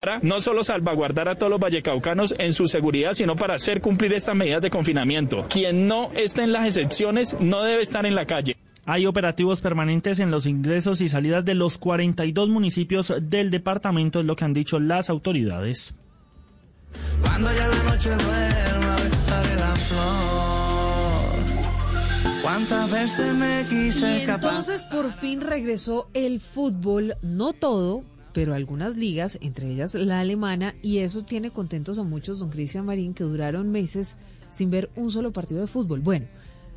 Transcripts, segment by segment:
no solo salvaguardar a todos los vallecaucanos en su seguridad, sino para hacer cumplir estas medidas de confinamiento. Quien no esté en las excepciones no debe estar en la calle. Hay operativos permanentes en los ingresos y salidas de los 42 municipios del departamento, es lo que han dicho las autoridades. Cuando ya la noche duerma, besaré la flor. ¿Cuántas veces me quise escapar? Entonces por fin regresó el fútbol, no todo, pero algunas ligas, entre ellas la alemana, y eso tiene contentos a muchos, don Cristian Marín, que duraron meses sin ver un solo partido de fútbol. Bueno,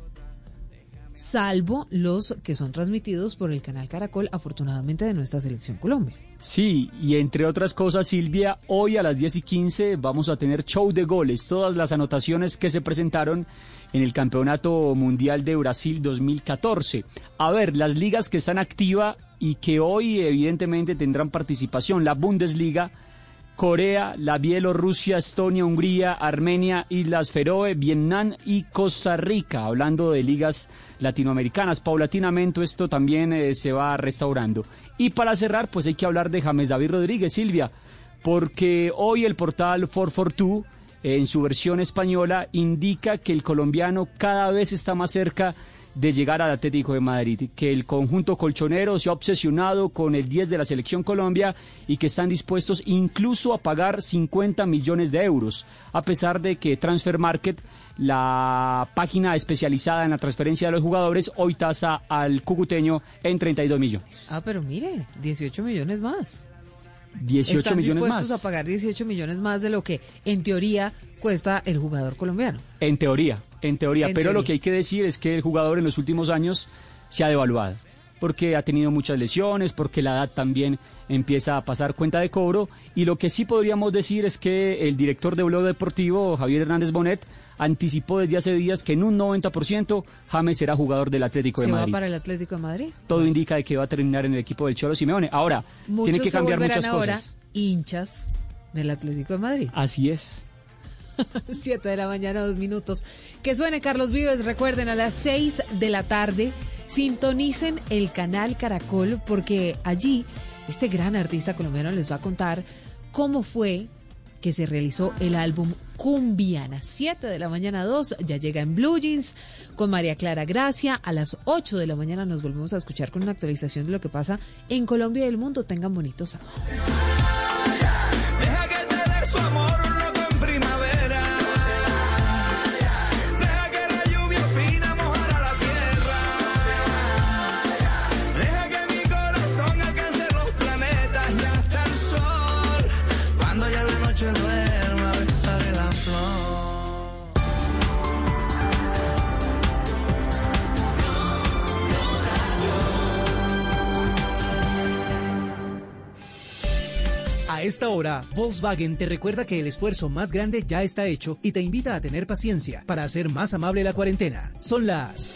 salvo los que son transmitidos por el canal Caracol, afortunadamente, de nuestra selección Colombia. Sí, y entre otras cosas, Silvia, hoy a las 10:15 vamos a tener show de goles, todas las anotaciones que se presentaron en el Campeonato Mundial de Brasil 2014. A ver, las ligas que están activas y que hoy evidentemente tendrán participación: la Bundesliga, Corea, la Bielorrusia, Estonia, Hungría, Armenia, Islas Feroe, Vietnam y Costa Rica. Hablando de ligas latinoamericanas, paulatinamente esto también se va restaurando. Y para cerrar, pues hay que hablar de James David Rodríguez, Silvia, porque hoy el portal 442, en su versión española, indica que el colombiano cada vez está más cerca de llegar al Atlético de Madrid, que el conjunto colchonero se ha obsesionado con el 10 de la Selección Colombia y que están dispuestos incluso a pagar 50 millones de euros, a pesar de que Transfer Market, la página especializada en la transferencia de los jugadores, hoy tasa al cucuteño en 32 millones. Ah, pero mire, 18 millones más. 18 Están millones dispuestos más. a pagar 18 millones más de lo que, en teoría, cuesta el jugador colombiano. En teoría, pero lo que hay que decir es que el jugador en los últimos años se ha devaluado, porque ha tenido muchas lesiones, porque la edad también empieza a pasar cuenta de cobro, y lo que sí podríamos decir es que el director de Blog Deportivo, Javier Hernández Bonet, anticipó desde hace días que en un 90% James será jugador del Atlético de Madrid. ¿Se va para el Atlético de Madrid? Todo indica de que va a terminar en el equipo del Cholo Simeone. Ahora, tiene que cambiar muchas ahora cosas. Hinchas del Atlético de Madrid. Así es. 7 de la mañana, 2 minutos. Que suene Carlos Vives. Recuerden, a las 6 de la tarde, sintonicen el canal Caracol, porque allí este gran artista colombiano les va a contar cómo fue que se realizó el álbum Cumbiana. 7 de la mañana, 2, ya llega en Blue Jeans con María Clara Gracia. A las 8 de la mañana nos volvemos a escuchar con una actualización de lo que pasa en Colombia y el mundo. Tengan bonito sábado. Deja que te dé su amor loco en primavera. Deja que la lluvia fina mojara la tierra. Deja que mi corazón alcance los planetas y hasta el sol. Cuando ya la noche duerma, besaré la flor. A esta hora, Volkswagen te recuerda que el esfuerzo más grande ya está hecho y te invita a tener paciencia para hacer más amable la cuarentena. Son las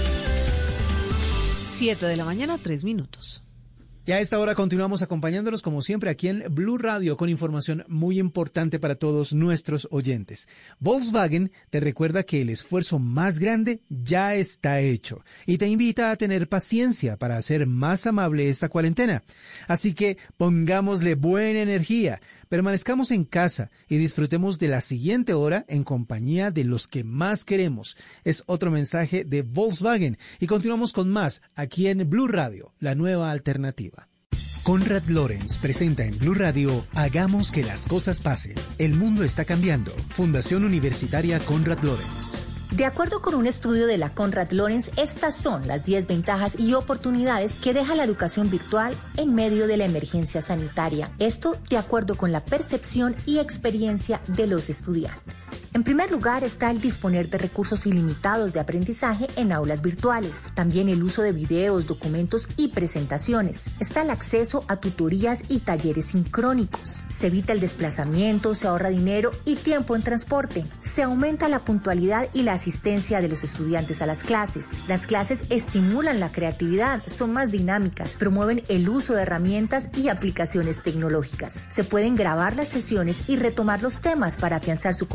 7 de la mañana, 3 minutos. Y a esta hora continuamos acompañándolos como siempre aquí en Blue Radio con información muy importante para todos nuestros oyentes. Volkswagen te recuerda que el esfuerzo más grande ya está hecho y te invita a tener paciencia para hacer más amable esta cuarentena. Así que pongámosle buena energía, permanezcamos en casa y disfrutemos de la siguiente hora en compañía de los que más queremos. Es otro mensaje de Volkswagen y continuamos con más aquí en Blue Radio, la nueva alternativa. Conrad Lorenz presenta en Blue Radio Hagamos que las cosas pasen. El mundo está cambiando. Fundación Universitaria Conrad Lorenz. De acuerdo con un estudio de la Conrad Lorenz, estas son las 10 ventajas y oportunidades que deja la educación virtual en medio de la emergencia sanitaria. Esto de acuerdo con la percepción y experiencia de los estudiantes. En primer lugar está el disponer de recursos ilimitados de aprendizaje en aulas virtuales. También el uso de videos, documentos y presentaciones. Está el acceso a tutorías y talleres sincrónicos. Se evita el desplazamiento, se ahorra dinero y tiempo en transporte. Se aumenta la puntualidad y la asistencia de los estudiantes a las clases. Las clases estimulan la creatividad, son más dinámicas, promueven el uso de herramientas y aplicaciones tecnológicas. Se pueden grabar las sesiones y retomar los temas para afianzar su comprensión.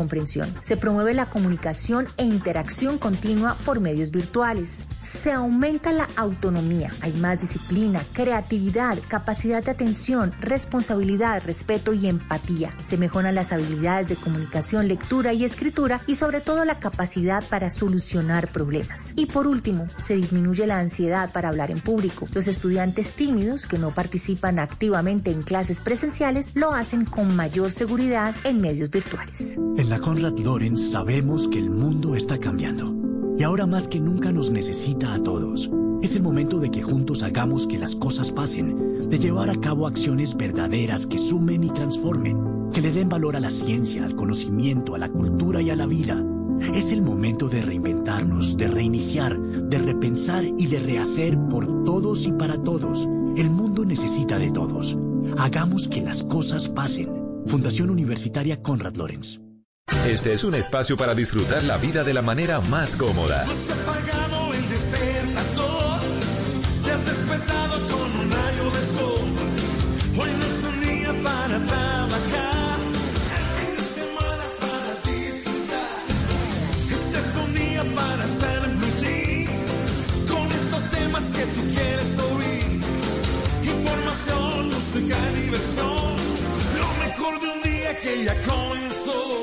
educación. Se promueve la comunicación e interacción continua por medios virtuales. Se aumenta la autonomía. Hay más disciplina, creatividad, capacidad de atención, responsabilidad, respeto y empatía. Se mejoran las habilidades de comunicación, lectura y escritura y sobre todo la capacidad para solucionar problemas. Y por último, se disminuye la ansiedad para hablar en público. Los estudiantes tímidos que no participan activamente en clases presenciales lo hacen con mayor seguridad en medios virtuales. En la Konrad Lorenz sabemos que el mundo está cambiando y ahora más que nunca nos necesita a todos. Es el momento de que juntos hagamos que las cosas pasen, de llevar a cabo acciones verdaderas que sumen y transformen, que le den valor a la ciencia, al conocimiento, a la cultura y a la vida. Es el momento de reinventarnos, de reiniciar, de repensar y de rehacer por todos y para todos. El mundo necesita de todos. Hagamos que las cosas pasen. Fundación Universitaria Konrad Lorenz. Este es un espacio para disfrutar la vida de la manera más cómoda. Has apagado el despertador, te has despertado con un rayo de sol. Hoy no es un día para trabajar, el fin de semana es para disfrutar. Este es un día para estar en Blue Jeans, con esos temas que tú quieres oír. Información, música y diversión, lo mejor de un día que ya comenzó.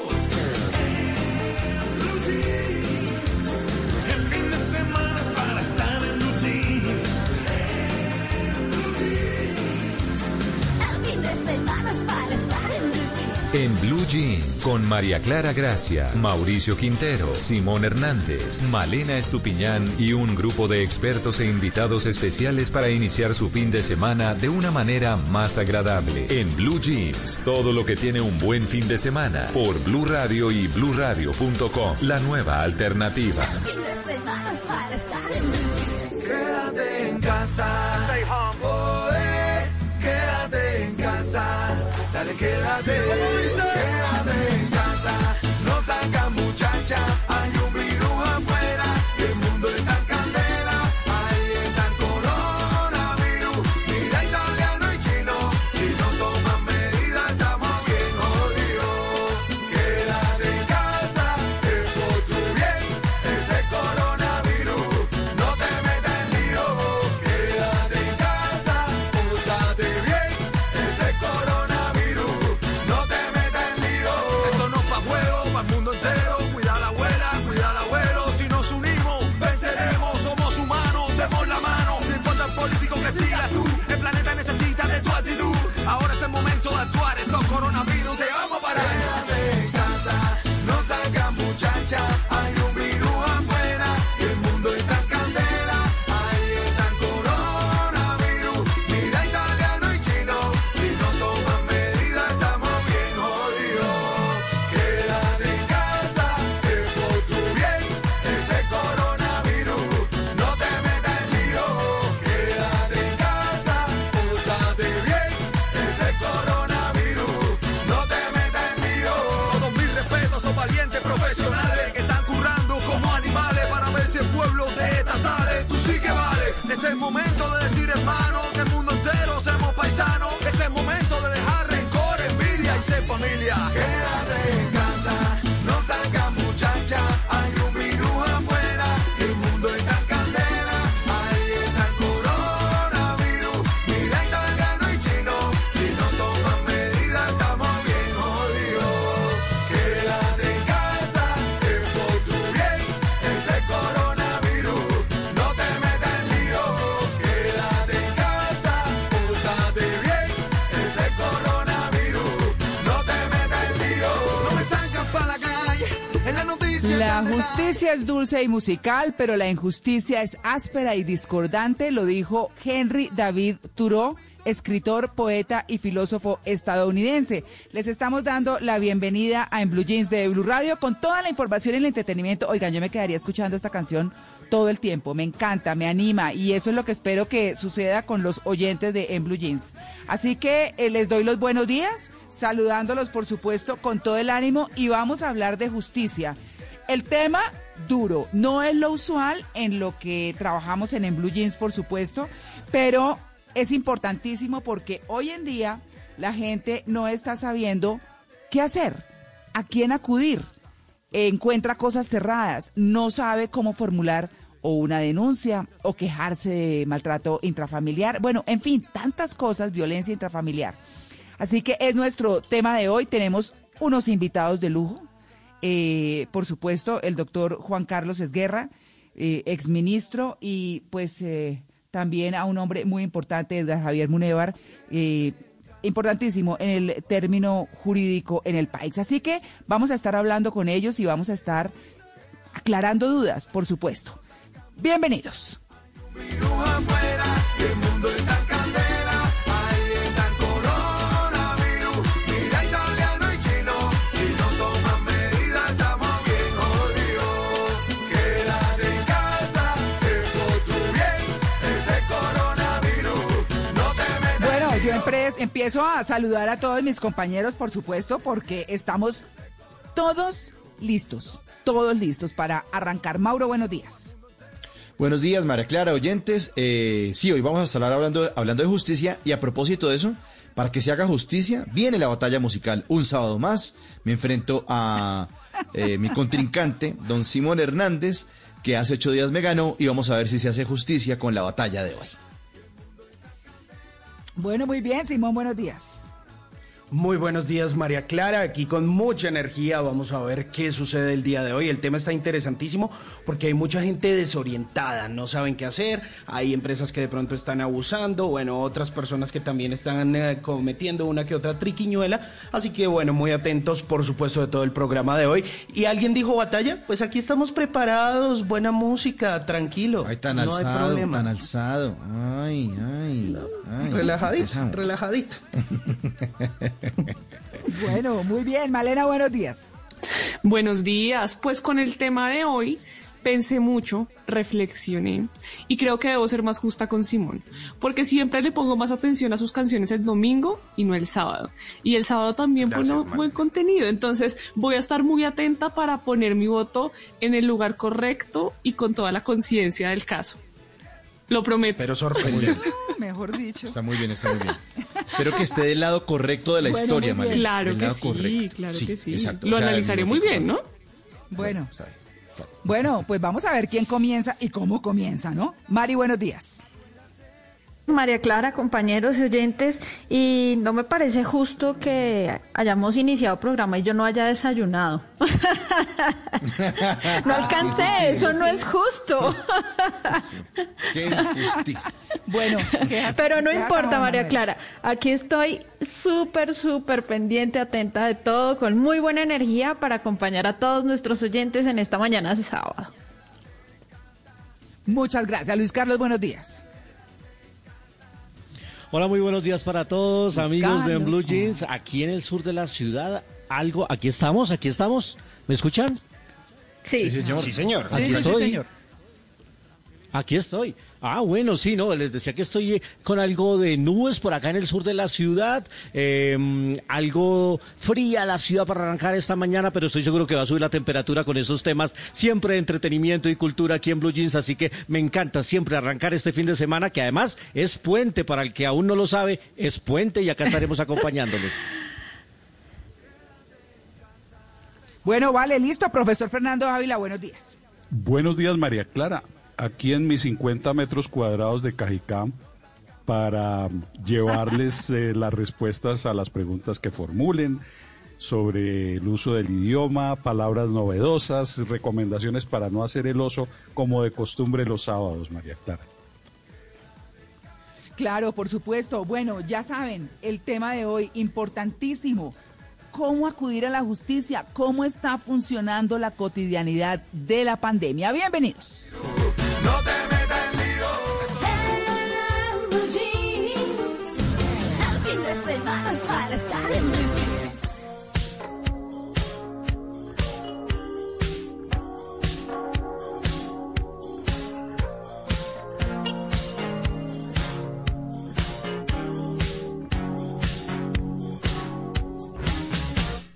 En Blue Jeans, con María Clara Gracia, Mauricio Quintero, Simón Hernández, Malena Estupiñán y un grupo de expertos e invitados especiales para iniciar su fin de semana de una manera más agradable. En Blue Jeans, todo lo que tiene un buen fin de semana, por Blue Radio y BlueRadio.com, la nueva alternativa. Quédate en casa, quédate en casa, dale quédate en casa, no salga muchacha, hay un virus afuera, el mundo está en candela, ahí está el coronavirus, mira italiano y chino, si no toman medidas estamos bien jodidos, quédate en casa, es por tu bien, ese coronavirus, no te metas en lío, quédate en casa, pórtate bien, ese coronavirus, no te metas en lío, esto no es pa' juego, pa' el mundo entero, cuida a la abuela, cuida al abuelo, si nos unimos, venceremos, somos humanos, demos la mano, no importa el político que sigas tú, el planeta necesita de tu actitud, ahora es el momento de actuar, estos coronavirus te vamos a parar. Quédate en casa, no salgas muchacha, hay un virus afuera, el mundo está en candela, ahí está el coronavirus, mira italiano y chino, si no toman medidas estamos bien jodidos, quédate en casa, es por tu bien, ese coronavirus, no te metas en lío, quédate en casa, pórtate bien, ese coronavirus, no te metas en lío. Todos mis respetos, son valientes profesionales que están currando como animales para ver si el pueblo de esta sale, tú sí que vale, es el momento de decir hermano, que el mundo entero seamos paisanos, es el momento de dejar rencor, envidia y ser familia. Quédate en casa, no salgas muchacha, hay un virus afuera, el mundo está en candela, ahí está el coronavirus, mira italiano y chino, si no toman medidas estamos bien jodidos, quédate en casa, es por tu bien, ese coronavirus, no te metas en lío, quédate en casa, pórtate bien, ese coronavirus, no te metas en lío, no me sacan pa' la calle, en la noticia. La justicia es dulce y musical, pero la injusticia es áspera y discordante, lo dijo Henry David Thoreau, escritor, poeta y filósofo estadounidense. Les estamos dando la bienvenida a En Blue Jeans de Blue Radio con toda la información y el entretenimiento. Oigan, yo me quedaría escuchando esta canción todo el tiempo, me encanta, me anima y eso es lo que espero que suceda con los oyentes de En Blue Jeans. Así que les doy los buenos días, saludándolos por supuesto con todo el ánimo y vamos a hablar de justicia. El tema duro, no es lo usual en lo que trabajamos en Blue Jeans por supuesto, pero es importantísimo porque hoy en día la gente no está sabiendo qué hacer, a quién acudir. encuentra cosas cerradas, no sabe cómo formular o una denuncia o quejarse de maltrato intrafamiliar. Bueno, en fin, tantas cosas, violencia intrafamiliar. Así que es nuestro tema de hoy. Tenemos unos invitados de lujo. Por supuesto, el doctor Juan Carlos Esguerra, exministro, y pues también a un hombre muy importante, Edgar Javier Munevar, importantísimo en el término jurídico en el país. Así que vamos a estar hablando con ellos y vamos a estar aclarando dudas, por supuesto. Bienvenidos. Empiezo a saludar a todos mis compañeros, por supuesto, porque estamos todos listos para arrancar. Mauro, buenos días. Buenos días, María Clara, oyentes. Sí, hoy vamos a estar hablando de justicia, y a propósito de eso, para que se haga justicia, viene la batalla musical. Un sábado más me enfrento a mi contrincante, don Simón Hernández, que hace 8 días me ganó, y vamos a ver si se hace justicia con la batalla de hoy. Bueno, muy bien, Simón, buenos días. Muy buenos días, María Clara, aquí con mucha energía vamos a ver qué sucede el día de hoy. El tema está interesantísimo porque hay mucha gente desorientada, no saben qué hacer, hay empresas que de pronto están abusando, bueno, otras personas que también están cometiendo una que otra triquiñuela, así que bueno, muy atentos por supuesto de todo el programa de hoy. ¿Y alguien dijo batalla? Pues aquí estamos preparados, buena música, tranquilo. Ay, tan no alzado, hay problema. tan alzado. Ay. Relajadito. Bueno, muy bien. Malena, buenos días. Buenos días. Pues con el tema de hoy pensé mucho, reflexioné y creo que debo ser más justa con Simón, porque siempre le pongo más atención a sus canciones el domingo y no el sábado. Y el sábado también pone buen contenido, entonces voy a estar muy atenta para poner mi voto en el lugar correcto y con toda la conciencia del caso. Lo prometo. Pero sorprendente. Mejor dicho. Está muy bien. Espero que esté del lado correcto de la historia, María. Claro que sí, que sí. Exacto. Lo analizaré muy bien, ¿no? Bueno, bueno, pues vamos a ver quién comienza y cómo comienza, ¿no? Mari, buenos días. María Clara, compañeros y oyentes, y no me parece justo que hayamos iniciado programa y yo no haya desayunado. No alcancé, eso no es justo. Qué injusticia. Bueno, pero no importa, María Clara, aquí estoy súper pendiente, atenta de todo, con muy buena energía para acompañar a todos nuestros oyentes en esta mañana de sábado. Muchas gracias. Luis Carlos, buenos días. Hola, muy buenos días para todos, Luis amigos Carlos, de Blue Jeans, aquí en el sur de la ciudad. Aquí estamos, ¿me escuchan? Sí, señor. Sí, señor. Aquí estoy. Aquí estoy. Ah, bueno, sí, no, les decía que estoy con algo de nubes por acá en el sur de la ciudad, algo fría la ciudad para arrancar esta mañana, pero estoy seguro que va a subir la temperatura con esos temas siempre de entretenimiento y cultura aquí en Blue Jeans, así que me encanta siempre arrancar este fin de semana, que además es puente, para el que aún no lo sabe, es puente y acá estaremos acompañándolos. Bueno, vale, listo. Profesor Fernando Ávila, buenos días. Buenos días, María Clara. Aquí en mis 50 metros cuadrados de Cajicá para llevarles las respuestas a las preguntas que formulen sobre el uso del idioma, palabras novedosas, recomendaciones para no hacer el oso como de costumbre los sábados, María Clara. Claro, por supuesto. Bueno, ya saben, el tema de hoy, importantísimo. ¿Cómo acudir a la justicia? ¿Cómo está funcionando la cotidianidad de la pandemia? Bienvenidos. No te metas en lío. El fin de semana es para estar en Blue Jeans.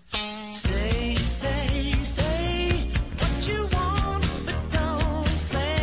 Say what you want, but don't play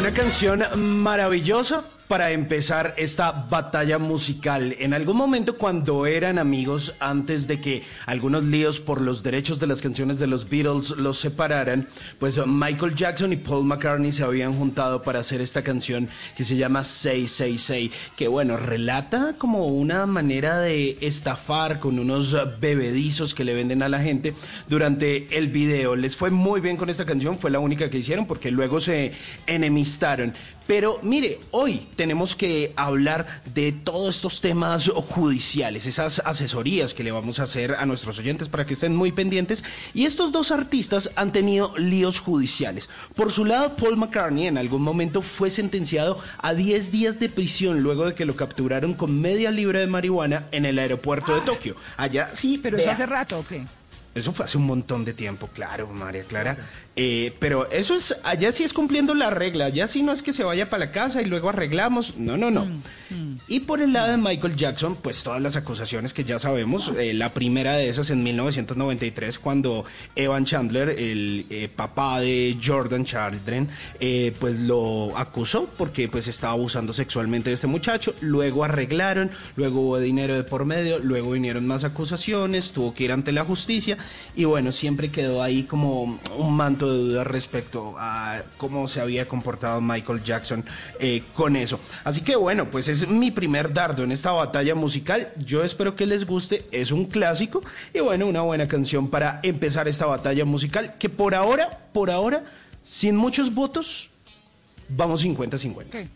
Una canción maravillosa para empezar esta batalla musical. En algún momento, cuando eran amigos, antes de que algunos líos por los derechos de las canciones de los Beatles los separaran, pues Michael Jackson y Paul McCartney se habían juntado para hacer esta canción que se llama Say, Say, Say, que bueno, relata como una manera de estafar con unos bebedizos que le venden a la gente durante el video. Les fue muy bien con esta canción, fue la única que hicieron porque luego se enemistaron. Pero mire, hoy tenemos que hablar de todos estos temas judiciales, esas asesorías que le vamos a hacer a nuestros oyentes para que estén muy pendientes. Y estos dos artistas han tenido líos judiciales. Por su lado, Paul McCartney en algún momento fue sentenciado a 10 días de prisión luego de que lo capturaron con media libra de marihuana en el aeropuerto de Tokio. Allá sí, pero eso hace rato, ¿o qué? Eso fue hace un montón de tiempo, claro, María Clara. Pero eso es, allá sí es cumpliendo la regla, allá sí no es que se vaya para la casa y luego arreglamos, no. Y por el lado de Michael Jackson, pues todas las acusaciones que ya sabemos, la primera de esas en 1993, cuando Evan Chandler, el papá de Jordan Children, pues lo acusó porque pues estaba abusando sexualmente de este muchacho, luego arreglaron, luego hubo dinero de por medio, luego vinieron más acusaciones, tuvo que ir ante la justicia y bueno, siempre quedó ahí como un manto de duda respecto a cómo se había comportado Michael Jackson con eso. Así que bueno, pues es mi primer dardo en esta batalla musical. Yo espero que les guste, es un clásico y bueno, una buena canción para empezar esta batalla musical que por ahora, sin muchos votos, vamos 50-50. Okay.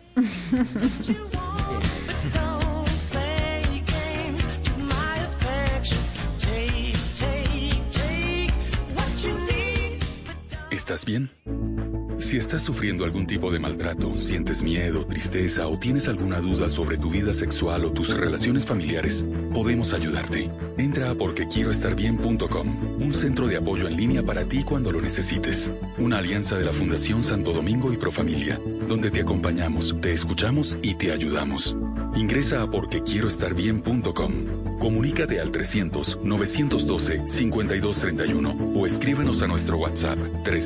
¿Estás bien? Si estás sufriendo algún tipo de maltrato, sientes miedo, tristeza o tienes alguna duda sobre tu vida sexual o tus relaciones familiares, podemos ayudarte. Entra a porquequieroestarbien.com, un centro de apoyo en línea para ti cuando lo necesites. Una alianza de la Fundación Santo Domingo y Profamilia, donde te acompañamos, te escuchamos y te ayudamos. Ingresa a porquequieroestarbien.com. Comunícate al 300-912-5231 o escríbenos a nuestro WhatsApp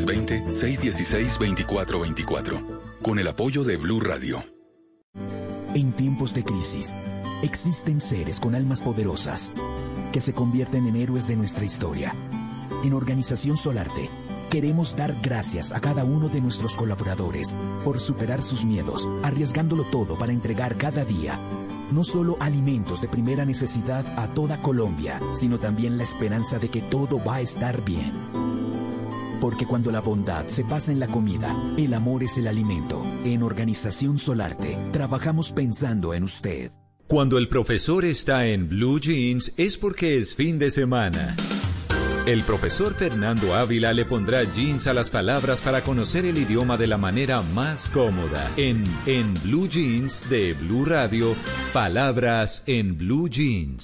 320-616-2424 con el apoyo de Blue Radio. En tiempos de crisis, existen seres con almas poderosas que se convierten en héroes de nuestra historia. En Organización Solarte, queremos dar gracias a cada uno de nuestros colaboradores por superar sus miedos, arriesgándolo todo para entregar cada día no solo alimentos de primera necesidad a toda Colombia, sino también la esperanza de que todo va a estar bien. Porque cuando la bondad se pasa en la comida, el amor es el alimento. En Organización Solarte, trabajamos pensando en usted. Cuando el profesor está en Blue Jeans es porque es fin de semana. El profesor Fernando Ávila le pondrá jeans a las palabras para conocer el idioma de la manera más cómoda. En Blue Jeans de Blue Radio, palabras en Blue Jeans.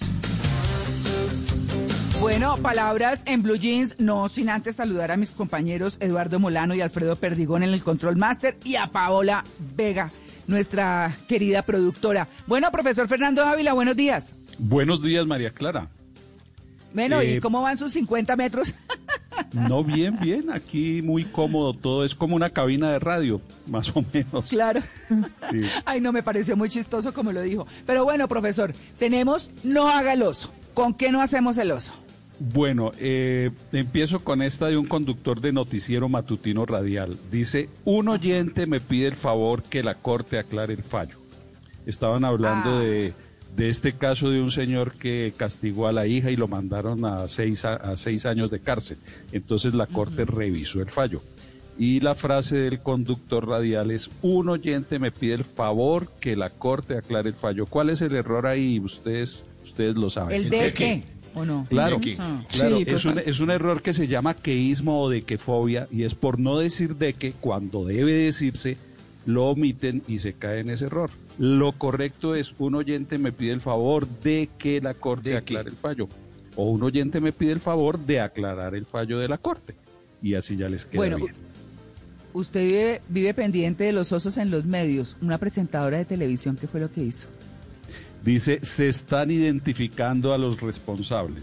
Bueno, palabras en Blue Jeans, no sin antes saludar a mis compañeros Eduardo Molano y Alfredo Perdigón en el Control Master y a Paola Vega, nuestra querida productora. Bueno, profesor Fernando Ávila, buenos días. Buenos días, María Clara. Bueno, ¿y cómo van sus 50 metros? No, bien, aquí muy cómodo todo, es como una cabina de radio, más o menos. Claro. Sí. Ay, no, me pareció muy chistoso como lo dijo. Pero bueno, profesor, tenemos No haga el oso. ¿Con qué no hacemos el oso? Bueno, empiezo con esta de un conductor de noticiero matutino radial. Dice, un oyente me pide el favor que la Corte aclare el fallo. Estaban hablando de este caso de un señor que castigó a la hija y lo mandaron a 6 años de cárcel. Entonces la Corte revisó el fallo. Y la frase del conductor radial es, un oyente me pide el favor que la Corte aclare el fallo. ¿Cuál es el error ahí? Ustedes lo saben. ¿El de qué? ¿O no? Claro, claro, Sí, es un error que se llama queísmo o dequefobia y es por no decir de que cuando debe decirse lo omiten y se cae en ese error. Lo correcto es, un oyente me pide el favor de que la Corte aclare el fallo. O un oyente me pide el favor de aclarar el fallo de la Corte. Y así ya les queda bien. Usted vive pendiente de los osos en los medios. Una presentadora de televisión, ¿qué fue lo que hizo? Dice, se están identificando a los responsables.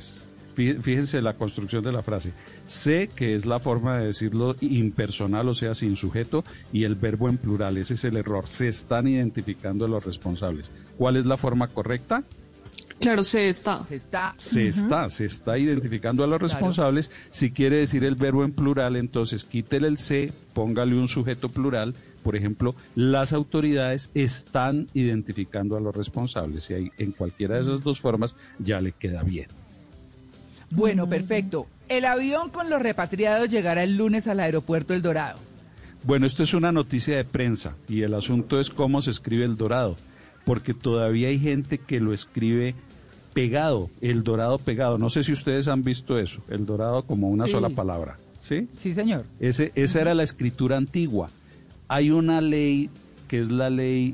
Fíjense la construcción de la frase. Se, que es la forma de decirlo impersonal, o sea, sin sujeto, y el verbo en plural. Ese es el error. Se están identificando los responsables. ¿Cuál es la forma correcta? Claro, se está identificando a los responsables. Claro. Si quiere decir el verbo en plural, entonces quítele el se, póngale un sujeto plural. Por ejemplo, las autoridades están identificando a los responsables. Y ahí, en cualquiera de esas dos formas, ya le queda bien. Bueno, perfecto. El avión con los repatriados llegará el lunes al aeropuerto El Dorado. Bueno, esto es una noticia de prensa y el asunto es cómo se escribe El Dorado, porque todavía hay gente que lo escribe pegado, El Dorado pegado. No sé si ustedes han visto eso, El Dorado como una sola palabra, ¿sí? Sí, señor. Esa era la escritura antigua. Hay una ley que es la ley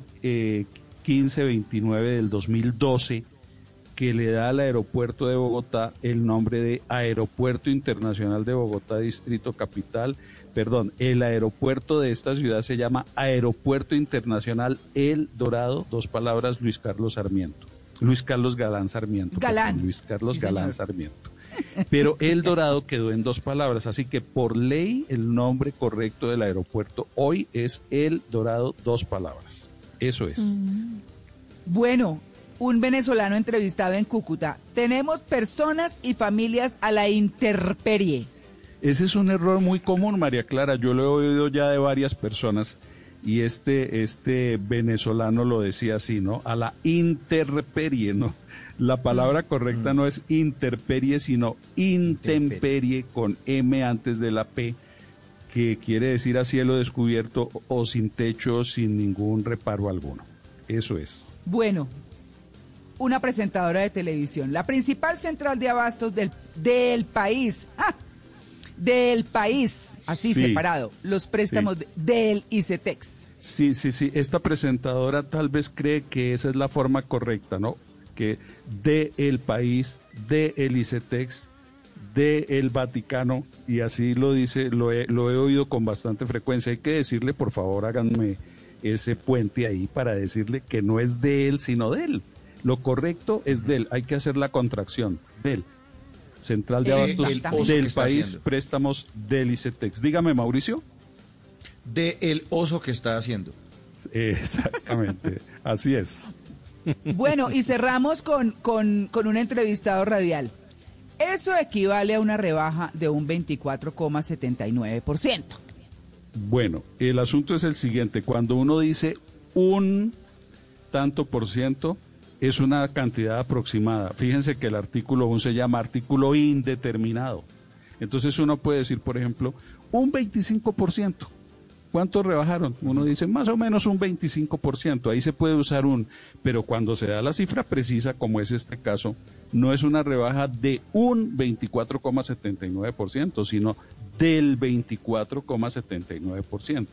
1529 del 2012 que le da al aeropuerto de Bogotá el nombre de Aeropuerto Internacional de Bogotá Distrito Capital. Perdón, el aeropuerto de esta ciudad se llama Aeropuerto Internacional El Dorado, dos palabras, Luis Carlos Galán Sarmiento. Luis Carlos Galán Sarmiento. Pero El Dorado quedó en dos palabras, así que por ley el nombre correcto del aeropuerto hoy es El Dorado, dos palabras. Eso es. Bueno, un venezolano entrevistado en Cúcuta. Tenemos personas y familias a la intemperie. Ese es un error muy común, María Clara. Yo lo he oído ya de varias personas y este venezolano lo decía así, ¿no? A la intemperie, ¿no? La palabra correcta no es intemperie, sino intemperie con M antes de la P, que quiere decir a cielo descubierto o sin techo, sin ningún reparo alguno. Eso es. Bueno, una presentadora de televisión, la principal central de abastos del país, del país, así sí, separado, los préstamos del ICETEX. Sí, esta presentadora tal vez cree que esa es la forma correcta, ¿no? Que del país, del ICETEX, del Vaticano, y así lo dice, lo he oído con bastante frecuencia. Hay que decirle, por favor, háganme ese puente ahí para decirle que no es de él, sino de él. Lo correcto es del, hay que hacer la contracción, del Central de Abastos del país, haciendo. Préstamos del ICETEX. Dígame, Mauricio. De el oso que está haciendo. Exactamente, así es. Bueno, y cerramos con un entrevistado radial. Eso equivale a una rebaja de un 24,79%. Bueno, el asunto es el siguiente. Cuando uno dice un tanto por ciento, es una cantidad aproximada. Fíjense que el artículo 1 se llama artículo indeterminado. Entonces uno puede decir, por ejemplo, un 25%. ¿Cuánto rebajaron? Uno dice más o menos un 25%. Ahí se puede usar un, pero cuando se da la cifra precisa, como es este caso, no es una rebaja de un 24,79%, sino del 24,79%.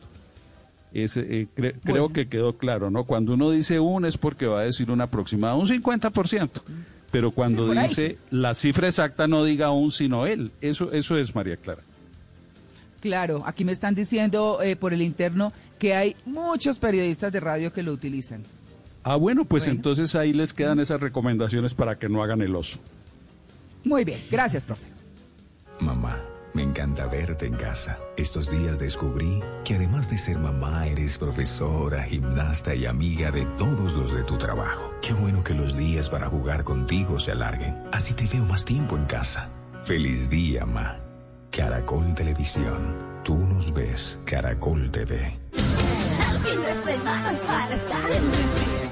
Creo que quedó claro, ¿no? Cuando uno dice un es porque va a decir un aproximado, un 50%, pero cuando dice la cifra exacta no diga un sino él. Eso es, María Clara. Claro, aquí me están diciendo por el interno que hay muchos periodistas de radio que lo utilizan. Bueno, entonces ahí les quedan esas recomendaciones para que no hagan el oso. Muy bien, gracias, profe. Mamá, me encanta verte en casa. Estos días descubrí que además de ser mamá, eres profesora, gimnasta y amiga de todos los de tu trabajo. Qué bueno que los días para jugar contigo se alarguen. Así te veo más tiempo en casa. Feliz día, ma. Caracol Televisión. Tú nos ves. Caracol TV. El fin de semana es para estar en Blue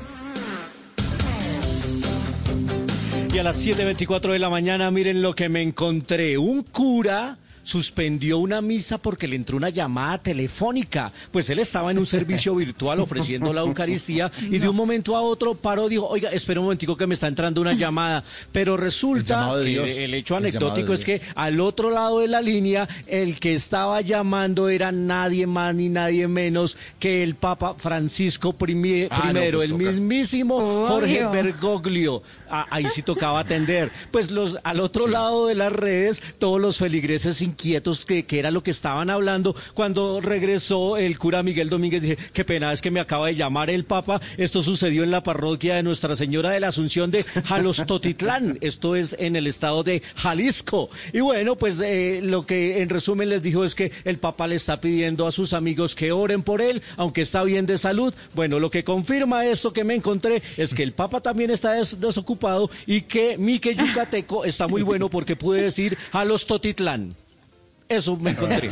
Jeans. Y a las 7:24 de la mañana, miren lo que me encontré. Un cura suspendió una misa porque le entró una llamada telefónica. Pues él estaba en un servicio virtual ofreciendo la Eucaristía y de un momento a otro paró, dijo, oiga, espera un momentico que me está entrando una llamada. Pero resulta que el hecho anecdótico es que al otro lado de la línea, el que estaba llamando era nadie más ni nadie menos que el Papa Francisco primero, el mismísimo Jorge Bergoglio. Ahí sí tocaba atender. Pues al otro lado de las redes, todos los feligreses inquietos que era lo que estaban hablando. Cuando regresó el cura Miguel Domínguez, dije, qué pena, es que me acaba de llamar el Papa. Esto sucedió en la parroquia de Nuestra Señora de la Asunción de Jalostotitlán. Esto es en el estado de Jalisco. Y bueno, pues lo que en resumen les dijo es que el Papa le está pidiendo a sus amigos que oren por él, aunque está bien de salud. Bueno, lo que confirma esto que me encontré es que el Papa también está desocupado y que Mike Yucateco está muy bueno porque pude decir Jalostotitlán. Eso me encontré.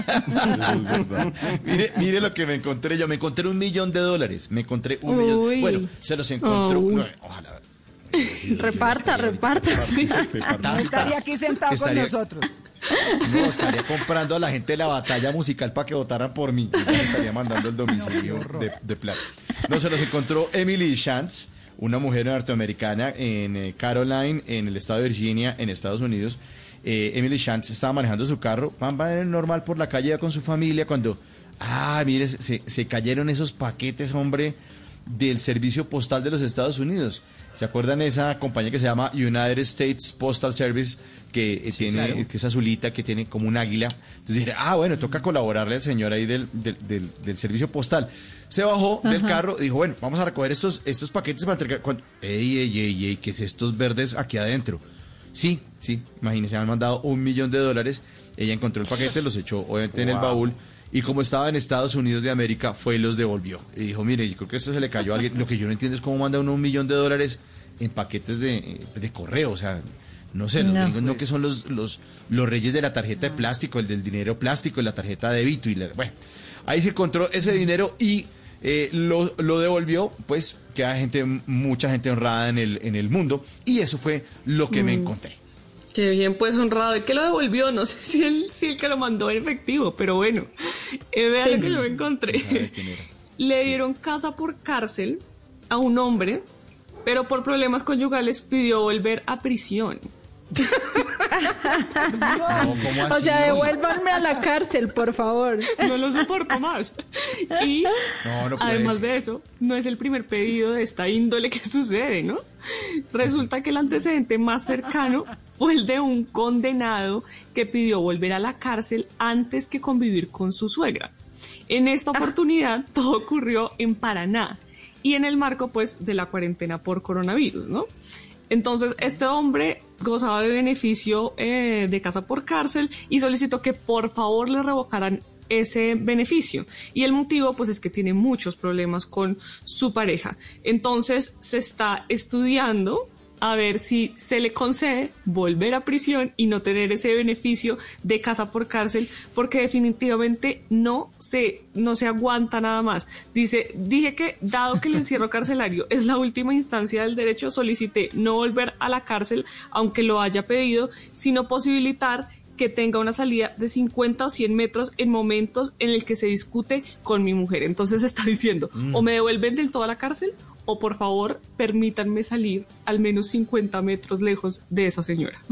mire lo que me encontré. Yo me encontré $1 millón. Me encontré $1 millón. Bueno, se los encontró. No, ojalá. Reparta. Sí. Estaría aquí sentado con nosotros. No, estaría comprando a la gente de la batalla musical para que votaran por mí. Me estaría mandando el domicilio de plata. No, se los encontró Emily Shantz, una mujer norteamericana en Caroline, en el estado de Virginia, en Estados Unidos. Emily Shantz estaba manejando su carro, va normal por la calle con su familia, cuando, mire, se cayeron esos paquetes, hombre, del servicio postal de los Estados Unidos. ¿Se acuerdan esa compañía que se llama United States Postal Service, que tiene, claro, que es azulita, que tiene como un águila? Entonces dije, bueno, toca colaborarle al señor ahí del servicio postal. Se bajó del carro y dijo, bueno, vamos a recoger estos paquetes para entregar. ¡Ey! ¿Qué es estos verdes aquí adentro? Sí, imagínense, han mandado $1 millón. Ella encontró el paquete, los echó obviamente en el baúl, y como estaba en Estados Unidos de América, fue y los devolvió. Y dijo, mire, yo creo que esto se le cayó a alguien. Lo que yo no entiendo es cómo manda uno $1 millón en paquetes de correo. O sea, no sé, los gringos no, que son los reyes de la tarjeta de plástico, el del dinero plástico, y la tarjeta de débito. Bueno, ahí se encontró ese dinero y lo devolvió. Pues queda mucha gente honrada en el mundo, y eso fue lo que me encontré. Qué bien, pues honrado. ¿Y qué lo devolvió? No sé si el que lo mandó en efectivo, pero bueno, vean lo que yo me encontré. Le dieron casa por cárcel a un hombre, pero por problemas conyugales pidió volver a prisión. No, ¿cómo así? O sea, devuélvanme a la cárcel, por favor. No lo soporto más. Y además de eso, no es el primer pedido de esta índole que sucede, ¿no? Resulta que el antecedente más cercano fue el de un condenado que pidió volver a la cárcel antes que convivir con su suegra. En esta oportunidad todo ocurrió en Paraná y en el marco pues de la cuarentena por coronavirus, ¿no? Entonces este hombre gozaba de beneficio de casa por cárcel y solicitó que por favor le revocaran ese beneficio, y el motivo pues es que tiene muchos problemas con su pareja. Entonces se está estudiando a ver si se le concede volver a prisión y no tener ese beneficio de casa por cárcel, porque definitivamente no se aguanta nada más. Dije que dado que el encierro carcelario es la última instancia del derecho, solicité no volver a la cárcel aunque lo haya pedido, sino posibilitar que tenga una salida de 50 o 100 metros en momentos en el que se discute con mi mujer. Entonces está diciendo, o me devuelven del todo a la cárcel, o por favor permítanme salir al menos 50 metros lejos de esa señora.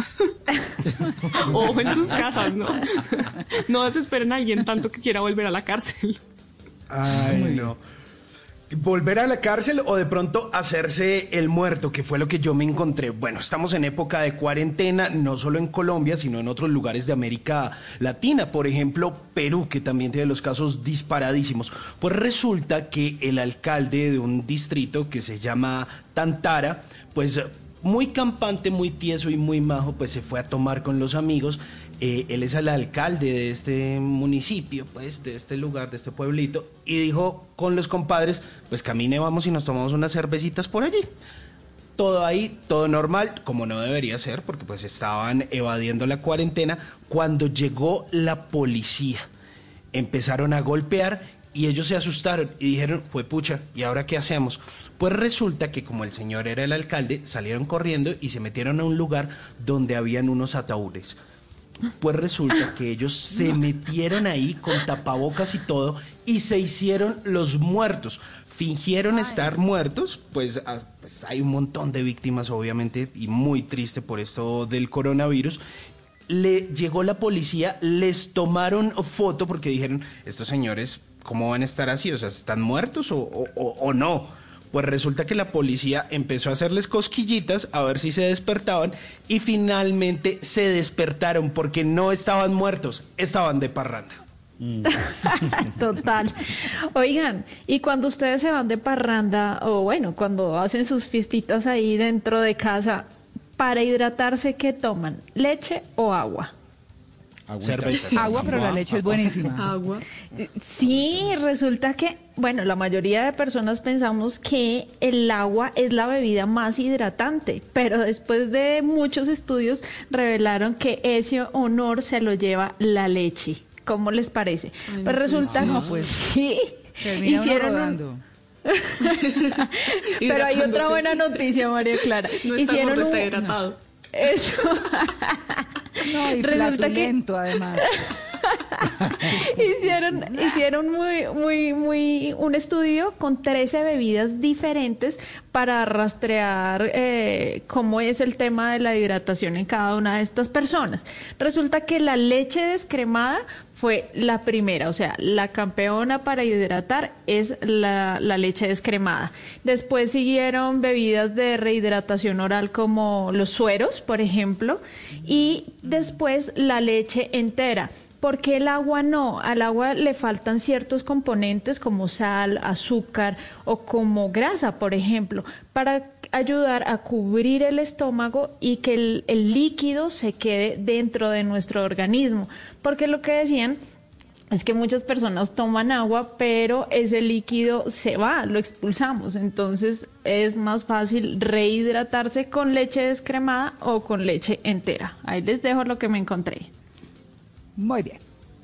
O en sus casas, ¿no? No desesperen a alguien tanto que quiera volver a la cárcel. Ay, no. Volver a la cárcel o de pronto hacerse el muerto, que fue lo que yo me encontré. Bueno, estamos en época de cuarentena, no solo en Colombia, sino en otros lugares de América Latina. Por ejemplo, Perú, que también tiene los casos disparadísimos. Pues resulta que el alcalde de un distrito que se llama Tantara, pues muy campante, muy tieso y muy majo, pues se fue a tomar con los amigos. Él es el alcalde de este municipio, pues, de este lugar, de este pueblito, y dijo con los compadres, pues camine, vamos y nos tomamos unas cervecitas por allí. Todo ahí, todo normal, como no debería ser, porque pues estaban evadiendo la cuarentena. Cuando llegó la policía, empezaron a golpear y ellos se asustaron y dijeron, pues pucha, ¿y ahora qué hacemos? Pues resulta que como el señor era el alcalde, salieron corriendo y se metieron a un lugar donde habían unos ataúdes. Pues resulta que ellos se metieron ahí con tapabocas y todo y se hicieron los muertos. Fingieron estar muertos, pues hay un montón de víctimas obviamente y muy triste por esto del coronavirus. Llegó la policía, les tomaron foto porque dijeron, estos señores, ¿cómo van a estar así? O sea, ¿están muertos o no? Pues resulta que la policía empezó a hacerles cosquillitas a ver si se despertaban y finalmente se despertaron porque no estaban muertos, estaban de parranda. Total. Oigan, y cuando ustedes se van de parranda, o bueno, cuando hacen sus fiestitas ahí dentro de casa, para hidratarse, ¿qué toman? ¿Leche o agua? Agua, pero la leche es buenísima. Agua. Sí, resulta que, bueno, la mayoría de personas pensamos que el agua es la bebida más hidratante, pero después de muchos estudios revelaron que ese honor se lo lleva la leche. ¿Cómo les parece? Ay, pues resulta pues, sí, termina hicieron uno rodando. Pero hay otra buena noticia, María Clara. No está gordo, está hidratado. Eso. No, y flatulento, además. hicieron muy un estudio con 13 bebidas diferentes para rastrear cómo es el tema de la hidratación en cada una de estas personas. Resulta que la leche descremada fue la primera, o sea, la campeona para hidratar es la leche descremada. Después siguieron bebidas de rehidratación oral como los sueros, por ejemplo, y después la leche entera. ¿Por qué el agua no? Al agua le faltan ciertos componentes como sal, azúcar o como grasa, por ejemplo, para ayudar a cubrir el estómago y que el líquido se quede dentro de nuestro organismo. Porque lo que decían es que muchas personas toman agua, pero ese líquido se va, lo expulsamos. Entonces es más fácil rehidratarse con leche descremada o con leche entera. Ahí les dejo lo que me encontré. Muy bien.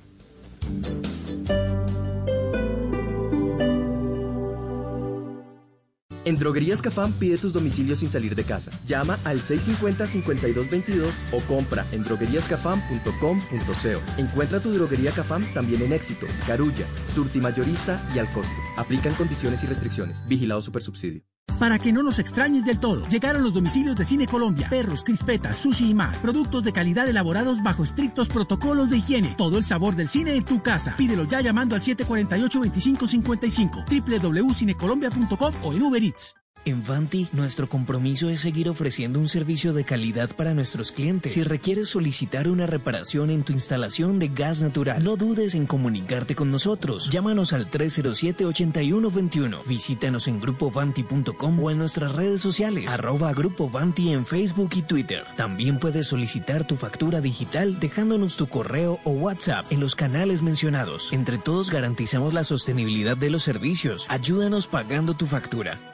En Droguerías Cafam pide tus domicilios sin salir de casa. Llama al 650-5222 o compra en drogueríascafam.com.co. Encuentra tu droguería Cafam también en Éxito, Carulla, Surtimayorista y Al Costo. Aplican condiciones y restricciones. Vigilado Supersubsidio. Para que no nos extrañes del todo, llegaron los domicilios de Cine Colombia, perros, crispetas, sushi y más. Productos de calidad elaborados bajo estrictos protocolos de higiene. Todo el sabor del cine en tu casa. Pídelo ya llamando al 748-2555, www.cinecolombia.com o en Uber Eats. En Vanti, nuestro compromiso es seguir ofreciendo un servicio de calidad para nuestros clientes. Si requieres solicitar una reparación en tu instalación de gas natural, no dudes en comunicarte con nosotros. Llámanos al 307-8121. Visítanos en grupovanti.com o en nuestras redes sociales, @Grupo Vanti en Facebook y Twitter. También puedes solicitar tu factura digital dejándonos tu correo o WhatsApp en los canales mencionados. Entre todos garantizamos la sostenibilidad de los servicios. Ayúdanos pagando tu factura.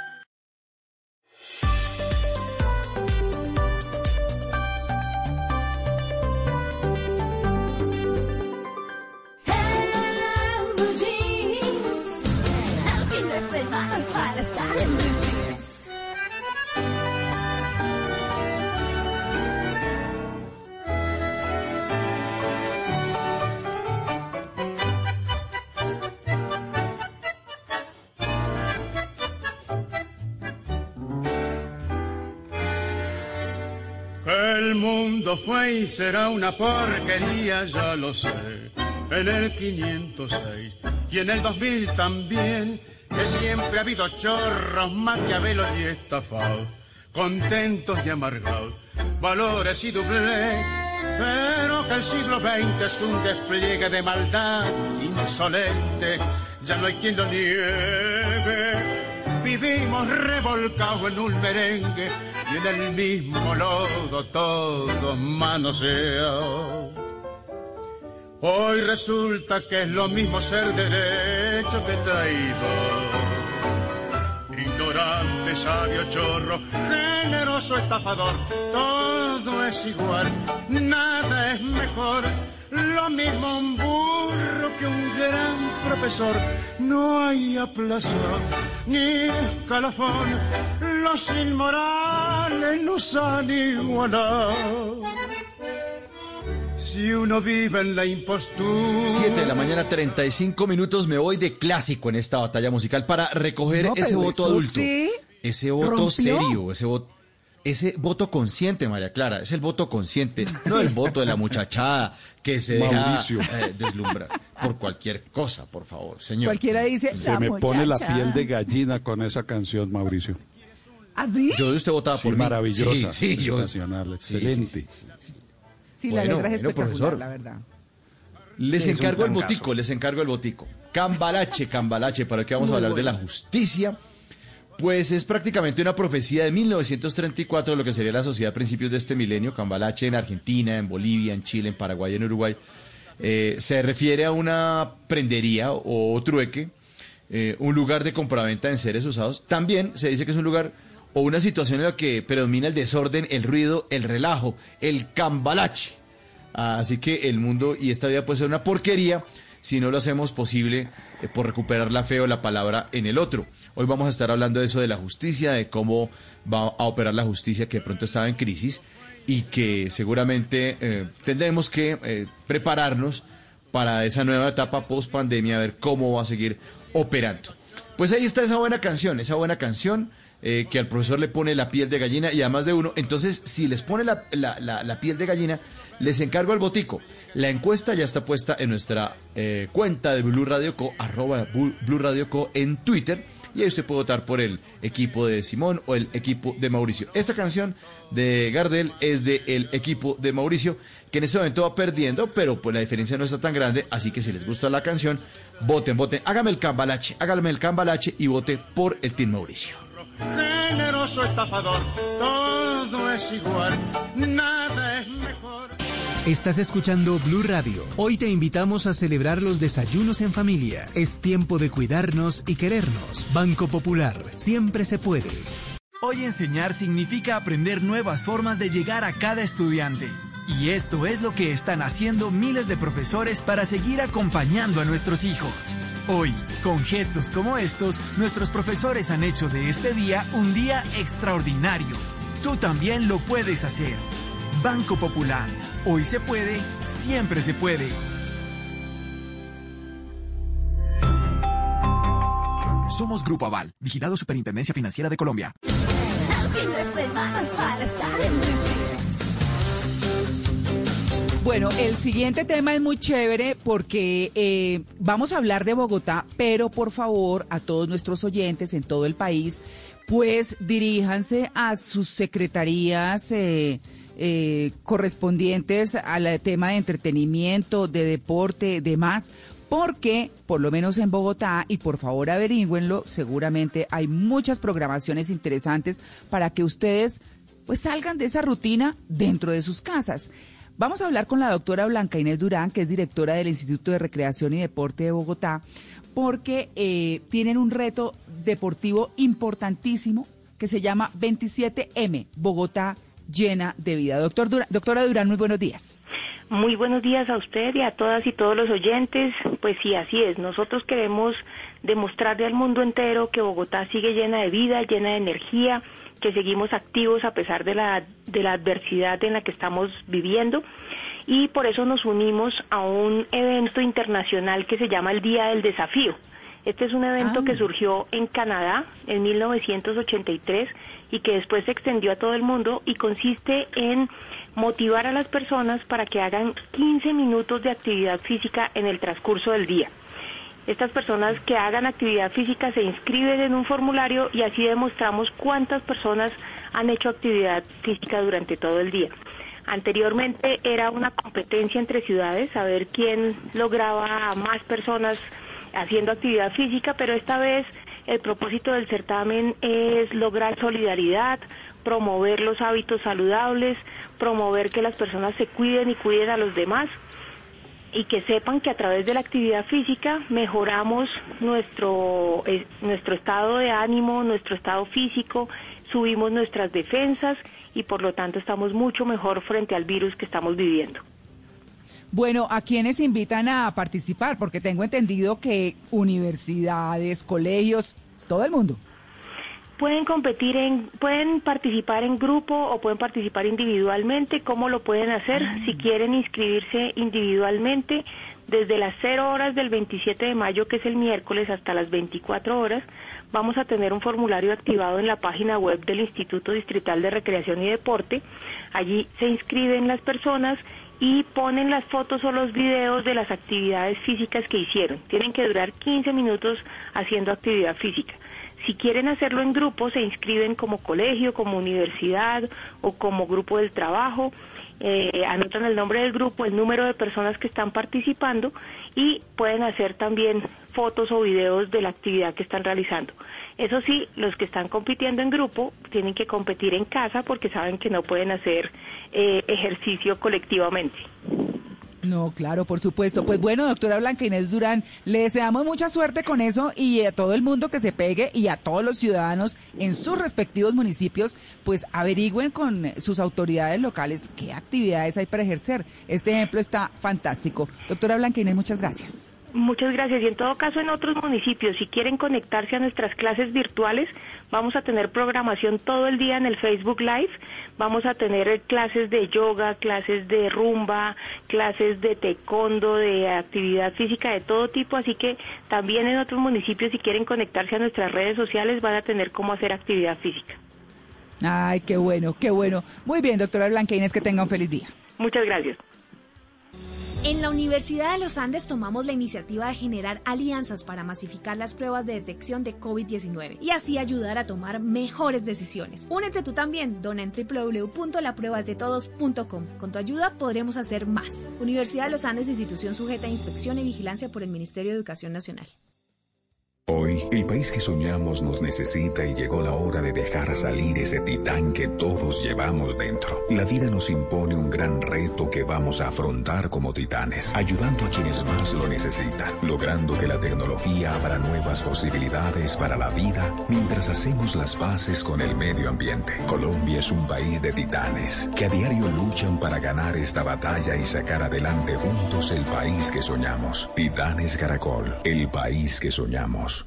El mundo fue y será una porquería, ya lo sé, en el 506 y en el 2000 también, que siempre ha habido chorros, maquiavelos y estafados, contentos y amargados, valores y doblez, pero que el siglo XX es un despliegue de maldad insolente, ya no hay quien lo niegue. Vivimos revolcados en un merengue y en el mismo lodo todos manoseados. Hoy resulta que es lo mismo ser derecho que traidor. Ignorante, sabio, chorro, generoso, estafador, todo es igual, nada es mejor. Lo mismo un burro que un gran profesor. No hay aplazón ni escalafón. Los inmorales nos han igualado. Si uno vive en la impostura. 7 de la mañana, 35 minutos. Me voy de clásico en esta batalla musical para recoger ese voto adulto. Sí. Ese voto ¿Rompió? serio, ese voto consciente, María Clara, es el voto consciente, no el voto de la muchachada que se deja deslumbrar por cualquier cosa, por favor, señor. Cualquiera dice, se me pone la piel de gallina con esa canción, Mauricio. ¿Ah, sí? Yo de usted votaba por mí. Maravillosa, sí, sensacional, excelente. Sí, la letra es espectacular, profesor, la verdad. Les encargo el botico. Cambalache, para que vamos a hablar de la justicia. Pues es prácticamente una profecía de 1934, lo que sería la sociedad a principios de este milenio. Cambalache en Argentina, en Bolivia, en Chile, en Paraguay, en Uruguay. Se refiere a una prendería o trueque, un lugar de compraventa en seres usados. También se dice que es un lugar o una situación en la que predomina el desorden, el ruido, el relajo, el cambalache. Así que el mundo y esta vida puede ser una porquería si no lo hacemos posible por recuperar la fe o la palabra en el otro. Hoy vamos a estar hablando de eso, de la justicia, de cómo va a operar la justicia que de pronto estaba en crisis y que seguramente tendremos que prepararnos para esa nueva etapa post pandemia, a ver cómo va a seguir operando. Pues ahí está esa buena canción que al profesor le pone la piel de gallina y además de uno. Entonces, si les pone la piel de gallina, les encargo el botico. La encuesta ya está puesta en nuestra cuenta de Blue Radio Co, @Blue Radio Co en Twitter. Y ahí usted puede votar por el equipo de Simón o el equipo de Mauricio. Esta canción de Gardel es del equipo de Mauricio, que en este momento va perdiendo, pero pues la diferencia no está tan grande. Así que si les gusta la canción, voten. Hágame el cambalache y vote por el Team Mauricio. Generoso estafador, todo es igual, nada es mejor. Estás escuchando Blue Radio. Hoy te invitamos a celebrar los desayunos en familia. Es tiempo de cuidarnos y querernos. Banco Popular, siempre se puede. Hoy enseñar significa aprender nuevas formas de llegar a cada estudiante. Y esto es lo que están haciendo miles de profesores para seguir acompañando a nuestros hijos. Hoy, con gestos como estos, nuestros profesores han hecho de este día un día extraordinario. Tú también lo puedes hacer. Banco Popular. Hoy se puede, siempre se puede. Somos Grupo Aval, vigilado Superintendencia Financiera de Colombia. Bueno, el siguiente tema es muy chévere porque vamos a hablar de Bogotá, pero por favor a todos nuestros oyentes en todo el país, pues diríjanse a sus secretarías correspondientes al tema de entretenimiento, de deporte, demás, porque por lo menos en Bogotá, y por favor averígüenlo, seguramente hay muchas programaciones interesantes para que ustedes pues salgan de esa rutina dentro de sus casas. Vamos a hablar con la doctora Blanca Inés Durán, que es directora del Instituto de Recreación y Deporte de Bogotá, porque tienen un reto deportivo importantísimo que se llama 27M, Bogotá llena de vida. Doctora Durán, muy buenos días. Muy buenos días a usted y a todas y todos los oyentes. Pues sí, así es. Nosotros queremos demostrarle al mundo entero que Bogotá sigue llena de vida, llena de energía, que seguimos activos a pesar de la adversidad en la que estamos viviendo, y por eso nos unimos a un evento internacional que se llama el Día del Desafío. Este es un evento que surgió en Canadá en 1983 y que después se extendió a todo el mundo, y consiste en motivar a las personas para que hagan 15 minutos de actividad física en el transcurso del día. Estas personas que hagan actividad física se inscriben en un formulario y así demostramos cuántas personas han hecho actividad física durante todo el día. Anteriormente era una competencia entre ciudades, a ver quién lograba a más personas haciendo actividad física, pero esta vez el propósito del certamen es lograr solidaridad, promover los hábitos saludables, promover que las personas se cuiden y cuiden a los demás, y que sepan que a través de la actividad física mejoramos nuestro estado de ánimo, nuestro estado físico, subimos nuestras defensas y por lo tanto estamos mucho mejor frente al virus que estamos viviendo. Bueno, ¿a quiénes invitan a participar? Porque tengo entendido que universidades, colegios, todo el mundo. Pueden participar en grupo o pueden participar individualmente. ¿Cómo lo pueden hacer? Si quieren inscribirse individualmente, Desde las 0 horas del 27 de mayo, que es el miércoles, hasta las 24 horas, vamos a tener un formulario activado en la página web del Instituto Distrital de Recreación y Deporte. Allí se inscriben las personas y ponen las fotos o los videos de las actividades físicas que hicieron. Tienen que durar 15 minutos haciendo actividad física. Si quieren hacerlo en grupo, se inscriben como colegio, como universidad o como grupo del trabajo. Anotan el nombre del grupo, el número de personas que están participando y pueden hacer también fotos o videos de la actividad que están realizando. Eso sí, los que están compitiendo en grupo tienen que competir en casa porque saben que no pueden hacer ejercicio colectivamente. No, claro, por supuesto. Pues bueno, doctora Blanca Inés Durán, le deseamos mucha suerte con eso y a todo el mundo que se pegue y a todos los ciudadanos en sus respectivos municipios, pues averigüen con sus autoridades locales qué actividades hay para ejercer. Este ejemplo está fantástico. Doctora Blanca Inés, muchas gracias. Muchas gracias. Y en todo caso, en otros municipios, si quieren conectarse a nuestras clases virtuales, vamos a tener programación todo el día en el Facebook Live. Vamos a tener clases de yoga, clases de rumba, clases de taekwondo, de actividad física de todo tipo. Así que también en otros municipios, si quieren conectarse a nuestras redes sociales, van a tener cómo hacer actividad física. Ay, qué bueno, qué bueno. Muy bien, doctora Blanca Inés, que tenga un feliz día. Muchas gracias. En la Universidad de los Andes tomamos la iniciativa de generar alianzas para masificar las pruebas de detección de COVID-19 y así ayudar a tomar mejores decisiones. Únete tú también, dona en www.lapruebasdetodos.com. Con tu ayuda podremos hacer más. Universidad de los Andes, institución sujeta a inspección y vigilancia por el Ministerio de Educación Nacional. Hoy, el país que soñamos nos necesita y llegó la hora de dejar salir ese titán que todos llevamos dentro. La vida nos impone un gran reto que vamos a afrontar como titanes, ayudando a quienes más lo necesitan, logrando que la tecnología abra nuevas posibilidades para la vida mientras hacemos las paces con el medio ambiente. Colombia es un país de titanes que a diario luchan para ganar esta batalla y sacar adelante juntos el país que soñamos. Titanes Caracol, el país que soñamos.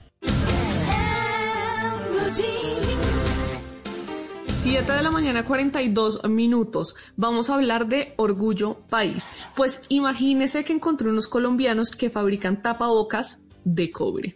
7 de la mañana, 42 minutos. Vamos a hablar de Orgullo País. Pues imagínese que encontré unos colombianos que fabrican tapabocas de cobre.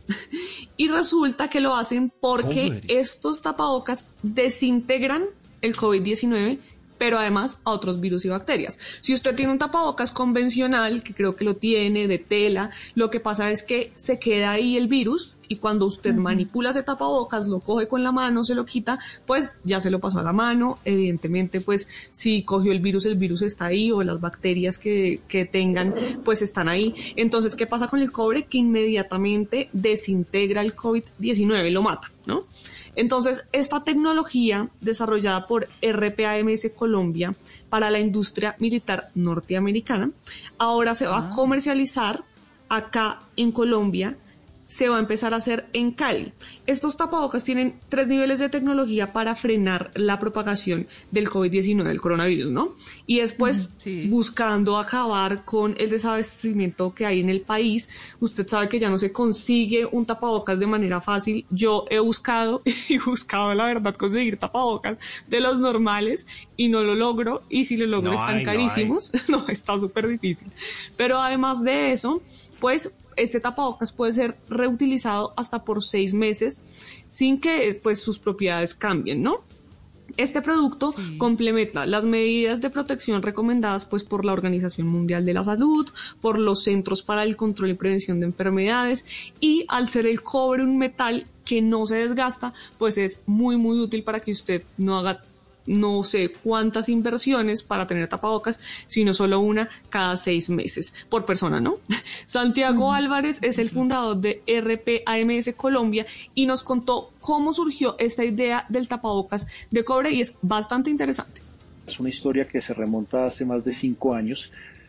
Y resulta que lo hacen porque estos tapabocas desintegran el COVID-19, pero además a otros virus y bacterias. Si usted tiene un tapabocas convencional, que creo que lo tiene, de tela, lo que pasa es que se queda ahí el virus y cuando usted manipula ese tapabocas, lo coge con la mano, se lo quita, pues ya se lo pasó a la mano. Evidentemente, pues si cogió el virus está ahí, o las bacterias que tengan, pues están ahí. Entonces, ¿qué pasa con el cobre? Que inmediatamente desintegra el COVID-19, lo mata, ¿no? Entonces, esta tecnología desarrollada por RPAMS Colombia para la industria militar norteamericana, ahora se va a comercializar acá en Colombia, se va a empezar a hacer en Cali. Estos tapabocas tienen 3 niveles de tecnología para frenar la propagación del COVID-19, del coronavirus, ¿no? Y después, buscando acabar con el desabastecimiento que hay en el país. Usted sabe que ya no se consigue un tapabocas de manera fácil. Yo he buscado y buscado, la verdad, conseguir tapabocas de los normales y no lo logro. Y si lo logro están carísimos. No, está súper difícil. Pero además de eso, pues este tapabocas puede ser reutilizado hasta por 6 meses sin que pues sus propiedades cambien, ¿no? Este producto complementa las medidas de protección recomendadas pues por la Organización Mundial de la Salud, por los Centros para el Control y Prevención de Enfermedades, y al ser el cobre un metal que no se desgasta, pues es muy muy útil para que usted no haga no sé cuántas inversiones para tener tapabocas, sino solo una cada 6 meses por persona, ¿no? Santiago Álvarez es el fundador de RPAMS Colombia y nos contó cómo surgió esta idea del tapabocas de cobre y es bastante interesante. Es una historia que se remonta hace más de 5 años,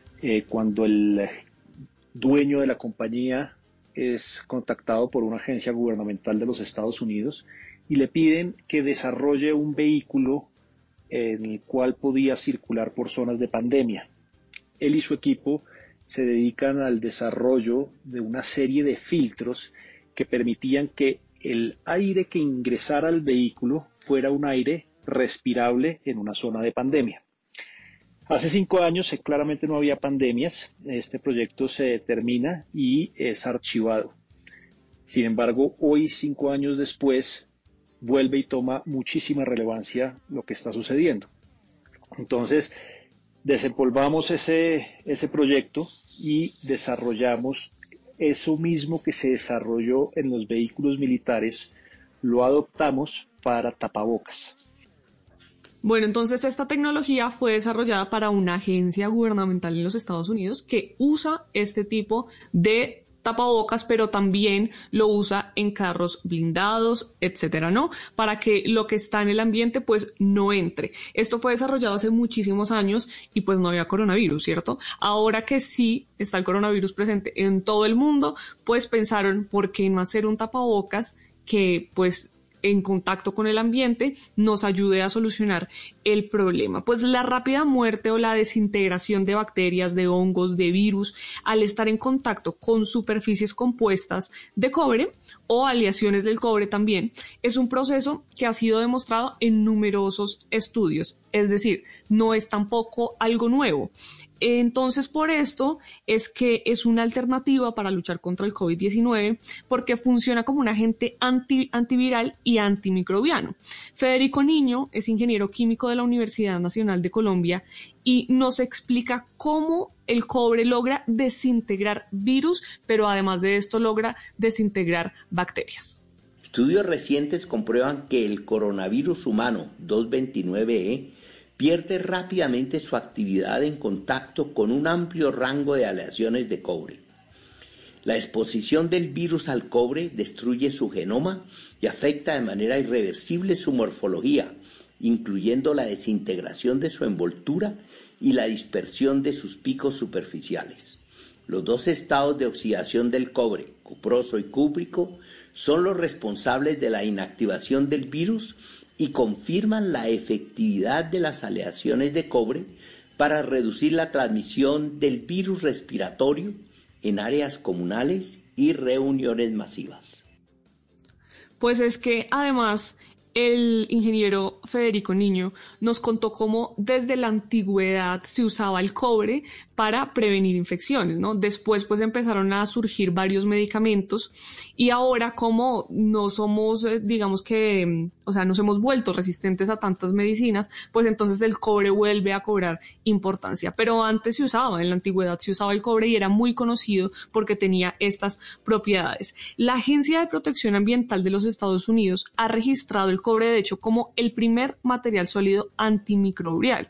cuando el dueño de la compañía es contactado por una agencia gubernamental de los Estados Unidos y le piden que desarrolle un vehículo en el cual podía circular por zonas de pandemia. Él y su equipo se dedican al desarrollo de una serie de filtros que permitían que el aire que ingresara al vehículo fuera un aire respirable en una zona de pandemia. Hace 5 años claramente no había pandemias, este proyecto se termina y es archivado. Sin embargo, hoy, 5 años después, vuelve y toma muchísima relevancia lo que está sucediendo. Entonces, desempolvamos ese proyecto y desarrollamos eso mismo que se desarrolló en los vehículos militares, lo adoptamos para tapabocas. Bueno, entonces esta tecnología fue desarrollada para una agencia gubernamental en los Estados Unidos que usa este tipo de tapabocas, pero también lo usa en carros blindados, etcétera, ¿no? Para que lo que está en el ambiente pues no entre. Esto fue desarrollado hace muchísimos años y pues no había coronavirus, ¿cierto? Ahora que sí está el coronavirus presente en todo el mundo, pues pensaron, ¿por qué no hacer un tapabocas que pues en contacto con el ambiente nos ayude a solucionar el problema? Pues la rápida muerte o la desintegración de bacterias, de hongos, de virus, al estar en contacto con superficies compuestas de cobre o aleaciones del cobre también, es un proceso que ha sido demostrado en numerosos estudios. Es decir, no es tampoco algo nuevo. Entonces, por esto es que es una alternativa para luchar contra el COVID-19 porque funciona como un agente antiviral y antimicrobiano. Federico Niño es ingeniero químico de la Universidad Nacional de Colombia y nos explica cómo el cobre logra desintegrar virus, pero además de esto logra desintegrar bacterias. Estudios recientes comprueban que el coronavirus humano 229E pierde rápidamente su actividad en contacto con un amplio rango de aleaciones de cobre. La exposición del virus al cobre destruye su genoma y afecta de manera irreversible su morfología, incluyendo la desintegración de su envoltura y la dispersión de sus picos superficiales. Los dos estados de oxidación del cobre, cuproso y cúprico, son los responsables de la inactivación del virus y confirman la efectividad de las aleaciones de cobre para reducir la transmisión del virus respiratorio en áreas comunales y reuniones masivas. Pues es que además el ingeniero Federico Niño nos contó cómo desde la antigüedad se usaba el cobre para prevenir infecciones, ¿no? Después pues empezaron a surgir varios medicamentos y ahora como no somos, digamos que, nos hemos vuelto resistentes a tantas medicinas, pues entonces el cobre vuelve a cobrar importancia. Pero antes en la antigüedad se usaba el cobre y era muy conocido porque tenía estas propiedades. La Agencia de Protección Ambiental de los Estados Unidos ha registrado el cobre, de hecho, como el primer material sólido antimicrobial,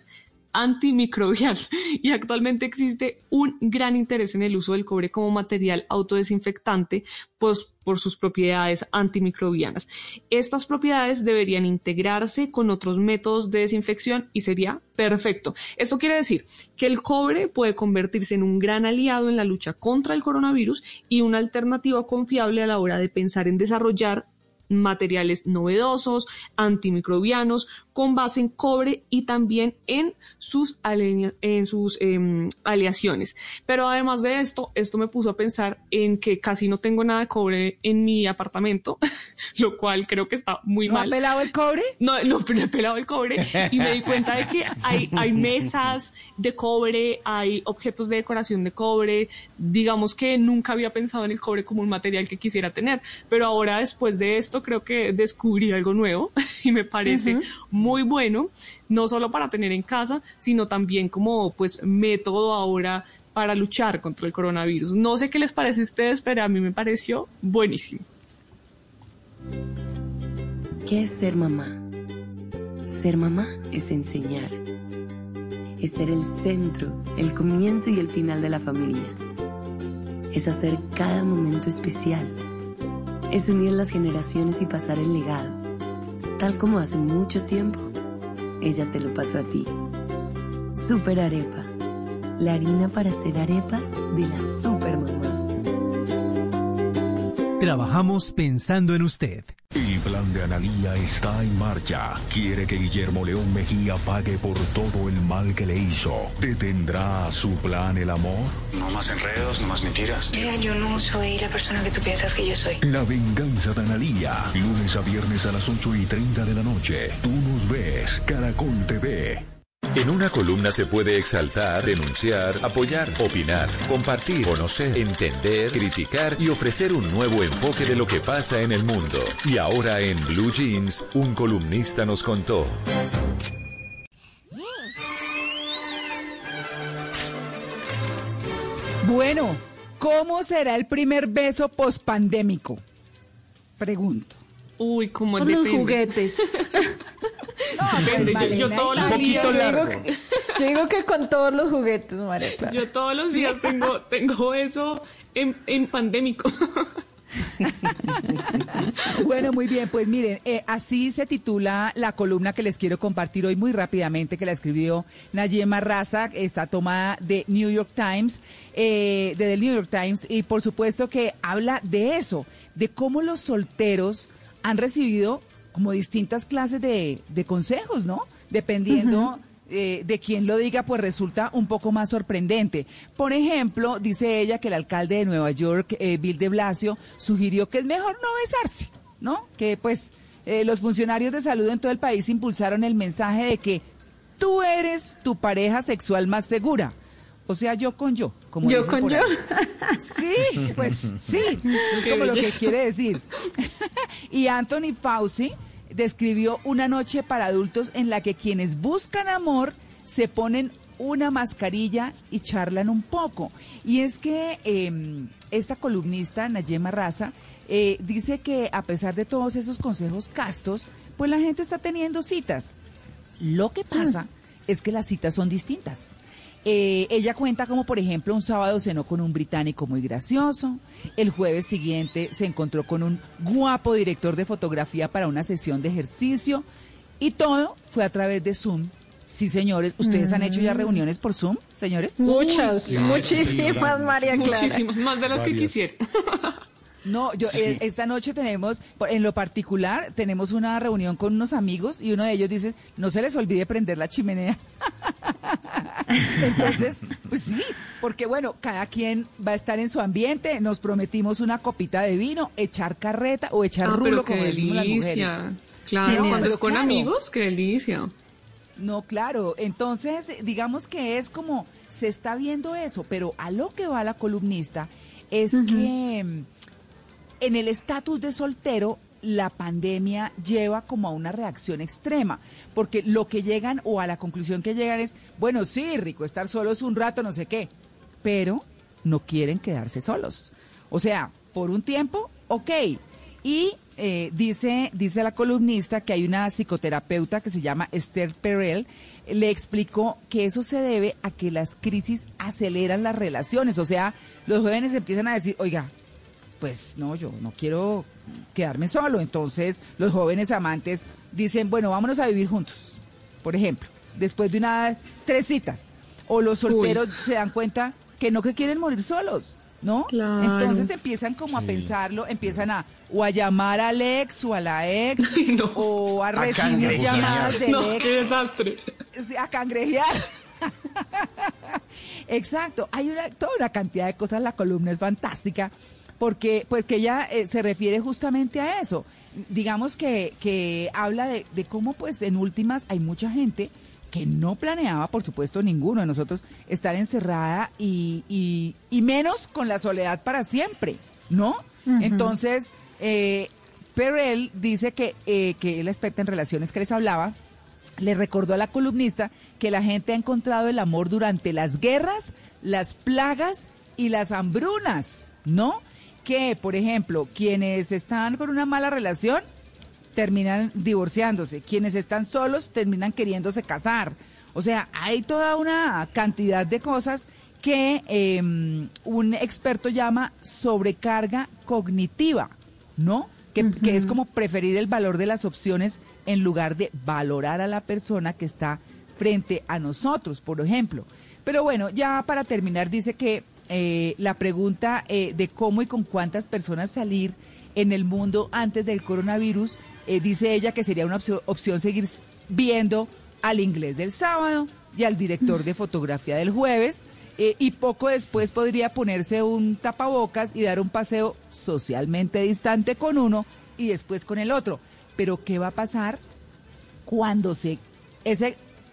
y actualmente existe un gran interés en el uso del cobre como material autodesinfectante, pues por sus propiedades antimicrobianas. Estas propiedades deberían integrarse con otros métodos de desinfección y sería perfecto. Esto quiere decir que el cobre puede convertirse en un gran aliado en la lucha contra el coronavirus y una alternativa confiable a la hora de pensar en desarrollar materiales novedosos, antimicrobianos, con base en cobre y también en sus aleaciones. Pero además de esto me puso a pensar en que casi no tengo nada de cobre en mi apartamento, lo cual creo que está muy mal. ¿No ha pelado el cobre? No he pelado el cobre y me di cuenta de que hay mesas de cobre, hay objetos de decoración de cobre. Digamos que nunca había pensado en el cobre como un material que quisiera tener, pero ahora después de esto creo que descubrí algo nuevo y me parece muy bueno, no solo para tener en casa, sino también como pues método ahora para luchar contra el coronavirus. No sé qué les parece a ustedes, pero a mí me pareció buenísimo. ¿Qué es ser mamá? Ser mamá es enseñar. Es ser el centro, el comienzo y el final de la familia. Es hacer cada momento especial. Es unir las generaciones y pasar el legado. Tal como hace mucho tiempo, ella te lo pasó a ti. Super Arepa. La harina para hacer arepas de las supermamás. Trabajamos pensando en usted. El plan de Analía está en marcha. Quiere que Guillermo León Mejía pague por todo el mal que le hizo. ¿Detendrá su plan el amor? No más enredos, no más mentiras. Mira, yo no soy la persona que tú piensas que yo soy. La venganza de Analía. Lunes a viernes a las 8:30 de la noche. Tú nos ves. Caracol TV. En una columna se puede exaltar, denunciar, apoyar, opinar, compartir, conocer, entender, criticar y ofrecer un nuevo enfoque de lo que pasa en el mundo. Y ahora en Blue Jeans, un columnista nos contó. Bueno, ¿cómo será el primer beso pospandémico? Pregunto. Uy, como con depende. Los juguetes. Depende. Malena, Yo todos los días Yo digo que con todos los juguetes, María Clara. Yo todos los días tengo eso en pandémico. Bueno, muy bien, pues miren, así se titula la columna que les quiero compartir hoy muy rápidamente, que la escribió Nayema Raza, está tomada de New York Times, del New York Times, y por supuesto que habla de eso, de cómo los solteros han recibido como distintas clases de consejos, ¿no? Dependiendo de quién lo diga, pues resulta un poco más sorprendente. Por ejemplo, dice ella que el alcalde de Nueva York, Bill de Blasio, sugirió que es mejor no besarse, ¿no? Que pues los funcionarios de salud en todo el país impulsaron el mensaje de que tú eres tu pareja sexual más segura. O sea, yo con yo, como yo dicen con por yo. ahí. Sí, pues sí, es como lo que quiere decir. Y Anthony Fauci describió una noche para adultos en la que quienes buscan amor se ponen una mascarilla y charlan un poco. Y es que esta columnista, Nayema Raza, dice que a pesar de todos esos consejos castos, pues la gente está teniendo citas. Lo que pasa es que las citas son distintas. Ella cuenta como, por ejemplo, un sábado cenó con un británico muy gracioso, el jueves siguiente se encontró con un guapo director de fotografía para una sesión de ejercicio y todo fue a través de Zoom. Sí, señores, ¿ustedes han hecho ya reuniones por Zoom, señores? Muchas, Sí, muchísimas, María Clara. Muchísimas, más de las que Varias. quisiera. No, esta noche tenemos, en lo particular, tenemos una reunión con unos amigos y uno de ellos dice, no se les olvide prender la chimenea. Entonces, pues sí, porque bueno, cada quien va a estar en su ambiente, nos prometimos una copita de vino, echar carreta o echar rulo, pero qué como decimos las mujeres. delicia. Claro, Genial. cuando es Pero con claro. amigos, qué delicia. No, claro, entonces digamos que es como, se está viendo eso, pero a lo que va la columnista es que en el estatus de soltero, la pandemia lleva como a una reacción extrema, porque lo que llegan o a la conclusión que llegan es, bueno, sí, rico estar solos un rato, no sé qué, pero no quieren quedarse solos. O sea, por un tiempo, ok. Y dice la columnista que hay una psicoterapeuta que se llama Esther Perel, le explicó que eso se debe a que las crisis aceleran las relaciones. O sea, los jóvenes empiezan a decir, oiga, pues no, yo no quiero quedarme solo. Entonces los jóvenes amantes dicen, bueno, vámonos a vivir juntos, por ejemplo, después de 3 citas. O los solteros se dan cuenta que no, que quieren morir solos, ¿no? Claro. Entonces empiezan como a pensarlo, empiezan a llamar al ex o a la ex, o a recibir llamadas del ex. ¡Qué desastre! A cangrejear. Exacto, hay toda una cantidad de cosas, la columna es fantástica, porque ella se refiere justamente a eso. Digamos que habla de cómo pues en últimas hay mucha gente que no planeaba, por supuesto, ninguno de nosotros estar encerrada y menos con la soledad para siempre, ¿no? Entonces, Perel dice que él experta en relaciones que les hablaba, le recordó a la columnista que la gente ha encontrado el amor durante las guerras, las plagas y las hambrunas, ¿no? Que, por ejemplo, quienes están con una mala relación terminan divorciándose, quienes están solos terminan queriéndose casar. O sea, hay toda una cantidad de cosas que un experto llama sobrecarga cognitiva, ¿no? Que es como preferir el valor de las opciones en lugar de valorar a la persona que está frente a nosotros, por ejemplo. Pero bueno, ya para terminar, dice que la pregunta de cómo y con cuántas personas salir en el mundo antes del coronavirus, dice ella que sería una opción seguir viendo al inglés del sábado y al director de fotografía del jueves, y poco después podría ponerse un tapabocas y dar un paseo socialmente distante con uno y después con el otro. Pero ¿qué va a pasar cuando ese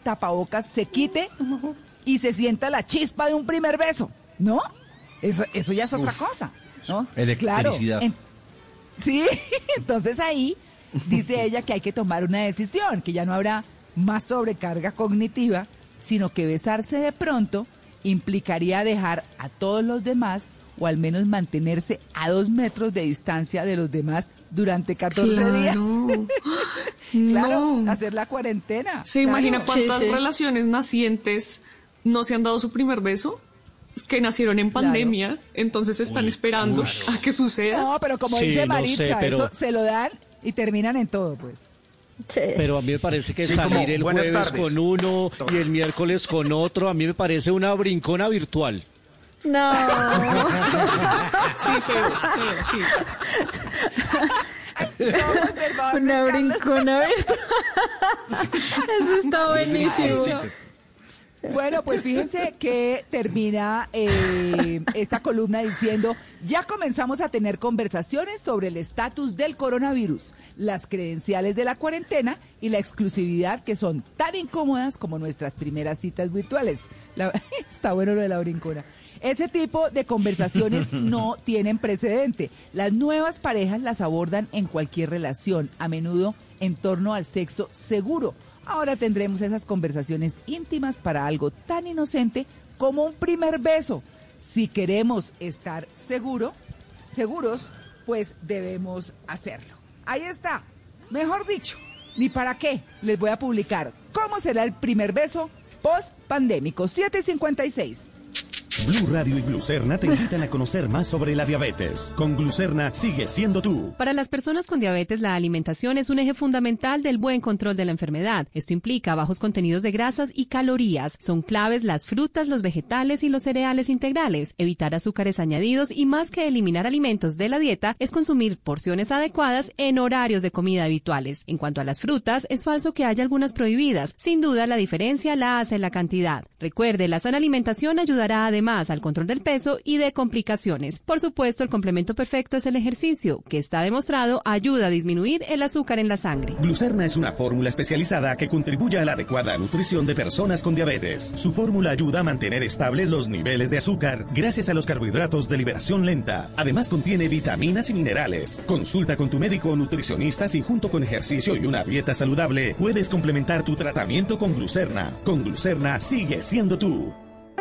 tapabocas se quite y se sienta la chispa de un primer beso, ¿no? Eso ya es otra cosa, ¿no? Claro. Sí, entonces ahí dice ella que hay que tomar una decisión, que ya no habrá más sobrecarga cognitiva, sino que besarse de pronto implicaría dejar a todos los demás o al menos mantenerse a 2 metros de distancia de los demás durante 14 días. Claro, hacer la cuarentena. ¿Se imagina cuántas relaciones nacientes no se han dado su primer beso? Que nacieron en pandemia, entonces están esperando a que suceda. No, pero como dice Maritza, eso se lo dan y terminan en todo, pues. Pero a mí me parece que salir el jueves con uno y el miércoles con otro, a mí me parece una brincona virtual. No. Sí, feo, sí. Una brincona virtual. Eso está buenísimo. Bueno, pues fíjense que termina esta columna diciendo: ya comenzamos a tener conversaciones sobre el estatus del coronavirus, las credenciales de la cuarentena y la exclusividad que son tan incómodas como nuestras primeras citas virtuales. Está bueno lo de la brincona. Ese tipo de conversaciones no tienen precedente. Las nuevas parejas las abordan en cualquier relación, a menudo en torno al sexo seguro. Ahora tendremos esas conversaciones íntimas para algo tan inocente como un primer beso. Si queremos estar seguros, pues debemos hacerlo. Ahí está. Mejor dicho, ni para qué les voy a publicar cómo será el primer beso post-pandémico. 7:56. Blue Radio y Glucerna te invitan a conocer más sobre la diabetes. Con Glucerna, sigue siendo tú. Para las personas con diabetes, la alimentación es un eje fundamental del buen control de la enfermedad. Esto implica bajos contenidos de grasas y calorías. Son claves las frutas, los vegetales y los cereales integrales. Evitar azúcares añadidos y, más que eliminar alimentos de la dieta, es consumir porciones adecuadas en horarios de comida habituales. En cuanto a las frutas, es falso que haya algunas prohibidas. Sin duda, la diferencia la hace la cantidad. Recuerde, la sana alimentación ayudará además al control del peso y de complicaciones. Por supuesto, el complemento perfecto es el ejercicio, que está demostrado ayuda a disminuir el azúcar en la sangre. Glucerna es una fórmula especializada que contribuye a la adecuada nutrición de personas con diabetes. Su fórmula ayuda a mantener estables los niveles de azúcar gracias a los carbohidratos de liberación lenta. Además, contiene vitaminas y minerales. Consulta con tu médico o nutricionista si junto con ejercicio y una dieta saludable puedes complementar tu tratamiento con Glucerna. Con Glucerna, sigue siendo tú.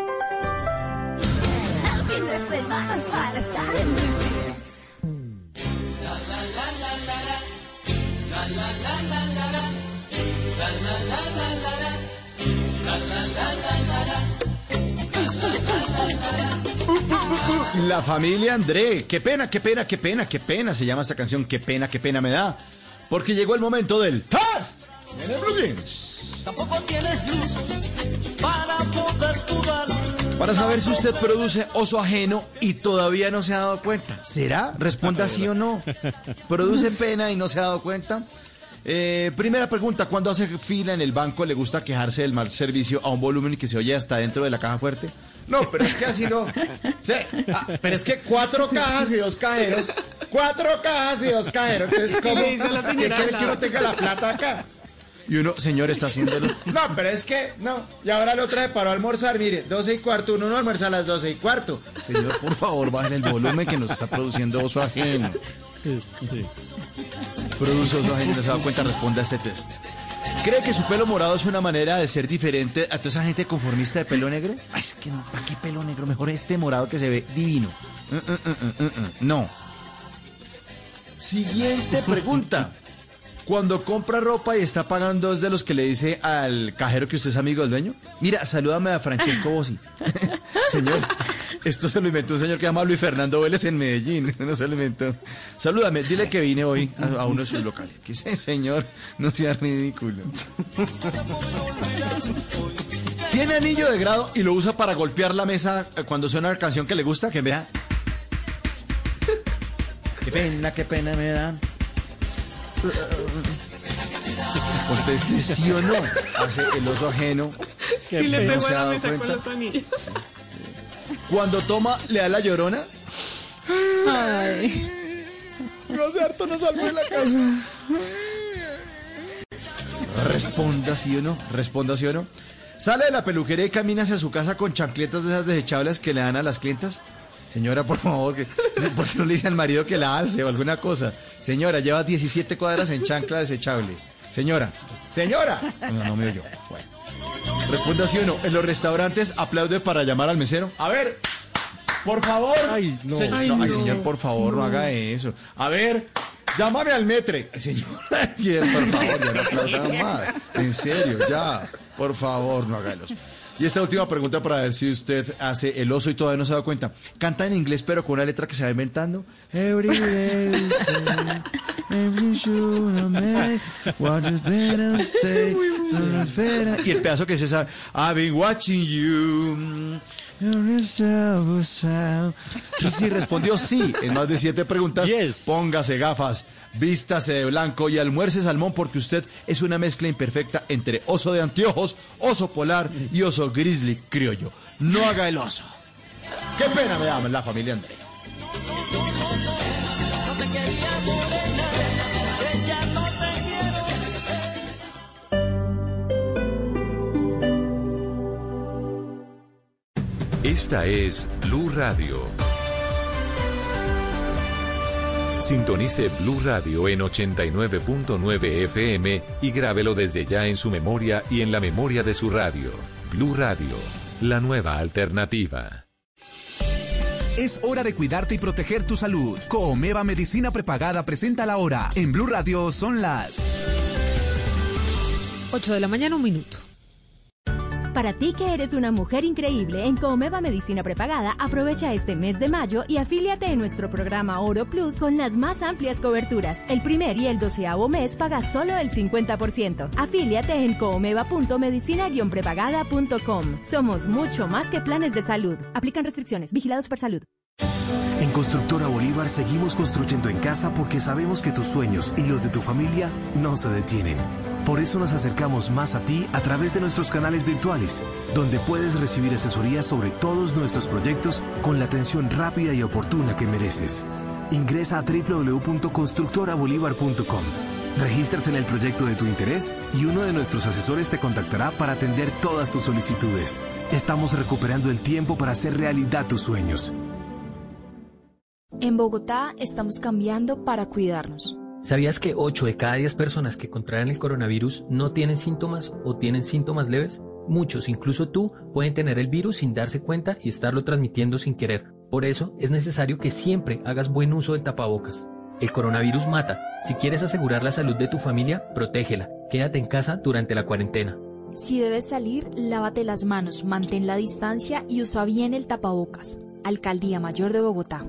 La familia André, qué pena se llama esta canción, qué pena me da, porque llegó el momento del TAS en el Blue Jeans. Tampoco tienes luz para poder jugar. Para saber si usted produce oso ajeno y todavía no se ha dado cuenta. ¿Será? Responda sí o no. ¿Produce pena y no se ha dado cuenta? Primera pregunta, ¿cuándo hace fila en el banco le gusta quejarse del mal servicio a un volumen que se oye hasta dentro de la caja fuerte? No, pero es que así no. Sí, pero es que 4 cajas y 2 cajeros. 4 cajas y 2 cajeros. Entonces, ¿cómo? ¿Qué quiere que uno tenga la plata acá? Y uno, señor, está haciéndolo. No, pero es que, no. Y ahora el otro se paró a almorzar, mire, 12:15. Uno no almuerza a las 12:15. Señor, por favor, bajen el volumen que nos está produciendo oso ajeno. Sí. Produce oso ajeno, no se da cuenta, responda a este test. ¿Cree que su pelo morado es una manera de ser diferente a toda esa gente conformista de pelo negro? Ay, es que no, ¿para qué pelo negro? Mejor este morado que se ve divino. No. Siguiente pregunta. Cuando compra ropa y está pagando, ¿es de los que le dice al cajero que usted es amigo del dueño? Mira, salúdame a Francesco Bossi. Señor, esto se lo inventó un señor que se llama Luis Fernando Vélez en Medellín. No se lo inventó. Salúdame, dile que vine hoy a uno de sus locales. Que ese señor no sea ridículo. Tiene anillo de grado y lo usa para golpear la mesa cuando suena la canción que le gusta, que vea. Qué pena me da. Conteste sí o no. Hace el oso ajeno. Sí, le pegó a la mesa con los anillos. Cuando toma, le da la llorona. Ay. No hace harto no salgo de la casa. Responda sí o no, responda sí o no. ¿Sale de la peluquería y camina hacia su casa con chancletas de esas desechables que le dan a las clientas? Señora, por favor, ¿por qué no le dice al marido que la alce o alguna cosa? Señora, lleva 17 cuadras en chancla desechable. Señora. No me oyó. Bueno. Responda sí o no. En los restaurantes aplaude para llamar al mesero. A ver, por favor. Ay, no. Señor, por favor, no haga eso. A ver, llámame al metre. Señor, por favor, ya no aplauda más. En serio, ya. Por favor, no haga el oso. Y esta última pregunta para ver si usted hace el oso y todavía no se da cuenta. Canta en inglés, pero con una letra que se va inventando. Every day, every should make, what you better stay, y el pedazo que se sabe. I've been watching you. Y si respondió sí en más de 7 preguntas, póngase gafas, vístase de blanco y almuerce salmón, porque usted es una mezcla imperfecta entre oso de anteojos, oso polar y oso grizzly criollo. No haga el oso. Qué pena me da la familia André. Esta es Blue Radio. Sintonice Blue Radio en 89.9 FM y grábelo desde ya en su memoria y en la memoria de su radio. Blue Radio, la nueva alternativa. Es hora de cuidarte y proteger tu salud. Comeva Medicina Prepagada presenta la hora. En Blue Radio son las 8 de la mañana, 1 minuto. Para ti que eres una mujer increíble, en Comeva Medicina Prepagada, aprovecha este mes de mayo y afíliate en nuestro programa Oro Plus con las más amplias coberturas. El primer y el 12º mes pagas solo el 50%. Afíliate en comeva.medicina-prepagada.com. Somos mucho más que planes de salud. Aplican restricciones. Vigilado Supersalud. En Constructora Bolívar seguimos construyendo en casa porque sabemos que tus sueños y los de tu familia no se detienen. Por eso nos acercamos más a ti a través de nuestros canales virtuales, donde puedes recibir asesoría sobre todos nuestros proyectos con la atención rápida y oportuna que mereces. Ingresa a www.constructorabolívar.com. Regístrate en el proyecto de tu interés y uno de nuestros asesores te contactará para atender todas tus solicitudes. Estamos recuperando el tiempo para hacer realidad tus sueños. En Bogotá estamos cambiando para cuidarnos. ¿Sabías que 8 de cada 10 personas que contraen el coronavirus no tienen síntomas o tienen síntomas leves? Muchos, incluso tú, pueden tener el virus sin darse cuenta y estarlo transmitiendo sin querer. Por eso es necesario que siempre hagas buen uso del tapabocas. El coronavirus mata. Si quieres asegurar la salud de tu familia, protégela. Quédate en casa durante la cuarentena. Si debes salir, lávate las manos, mantén la distancia y usa bien el tapabocas. Alcaldía Mayor de Bogotá.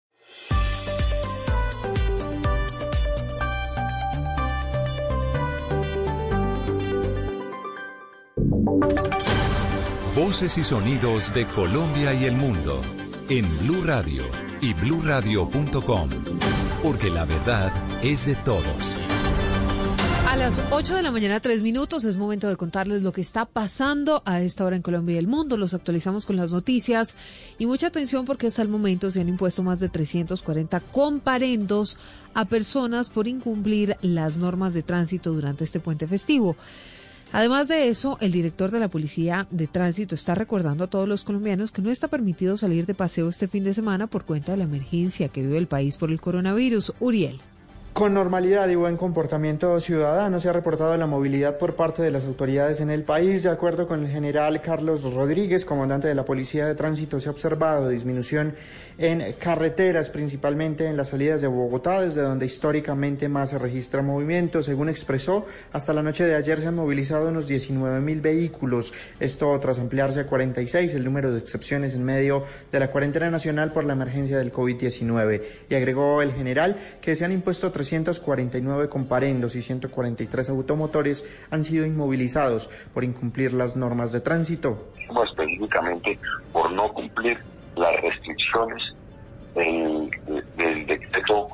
Voces y sonidos de Colombia y el mundo en Blue Radio y bluradio.com, porque la verdad es de todos. A las 8 de la mañana, 3 minutos, es momento de contarles lo que está pasando a esta hora en Colombia y el mundo. Los actualizamos con las noticias y mucha atención porque hasta el momento se han impuesto más de 340 comparendos a personas por incumplir las normas de tránsito durante este puente festivo. Además de eso, el director de la Policía de Tránsito está recordando a todos los colombianos que no está permitido salir de paseo este fin de semana por cuenta de la emergencia que vive el país por el coronavirus. Uriel. Con normalidad y buen comportamiento ciudadano se ha reportado la movilidad por parte de las autoridades en el país. De acuerdo con el general Carlos Rodríguez, comandante de la Policía de Tránsito, se ha observado disminución en carreteras, principalmente en las salidas de Bogotá, desde donde históricamente más se registra movimiento. Según expresó, hasta la noche de ayer se han movilizado unos 19.000 vehículos. Esto tras ampliarse a 46 el número de excepciones en medio de la cuarentena nacional por la emergencia del COVID-19. Y agregó el general que se han impuesto 349 comparendos y 143 automotores han sido inmovilizados por incumplir las normas de tránsito. Específicamente por no cumplir las restricciones del decreto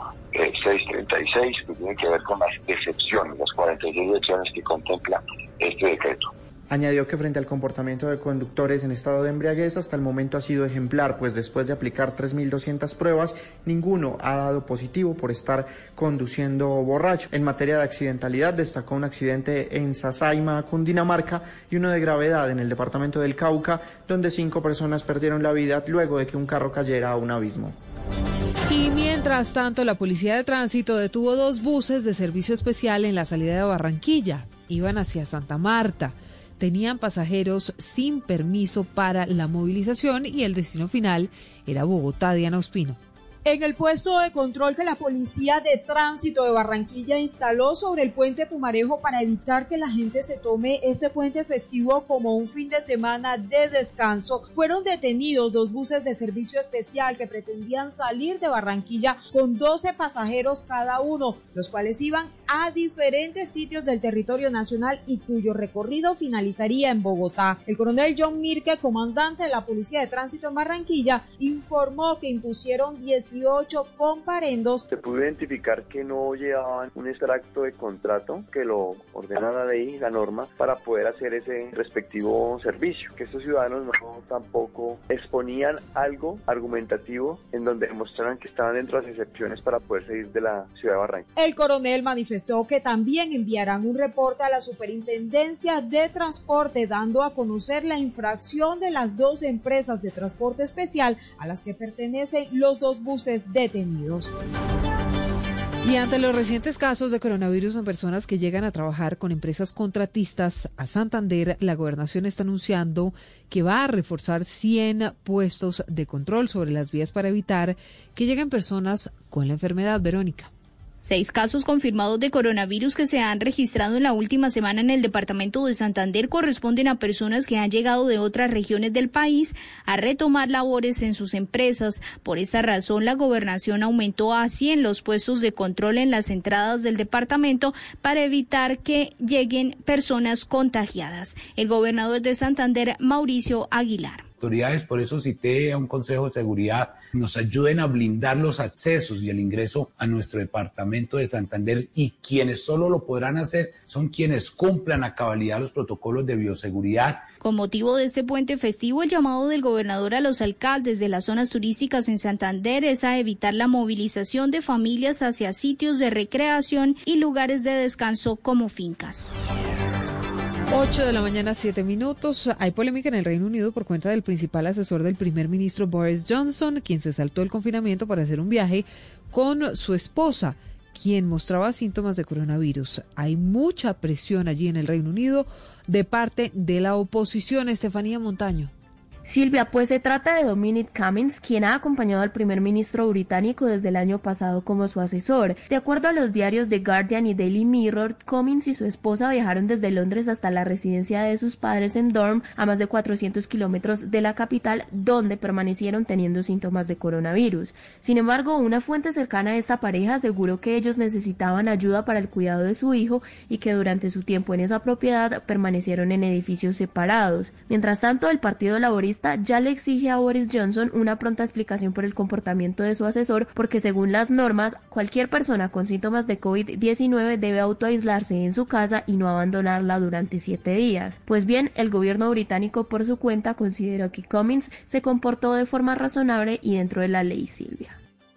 636, que tiene que ver con las excepciones, las 46 excepciones que contempla este decreto. Añadió que frente al comportamiento de conductores en estado de embriaguez, hasta el momento ha sido ejemplar, pues después de aplicar 3.200 pruebas, ninguno ha dado positivo por estar conduciendo borracho. En materia de accidentalidad, destacó un accidente en Sasaima, Cundinamarca, y uno de gravedad en el departamento del Cauca, donde 5 personas perdieron la vida luego de que un carro cayera a un abismo. Y mientras tanto, la Policía de Tránsito detuvo 2 buses de servicio especial en la salida de Barranquilla. Iban hacia Santa Marta. Tenían pasajeros sin permiso para la movilización y el destino final era Bogotá. Diana Ospino. En el puesto de control que la Policía de Tránsito de Barranquilla instaló sobre el puente Pumarejo para evitar que la gente se tome este puente festivo como un fin de semana de descanso, fueron detenidos 2 buses de servicio especial que pretendían salir de Barranquilla con 12 pasajeros cada uno, los cuales iban a diferentes sitios del territorio nacional y cuyo recorrido finalizaría en Bogotá. El coronel John Mirke, comandante de la Policía de Tránsito en Barranquilla, informó que impusieron 18 comparendos. Se pudo identificar que no llevaban un extracto de contrato que lo ordena la ley, la norma, para poder hacer ese respectivo servicio. Que estos ciudadanos no tampoco exponían algo argumentativo en donde demostraran que estaban dentro de las excepciones para poder salir de la ciudad de Barranquilla. El coronel manifestó que también enviarán un reporte a la Superintendencia de Transporte dando a conocer la infracción de las 2 empresas de transporte especial a las que pertenecen los 2 buses detenidos. Y ante los recientes casos de coronavirus en personas que llegan a trabajar con empresas contratistas a Santander, la gobernación está anunciando que va a reforzar 100 puestos de control sobre las vías para evitar que lleguen personas con la enfermedad. Verónica. 6 casos confirmados de coronavirus que se han registrado en la última semana en el departamento de Santander corresponden a personas que han llegado de otras regiones del país a retomar labores en sus empresas. Por esta razón, la gobernación aumentó a 100 los puestos de control en las entradas del departamento para evitar que lleguen personas contagiadas. El gobernador de Santander, Mauricio Aguilar. Autoridades, por eso cité a un Consejo de Seguridad, nos ayuden a blindar los accesos y el ingreso a nuestro departamento de Santander, y quienes solo lo podrán hacer son quienes cumplan a cabalidad los protocolos de bioseguridad. Con motivo de este puente festivo, el llamado del gobernador a los alcaldes de las zonas turísticas en Santander es a evitar la movilización de familias hacia sitios de recreación y lugares de descanso como fincas. 8 de la mañana, 7 minutos. Hay polémica en el Reino Unido por cuenta del principal asesor del primer ministro Boris Johnson, quien se saltó el confinamiento para hacer un viaje con su esposa, quien mostraba síntomas de coronavirus. Hay mucha presión allí en el Reino Unido de parte de la oposición. Estefanía Montaño. Silvia, pues se trata de Dominic Cummings, quien ha acompañado al primer ministro británico desde el año pasado como su asesor. De acuerdo a los diarios The Guardian y Daily Mirror, Cummings y su esposa viajaron desde Londres hasta la residencia de sus padres en Durham, a más de 400 kilómetros de la capital, donde permanecieron teniendo síntomas de coronavirus. Sin embargo, una fuente cercana a esta pareja aseguró que ellos necesitaban ayuda para el cuidado de su hijo y que durante su tiempo en esa propiedad permanecieron en edificios separados. Mientras tanto, el Partido Laborista ya le exige a Boris Johnson una pronta explicación por el comportamiento de su asesor, porque según las normas, cualquier persona con síntomas de COVID-19 debe autoaislarse en su casa y no abandonarla durante 7 días. Pues bien, el gobierno británico por su cuenta consideró que Cummings se comportó de forma razonable y dentro de la ley, Silvia.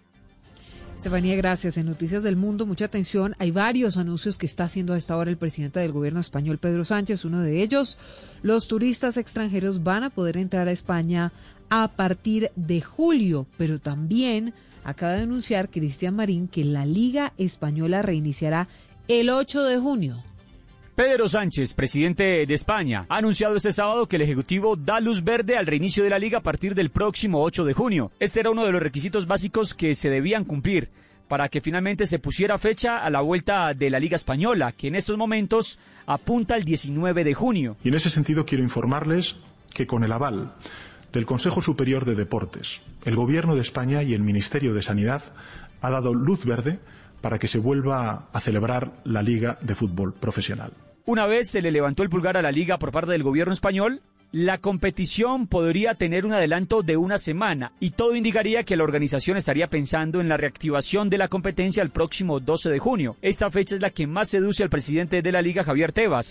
Estefanía, gracias. En Noticias del Mundo, mucha atención. Hay varios anuncios que está haciendo a esta hora el presidente del gobierno español, Pedro Sánchez. Uno de ellos, los turistas extranjeros van a poder entrar a España a partir de julio, pero también acaba de anunciar Cristian Marín que la Liga Española reiniciará el 8 de junio. Pedro Sánchez, presidente de España, ha anunciado este sábado que el Ejecutivo da luz verde al reinicio de la Liga a partir del próximo 8 de junio. Este era uno de los requisitos básicos que se debían cumplir para que finalmente se pusiera fecha a la vuelta de la Liga Española, que en estos momentos apunta al 19 de junio. Y en ese sentido quiero informarles que con el aval del Consejo Superior de Deportes, el Gobierno de España y el Ministerio de Sanidad ha dado luz verde para que se vuelva a celebrar la Liga de Fútbol Profesional. Una vez se le levantó el pulgar a la Liga por parte del gobierno español, la competición podría tener un adelanto de una semana y todo indicaría que la organización estaría pensando en la reactivación de la competencia el próximo 12 de junio. Esta fecha es la que más seduce al presidente de la Liga, Javier Tebas.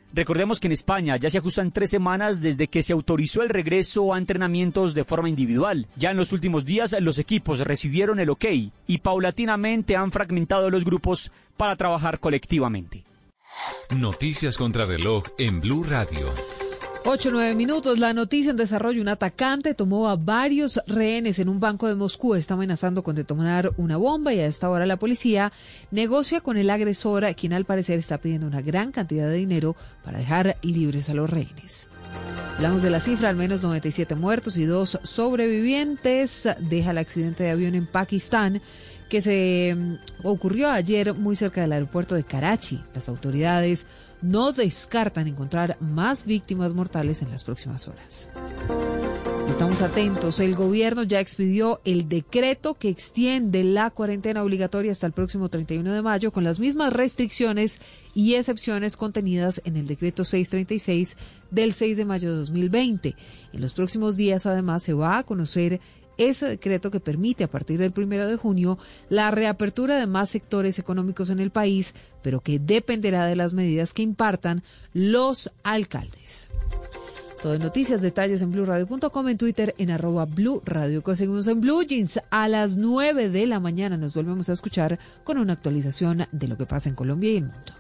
Recordemos que en España ya se ajustan 3 semanas desde que se autorizó el regreso a entrenamientos de forma individual. Ya en los últimos días los equipos recibieron el OK y paulatinamente han fragmentado los grupos para trabajar colectivamente. Noticias contra reloj en Blue Radio. 8-9 minutos. La noticia en desarrollo. Un atacante tomó a varios rehenes en un banco de Moscú. Está amenazando con detonar una bomba y a esta hora la policía negocia con el agresor, a quien al parecer está pidiendo una gran cantidad de dinero para dejar libres a los rehenes. Hablamos de la cifra, al menos 97 muertos y 2 sobrevivientes. Deja el accidente de avión en Pakistán que se ocurrió ayer muy cerca del aeropuerto de Karachi. Las autoridades no descartan encontrar más víctimas mortales en las próximas horas. Estamos atentos. El gobierno ya expidió el decreto que extiende la cuarentena obligatoria hasta el próximo 31 de mayo con las mismas restricciones y excepciones contenidas en el decreto 636 del 6 de mayo de 2020. En los próximos días, además, se va a conocer ese decreto que permite a partir del 1 de junio la reapertura de más sectores económicos en el país, pero que dependerá de las medidas que impartan los alcaldes. Todo en noticias, detalles en bluradio.com, en Twitter en @bluradio. Seguimos en Blue Jeans. A las 9 de la mañana nos volvemos a escuchar con una actualización de lo que pasa en Colombia y el mundo.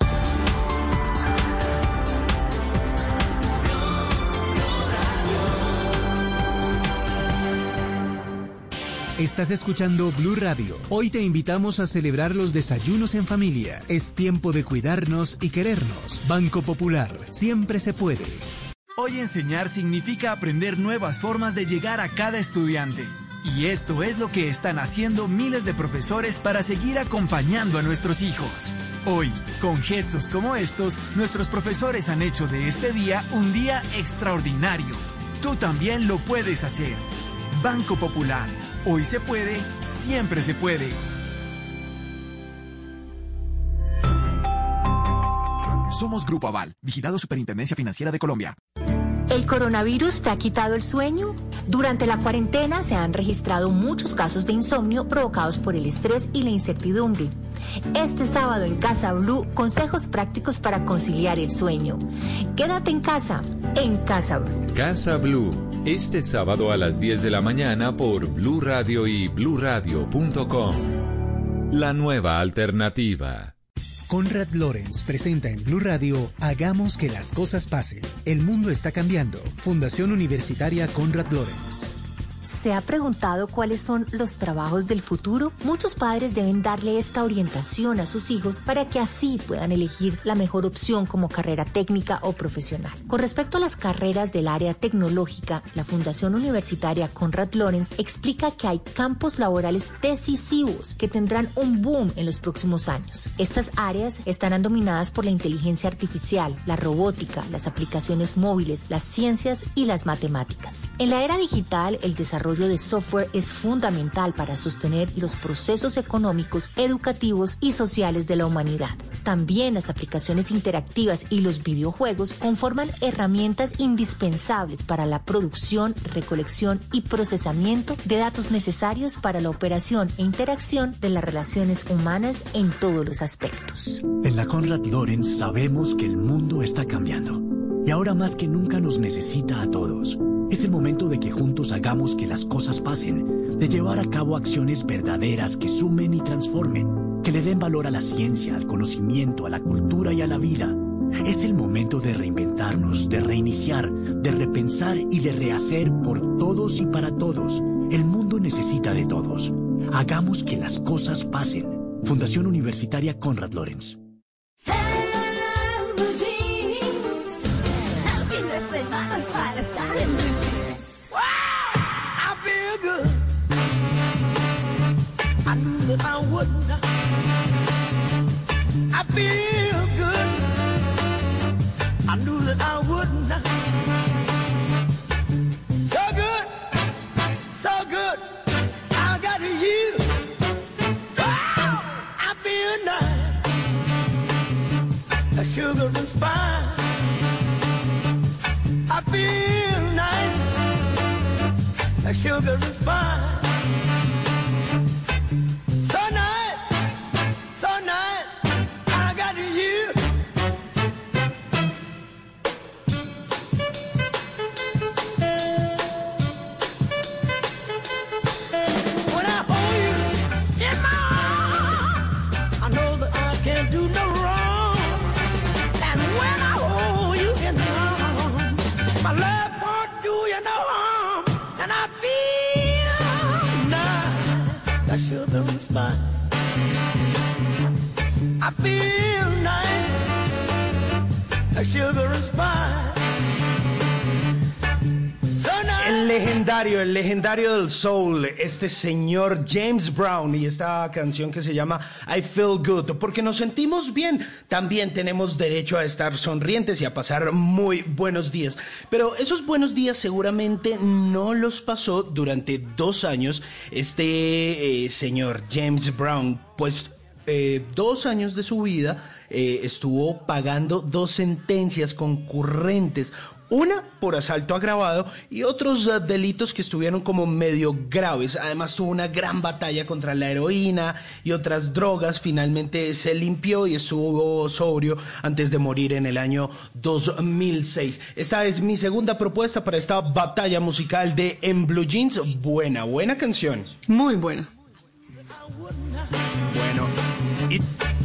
Estás escuchando Blue Radio. Hoy te invitamos a celebrar los desayunos en familia. Es tiempo de cuidarnos y querernos. Banco Popular. Siempre se puede. Hoy enseñar significa aprender nuevas formas de llegar a cada estudiante. Y esto es lo que están haciendo miles de profesores para seguir acompañando a nuestros hijos. Hoy, con gestos como estos, nuestros profesores han hecho de este día un día extraordinario. Tú también lo puedes hacer. Banco Popular. Hoy se puede, siempre se puede. Somos Grupo Aval, vigilado Superintendencia Financiera de Colombia. ¿El coronavirus te ha quitado el sueño? Durante la cuarentena se han registrado muchos casos de insomnio provocados por el estrés y la incertidumbre. Este sábado en Casa Blue, consejos prácticos para conciliar el sueño. Quédate en casa Casa Blue. Casa Blue, este sábado a las 10 de la mañana por Blue Radio y bluradio.com. La nueva alternativa. Conrad Lorenz presenta en Blue Radio Hagamos que las cosas pasen. El mundo está cambiando. Fundación Universitaria Conrad Lorenz. ¿Se ha preguntado cuáles son los trabajos del futuro? Muchos padres deben darle esta orientación a sus hijos para que así puedan elegir la mejor opción como carrera técnica o profesional. Con respecto a las carreras del área tecnológica, la Fundación Universitaria Conrad Lorenz explica que hay campos laborales decisivos que tendrán un boom en los próximos años. Estas áreas estarán dominadas por la inteligencia artificial, la robótica, las aplicaciones móviles, las ciencias y las matemáticas. En la era digital, el desarrollo de software es fundamental para sostener los procesos económicos, educativos y sociales de la humanidad. También las aplicaciones interactivas y los videojuegos conforman herramientas indispensables para la producción, recolección y procesamiento de datos necesarios para la operación e interacción de las relaciones humanas en todos los aspectos. En la Conrad Lorenz sabemos que el mundo está cambiando y ahora más que nunca nos necesita a todos. Es el momento de que juntos hagamos que las cosas pasen, de llevar a cabo acciones verdaderas que sumen y transformen, que le den valor a la ciencia, al conocimiento, a la cultura y a la vida. Es el momento de reinventarnos, de reiniciar, de repensar y de rehacer por todos y para todos. El mundo necesita de todos. Hagamos que las cosas pasen. Fundación Universitaria Conrad Lorenz. That I would not. I feel good. I knew that I would not. So good, so good. I got you. Oh, I feel nice. A sugar and spice. I feel nice. A sugar and spice. spine. I feel nice, like sugar and spice. El legendario del soul, este señor James Brown, y esta canción que se llama I Feel Good, porque nos sentimos bien. También tenemos derecho a estar sonrientes y a pasar muy buenos días, pero esos buenos días seguramente no los pasó durante 2 años este señor James Brown, pues 2 años de su vida estuvo pagando 2 sentencias concurrentes, una por asalto agravado y otros delitos que estuvieron como medio graves. Además tuvo una gran batalla contra la heroína y otras drogas. Finalmente se limpió y estuvo sobrio antes de morir en el año 2006. Esta es mi segunda propuesta para esta batalla musical de En Blue Jeans. Buena canción. Muy buena. Bueno, y...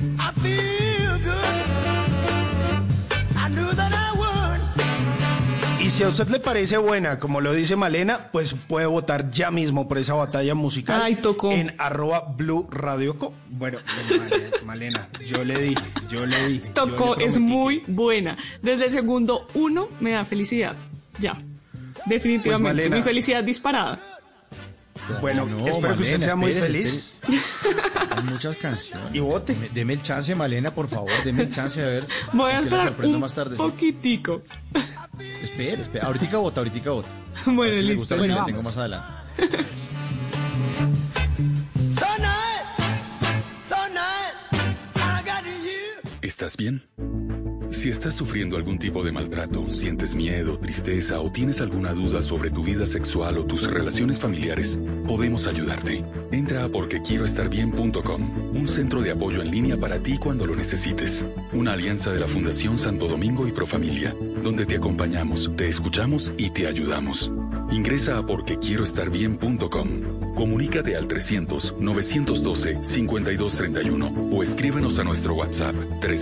Y si a usted le parece buena, como lo dice Malena, pues puede votar ya mismo por esa batalla musical. Ay, tocó. En @BluRadioCo. Bueno, Malena, yo le di. Tocó, es muy buena. Desde el segundo 1 me da felicidad. Ya. Definitivamente. Pues Malena, mi felicidad disparada. Bueno, espero que usted sea muy feliz. Hay muchas canciones. Y vote. Deme el chance, Malena, por favor. Deme el chance, a ver. Voy a esperar un más tarde, poquitico. Espera. Ahorita vota. Bueno, si listo. Bueno, la tengo más adelante. ¿Estás bien? Si estás sufriendo algún tipo de maltrato, sientes miedo, tristeza o tienes alguna duda sobre tu vida sexual o tus relaciones familiares, podemos ayudarte. Entra a porquequieroestarbien.com, un centro de apoyo en línea para ti cuando lo necesites. Una alianza de la Fundación Santo Domingo y Profamilia, donde te acompañamos, te escuchamos y te ayudamos. Ingresa a porquequieroestarbien.com. Comunícate al 300-912-5231 o escríbenos a nuestro WhatsApp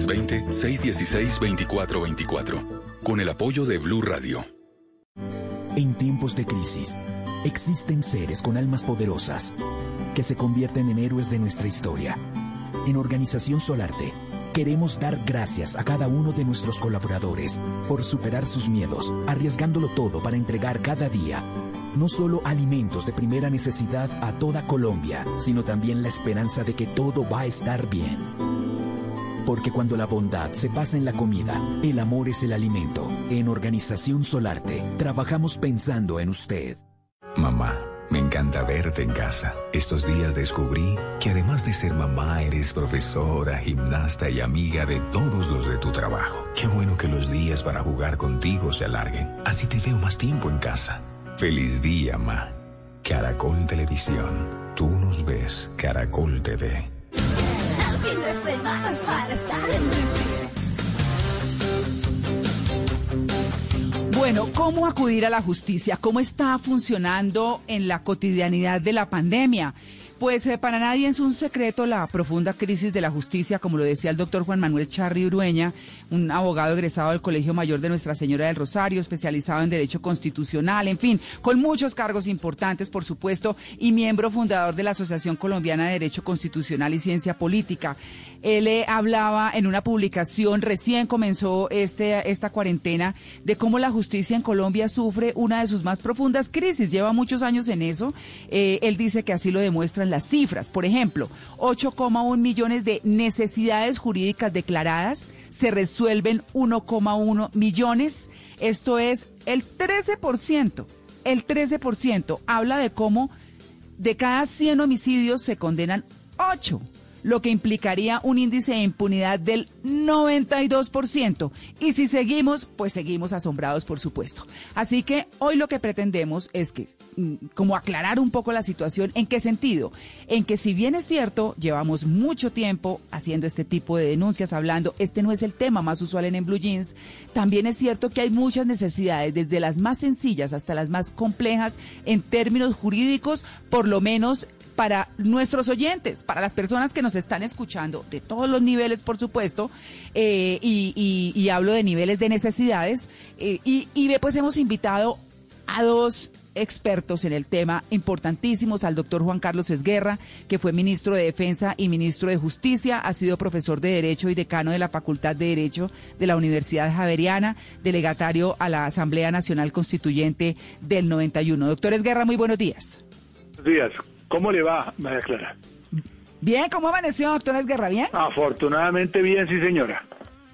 320-616-2424 con el apoyo de Blue Radio. En tiempos de crisis, existen seres con almas poderosas que se convierten en héroes de nuestra historia. En Organización Solarte, queremos dar gracias a cada uno de nuestros colaboradores por superar sus miedos, arriesgándolo todo para entregar cada día no solo alimentos de primera necesidad a toda Colombia, sino también la esperanza de que todo va a estar bien. Porque cuando la bondad se pasa en la comida, el amor es el alimento. En Organización Solarte, trabajamos pensando en usted. Mamá, me encanta verte en casa. Estos días descubrí que además de ser mamá, eres profesora, gimnasta y amiga de todos los de tu trabajo. Qué bueno que los días para jugar contigo se alarguen. Así te veo más tiempo en casa. Feliz día, ma. Caracol Televisión. Tú nos ves. Caracol TV. Bueno, ¿cómo acudir a la justicia? ¿Cómo está funcionando en la cotidianidad de la pandemia? Pues para nadie es un secreto la profunda crisis de la justicia, como lo decía el doctor Juan Manuel Charri Urueña, un abogado egresado del Colegio Mayor de Nuestra Señora del Rosario, especializado en Derecho Constitucional, en fin, con muchos cargos importantes, por supuesto, y miembro fundador de la Asociación Colombiana de Derecho Constitucional y Ciencia Política. Él hablaba en una publicación, recién comenzó esta cuarentena, de cómo la justicia en Colombia sufre una de sus más profundas crisis. Lleva muchos años en eso. Él dice que así lo demuestran las cifras. Por ejemplo, 8,1 millones de necesidades jurídicas declaradas, se resuelven 1,1 millones. Esto es el 13%. El 13% habla de cómo de cada 100 homicidios se condenan 8. Lo que implicaría un índice de impunidad del 92%. Y si seguimos, pues seguimos asombrados, por supuesto. Así que hoy lo que pretendemos es que, como aclarar un poco la situación. ¿En qué sentido? En que si bien es cierto, llevamos mucho tiempo haciendo este tipo de denuncias, hablando, este no es el tema más usual en Blue Jeans, también es cierto que hay muchas necesidades, desde las más sencillas hasta las más complejas, en términos jurídicos, por lo menos para nuestros oyentes, para las personas que nos están escuchando, de todos los niveles, por supuesto, y hablo de niveles de necesidades, y pues hemos invitado a dos expertos en el tema, importantísimos, al doctor Juan Carlos Esguerra, que fue ministro de Defensa y ministro de Justicia, ha sido profesor de Derecho y decano de la Facultad de Derecho de la Universidad Javeriana, delegatario a la Asamblea Nacional Constituyente del 91. Doctor Esguerra, muy buenos días. Buenos días. ¿Cómo le va, María Clara? Bien, ¿cómo amaneció, doctor Esguerra? ¿Bien? Afortunadamente bien, sí, señora.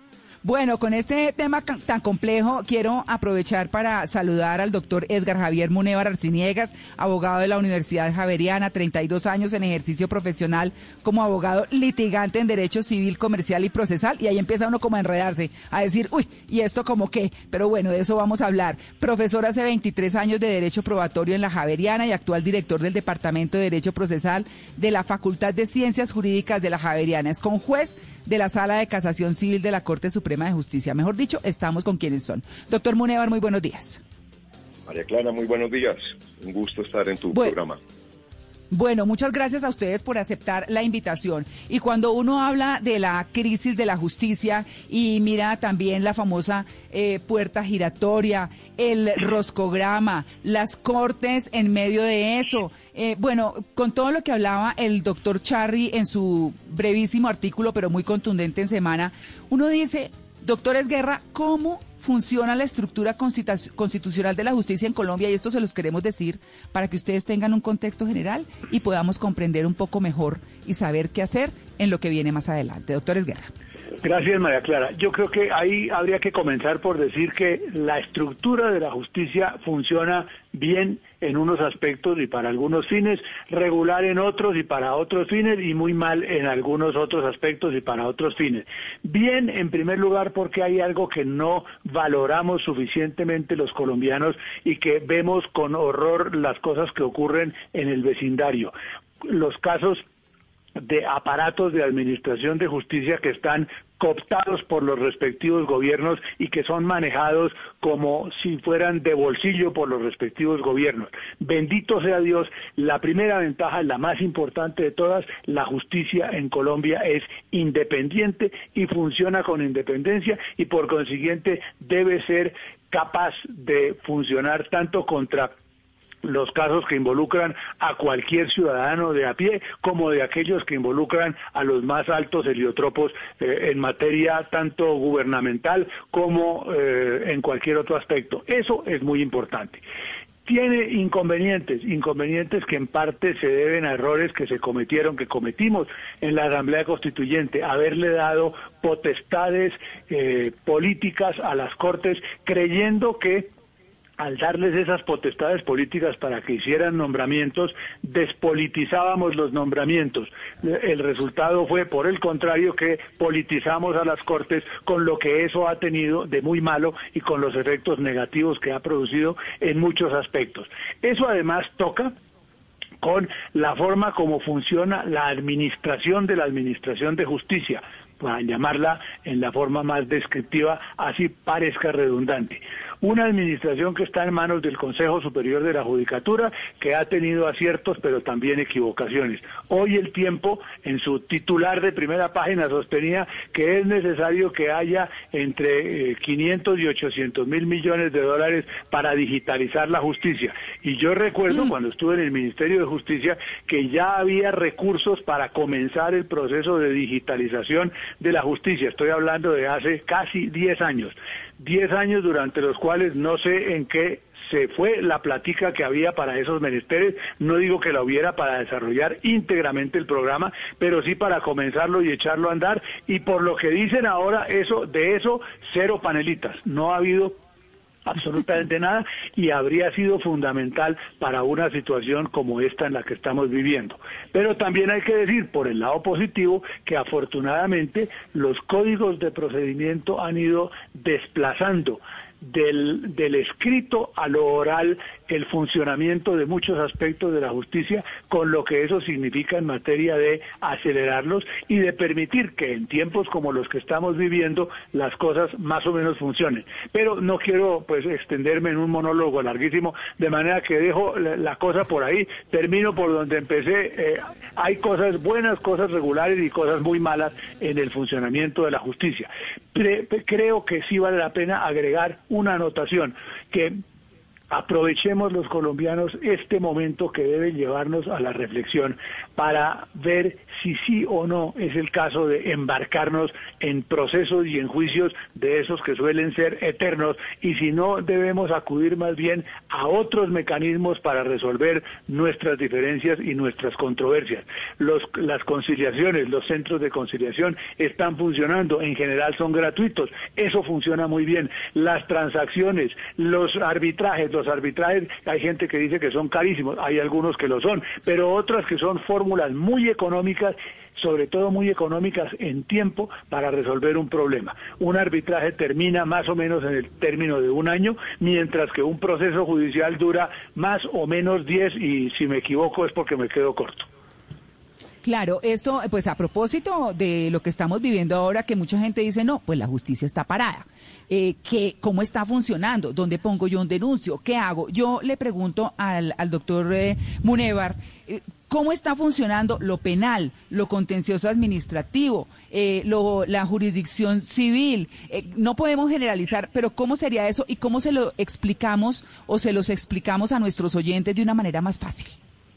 Bueno, con este tema tan complejo, quiero aprovechar para saludar al doctor Edgar Javier Munévar Arciniegas, abogado de la Universidad Javeriana, 32 años en ejercicio profesional como abogado litigante en Derecho Civil, Comercial y Procesal, y ahí empieza uno como a enredarse, a decir, uy, ¿y esto como qué? Pero bueno, de eso vamos a hablar. Profesor hace 23 años de Derecho Probatorio en la Javeriana y actual director del Departamento de Derecho Procesal de la Facultad de Ciencias Jurídicas de la Javeriana. Es conjuez de la Sala de Casación Civil de la Corte Suprema de Justicia. Mejor dicho, estamos con quienes son. Doctor Munévar, muy buenos días. María Clara, muy buenos días. Un gusto estar en tu programa. Bueno, muchas gracias a ustedes por aceptar la invitación. Y cuando uno habla de la crisis de la justicia y mira también la famosa puerta giratoria, el roscograma, las cortes en medio de eso, bueno, con todo lo que hablaba el doctor Charri en su brevísimo artículo, pero muy contundente en Semana, uno dice, doctor Esguerra, ¿cómo funciona la estructura constitucional de la justicia en Colombia? Y esto se los queremos decir para que ustedes tengan un contexto general y podamos comprender un poco mejor y saber qué hacer en lo que viene más adelante. Doctor Esguerra. Gracias, María Clara. Yo creo que ahí habría que comenzar por decir que la estructura de la justicia funciona bien en unos aspectos y para algunos fines, regular en otros y para otros fines, y muy mal en algunos otros aspectos y para otros fines. Bien, en primer lugar, porque hay algo que no valoramos suficientemente los colombianos y que vemos con horror las cosas que ocurren en el vecindario. Los casos de aparatos de administración de justicia que están cooptados por los respectivos gobiernos y que son manejados como si fueran de bolsillo por los respectivos gobiernos. Bendito sea Dios, la primera ventaja, la más importante de todas, la justicia en Colombia es independiente y funciona con independencia y por consiguiente debe ser capaz de funcionar tanto contra los casos que involucran a cualquier ciudadano de a pie, como de aquellos que involucran a los más altos heliotropos en materia tanto gubernamental como en cualquier otro aspecto. Eso es muy importante. Tiene inconvenientes que en parte se deben a errores que cometimos en la Asamblea Constituyente, haberle dado potestades políticas a las Cortes, creyendo que al darles esas potestades políticas para que hicieran nombramientos, despolitizábamos los nombramientos. El resultado fue, por el contrario, que politizamos a las Cortes, con lo que eso ha tenido de muy malo y con los efectos negativos que ha producido en muchos aspectos. Eso además toca con la forma como funciona la administración de justicia, para llamarla en la forma más descriptiva, así parezca redundante. Una administración que está en manos del Consejo Superior de la Judicatura, que ha tenido aciertos pero también equivocaciones. Hoy El Tiempo, en su titular de primera página, sostenía que es necesario que haya entre 500 y 800 mil millones de dólares para digitalizar la justicia. Y yo recuerdo cuando estuve en el Ministerio de Justicia que ya había recursos para comenzar el proceso de digitalización de la justicia. Estoy hablando de hace casi 10 años. 10 años durante los cuales no sé en qué se fue la plática que había para esos menesteres. No digo que la hubiera para desarrollar íntegramente el programa, pero sí para comenzarlo y echarlo a andar. Y por lo que dicen ahora, de eso, cero panelitas. No ha habido absolutamente nada y habría sido fundamental para una situación como esta en la que estamos viviendo. Pero también hay que decir, por el lado positivo, que afortunadamente los códigos de procedimiento han ido desplazando del escrito a lo oral el funcionamiento de muchos aspectos de la justicia, con lo que eso significa en materia de acelerarlos y de permitir que en tiempos como los que estamos viviendo las cosas más o menos funcionen. Pero no quiero extenderme en un monólogo larguísimo, de manera que dejo la cosa por ahí, termino por donde empecé. Hay cosas buenas, cosas regulares y cosas muy malas en el funcionamiento de la justicia. Creo que sí vale la pena agregar una anotación, que Aprovechemos los colombianos este momento que debe llevarnos a la reflexión para ver si sí o no es el caso de embarcarnos en procesos y en juicios de esos que suelen ser eternos, y si no debemos acudir más bien a otros mecanismos para resolver nuestras diferencias y nuestras controversias. Las conciliaciones, los centros de conciliación están funcionando, en general son gratuitos, eso funciona muy bien. Las transacciones, los arbitrajes, hay gente que dice que son carísimos, hay algunos que lo son, pero otras que son fórmulas muy económicas, sobre todo muy económicas en tiempo para resolver un problema. Un arbitraje termina más o menos en el término de 1 año, mientras que un proceso judicial dura más o menos 10, y si me equivoco es porque me quedo corto. Claro, esto, pues a propósito de lo que estamos viviendo ahora, que mucha gente dice, no, pues la justicia está parada. ¿Cómo está funcionando? ¿Dónde pongo yo un denuncio? ¿Qué hago? Yo le pregunto al doctor Munevar, ¿cómo está funcionando lo penal, lo contencioso administrativo, la jurisdicción civil? No podemos generalizar, pero ¿cómo sería eso y cómo se lo explicamos o se los explicamos a nuestros oyentes de una manera más fácil?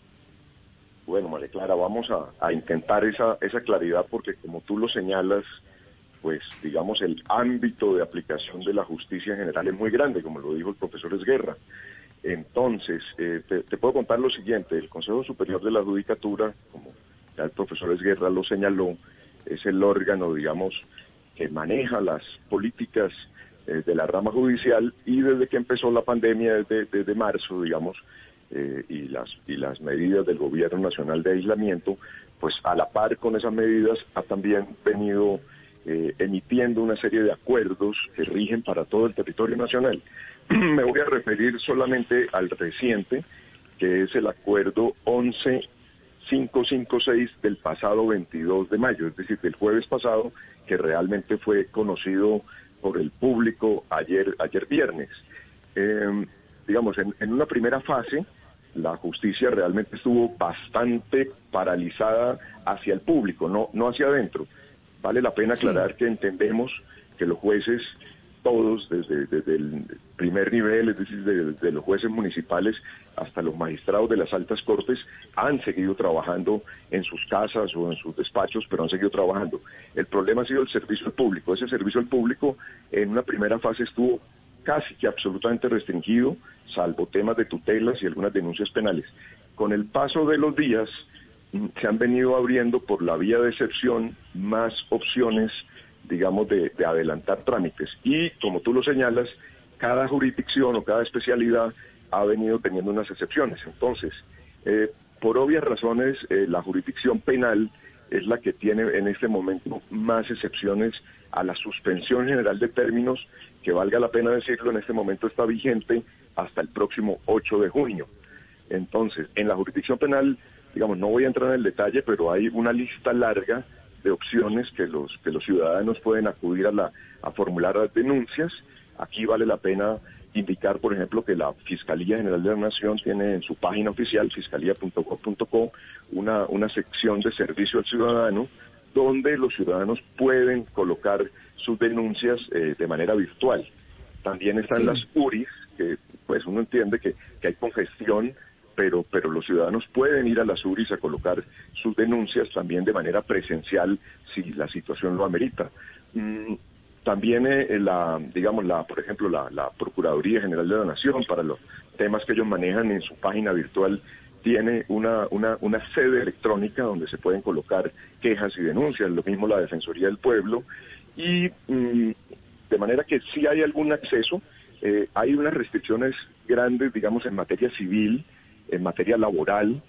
Bueno, María Clara, vamos a intentar esa claridad, porque como tú lo señalas, pues digamos el ámbito de aplicación de la justicia en general es muy grande, como lo dijo el profesor Esguerra. Entonces, te puedo contar lo siguiente: el Consejo Superior de la Judicatura, como ya el profesor Esguerra lo señaló, es el órgano, digamos, que maneja las políticas de la rama judicial, y desde que empezó la pandemia, desde marzo, digamos, y las medidas del gobierno nacional de aislamiento, pues a la par con esas medidas ha también venido emitiendo una serie de acuerdos que rigen para todo el territorio nacional. Me voy a referir solamente al reciente, que es el acuerdo 11556 del pasado 22 de mayo, es decir, del jueves pasado, que realmente fue conocido por el público ayer viernes. Digamos, en una primera fase, la justicia realmente estuvo bastante paralizada hacia el público, no hacia adentro. Vale la pena aclarar que entendemos que los jueces, todos, desde el primer nivel, es decir, desde los jueces municipales hasta los magistrados de las altas cortes, han seguido trabajando en sus casas o en sus despachos, pero han seguido trabajando. El problema ha sido el servicio al público. Ese servicio al público en una primera fase estuvo casi que absolutamente restringido, salvo temas de tutelas y algunas denuncias penales. Con el paso de los días, se han venido abriendo por la vía de excepción más opciones, digamos, de adelantar trámites. Y, como tú lo señalas, cada jurisdicción o cada especialidad ha venido teniendo unas excepciones. Entonces, por obvias razones, la jurisdicción penal es la que tiene en este momento más excepciones a la suspensión general de términos, que, valga la pena decirlo, en este momento está vigente hasta el próximo 8 de junio. Entonces, en la jurisdicción penal, digamos, no voy a entrar en el detalle, pero hay una lista larga de opciones que los ciudadanos pueden acudir a formular las denuncias. Aquí vale la pena indicar, por ejemplo, que la Fiscalía General de la Nación tiene en su página oficial, fiscalía.gov.co, una sección de servicio al ciudadano, donde los ciudadanos pueden colocar sus denuncias de manera virtual. También están las URIs, que pues uno entiende que hay congestión, pero los ciudadanos pueden ir a las URIs a colocar sus denuncias también de manera presencial si la situación lo amerita. También por ejemplo, la Procuraduría General de la Nación, para los temas que ellos manejan en su página virtual, tiene una sede electrónica donde se pueden colocar quejas y denuncias, lo mismo la Defensoría del Pueblo, y de manera que sí hay algún acceso. Hay unas restricciones grandes, digamos, en materia civil, en materia laboral,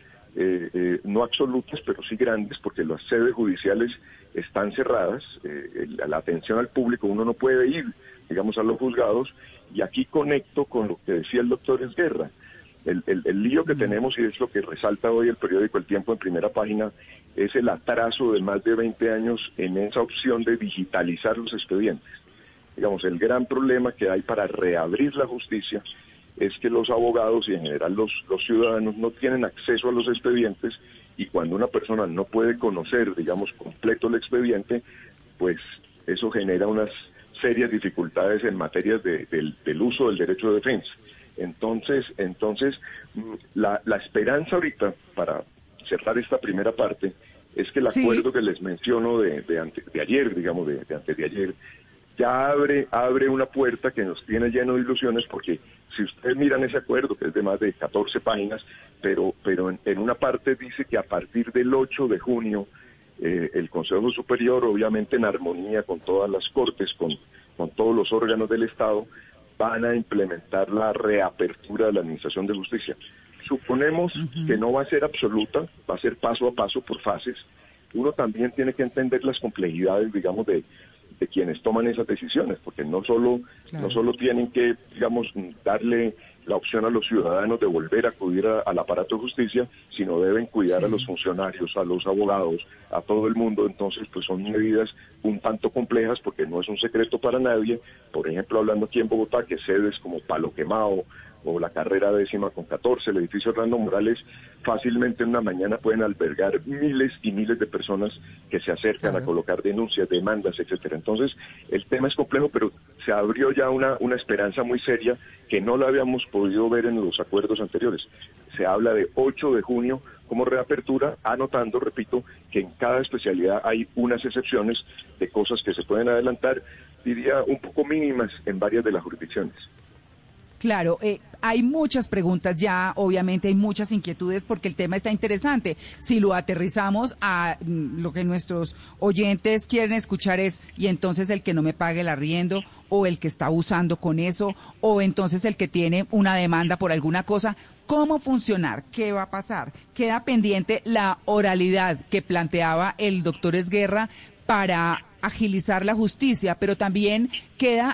no absolutas, pero sí grandes, porque las sedes judiciales están cerradas, la atención al público, uno no puede ir, digamos, a los juzgados, y aquí conecto con lo que decía el doctor Esguerra. El lío que tenemos, y es lo que resalta hoy el periódico El Tiempo en primera página, es el atraso de más de 20 años en esa opción de digitalizar los expedientes. Digamos, el gran problema que hay para reabrir la justicia es que los abogados y en general los ciudadanos no tienen acceso a los expedientes, y cuando una persona no puede conocer, digamos, completo el expediente, pues eso genera unas serias dificultades en materia del uso del derecho de defensa. Entonces la esperanza ahorita, para cerrar esta primera parte, es que el acuerdo que les menciono de ayer, digamos, de antes de ayer, ya abre una puerta que nos tiene lleno de ilusiones, porque si ustedes miran ese acuerdo, que es de más de 14 páginas, pero en una parte dice que a partir del 8 de junio, el Consejo Superior, obviamente en armonía con todas las cortes, con todos los órganos del Estado, van a implementar la reapertura de la Administración de Justicia. Suponemos que no va a ser absoluta, va a ser paso a paso, por fases. Uno también tiene que entender las complejidades, digamos, de quienes toman esas decisiones, porque no solo tienen que, digamos, darle la opción a los ciudadanos de volver a acudir al aparato de justicia, sino deben cuidar a los funcionarios, a los abogados, a todo el mundo. Entonces, pues son medidas un tanto complejas, porque no es un secreto para nadie. Por ejemplo, hablando aquí en Bogotá, que sedes como Palo Quemado o la Carrera 10ª con 14, el edificio Hernando Morales, fácilmente en una mañana pueden albergar miles y miles de personas que se acercan a colocar denuncias, demandas, etcétera. Entonces, el tema es complejo, pero se abrió ya una esperanza muy seria que no la habíamos podido ver en los acuerdos anteriores. Se habla de 8 de junio como reapertura, anotando, repito, que en cada especialidad hay unas excepciones de cosas que se pueden adelantar, diría un poco mínimas en varias de las jurisdicciones. Claro, hay muchas preguntas ya, obviamente hay muchas inquietudes porque el tema está interesante. Si lo aterrizamos a lo que nuestros oyentes quieren escuchar es, y entonces el que no me pague el arriendo, o el que está abusando con eso, o entonces el que tiene una demanda por alguna cosa, ¿cómo funcionar? ¿Qué va a pasar? Queda pendiente la oralidad que planteaba el doctor Esguerra para agilizar la justicia, pero también queda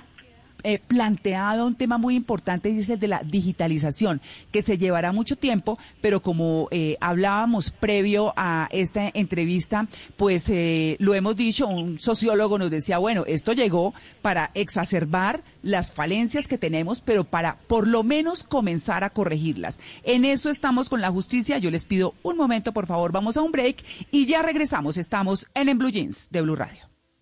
planteado un tema muy importante, y es el de la digitalización, que se llevará mucho tiempo, pero como hablábamos previo a esta entrevista, pues lo hemos dicho, un sociólogo nos decía, bueno, esto llegó para exacerbar las falencias que tenemos, pero para por lo menos comenzar a corregirlas. En eso estamos con la justicia. Yo les pido un momento, por favor, vamos a un break y ya regresamos. Estamos en Blue Jeans de Blue Radio.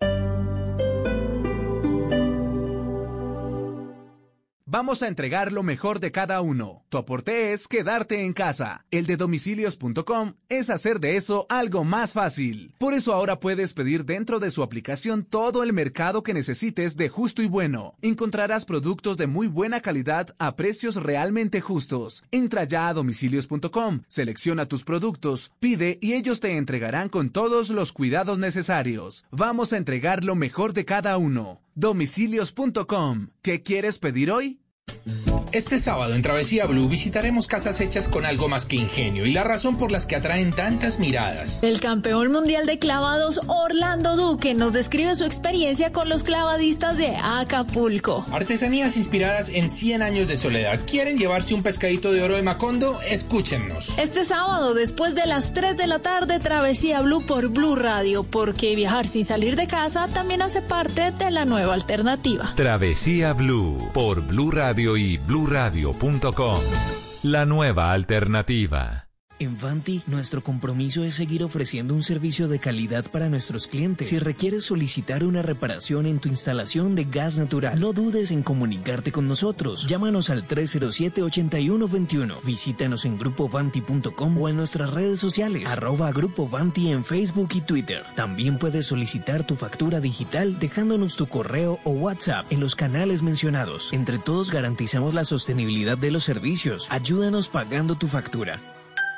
Vamos a entregar lo mejor de cada uno. Tu aporte es quedarte en casa. El de domicilios.com es hacer de eso algo más fácil. Por eso ahora puedes pedir dentro de su aplicación todo el mercado que necesites de justo y bueno. Encontrarás productos de muy buena calidad a precios realmente justos. Entra ya a domicilios.com, selecciona tus productos, pide y ellos te entregarán con todos los cuidados necesarios. Vamos a entregar lo mejor de cada uno. Domicilios.com. ¿Qué quieres pedir hoy? Este sábado en Travesía Blue visitaremos casas hechas con algo más que ingenio y la razón por las que atraen tantas miradas. El campeón mundial de clavados Orlando Duque nos describe su experiencia con los clavadistas de Acapulco. Artesanías inspiradas en 100 años de soledad. ¿Quieren llevarse un pescadito de oro de Macondo? Escúchennos. Este sábado, después de las 3 de la tarde, Travesía Blue por Blue Radio, porque viajar sin salir de casa también hace parte de la nueva alternativa. Travesía Blue por Blue Radio y BlueRadio.com. La nueva alternativa. En Vanti, nuestro compromiso es seguir ofreciendo un servicio de calidad para nuestros clientes. Si requieres solicitar una reparación en tu instalación de gas natural, no dudes en comunicarte con nosotros. Llámanos al 307-8121. Visítanos en grupovanti.com o en nuestras redes sociales, @Grupo Vanti en Facebook y Twitter. También puedes solicitar tu factura digital dejándonos tu correo o WhatsApp en los canales mencionados. Entre todos garantizamos la sostenibilidad de los servicios. Ayúdanos pagando tu factura.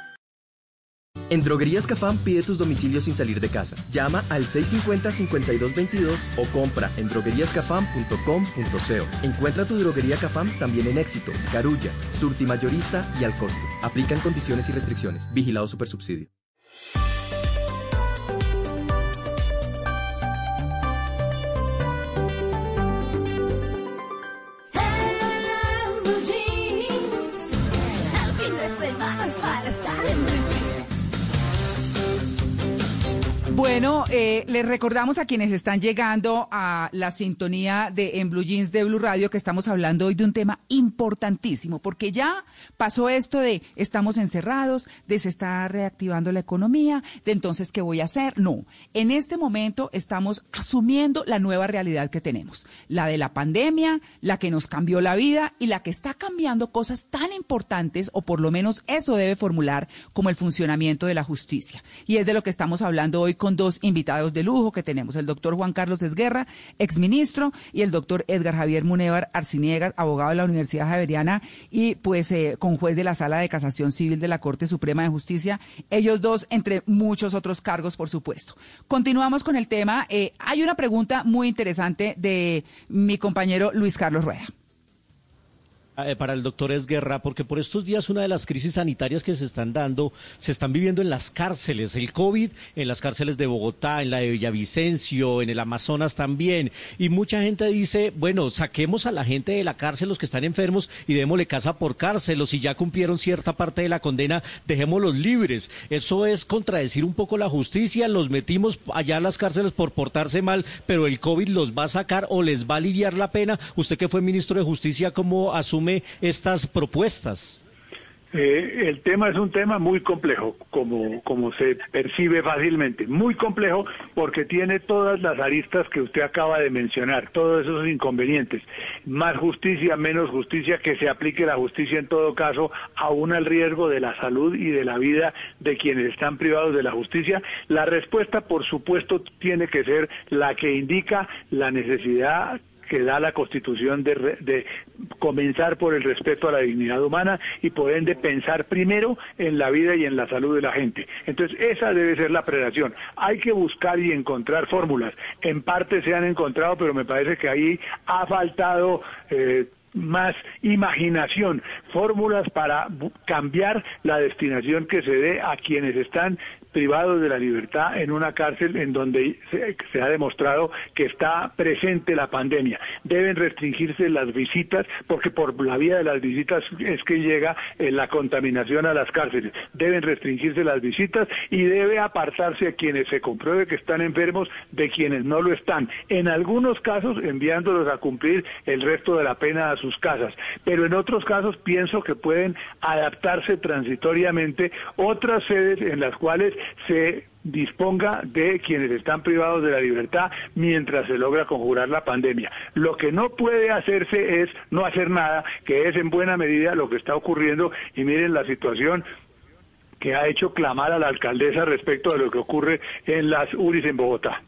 En Droguerías Cafam pide tus domicilios sin salir de casa. Llama al 650-5222 o compra en drogueríascafam.com.co. Encuentra tu Droguería Cafam también en Éxito, Carulla, Surti Mayorista y Al Costo. Aplican condiciones y restricciones. Vigilado Supersubsidio. Bueno, Bueno, les recordamos a quienes están llegando a la sintonía de En Blue Jeans de Blue Radio que estamos hablando hoy de un tema importantísimo, porque ya pasó esto de estamos encerrados, de se está reactivando la economía, de entonces ¿qué voy a hacer? No, en este momento estamos asumiendo la nueva realidad que tenemos, la de la pandemia, la que nos cambió la vida y la que está cambiando cosas tan importantes, o por lo menos eso debe formular, como el funcionamiento de la justicia. Y es de lo que estamos hablando hoy con dos invitados de lujo que tenemos, el doctor Juan Carlos Esguerra, exministro, y el doctor Edgar Javier Munévar Arciniegas, abogado de la Universidad Javeriana y pues conjuez de la Sala de Casación Civil de la Corte Suprema de Justicia, ellos dos entre muchos otros cargos, por supuesto. Continuamos con el tema. Hay una pregunta muy interesante de mi compañero Luis Carlos Rueda. Para el doctor Esguerra, porque por estos días una de las crisis sanitarias que se están dando, se están viviendo en las cárceles, el COVID en las cárceles de Bogotá, en la de Villavicencio, en el Amazonas también, y mucha gente dice, bueno, saquemos a la gente de la cárcel, los que están enfermos, y démosle casa por cárcel, o si ya cumplieron cierta parte de la condena, dejémoslos libres. Eso es contradecir un poco la justicia, los metimos allá a las cárceles por portarse mal, pero el COVID los va a sacar o les va a aliviar la pena. Usted que fue ministro de Justicia, ¿cómo asume estas propuestas? El tema es un tema muy complejo, como se percibe fácilmente, muy complejo porque tiene todas las aristas que usted acaba de mencionar, todos esos inconvenientes, más justicia, menos justicia, que se aplique la justicia en todo caso, aún al riesgo de la salud y de la vida de quienes están privados de la justicia. La respuesta, por supuesto, tiene que ser la que indica la necesidad que da la Constitución de comenzar por el respeto a la dignidad humana y por ende pensar primero en la vida y en la salud de la gente. Entonces esa debe ser la predación. Hay que buscar y encontrar fórmulas. En parte se han encontrado, pero me parece que ahí ha faltado más imaginación, fórmulas para cambiar la destinación que se dé a quienes están privados de la libertad en una cárcel en donde se ha demostrado que está presente la pandemia. Deben restringirse las visitas, porque por la vía de las visitas es que llega la contaminación a las cárceles. Deben restringirse las visitas y debe apartarse a quienes se compruebe que están enfermos de quienes no lo están. En algunos casos enviándolos a cumplir el resto de la pena a sus casas, pero en otros casos pienso que pueden adaptarse transitoriamente otras sedes en las cuales se disponga de quienes están privados de la libertad mientras se logra conjurar la pandemia. Lo que no puede hacerse es no hacer nada, que es en buena medida lo que está ocurriendo, y miren la situación que ha hecho clamar a la alcaldesa respecto de lo que ocurre en las URIs en Bogotá.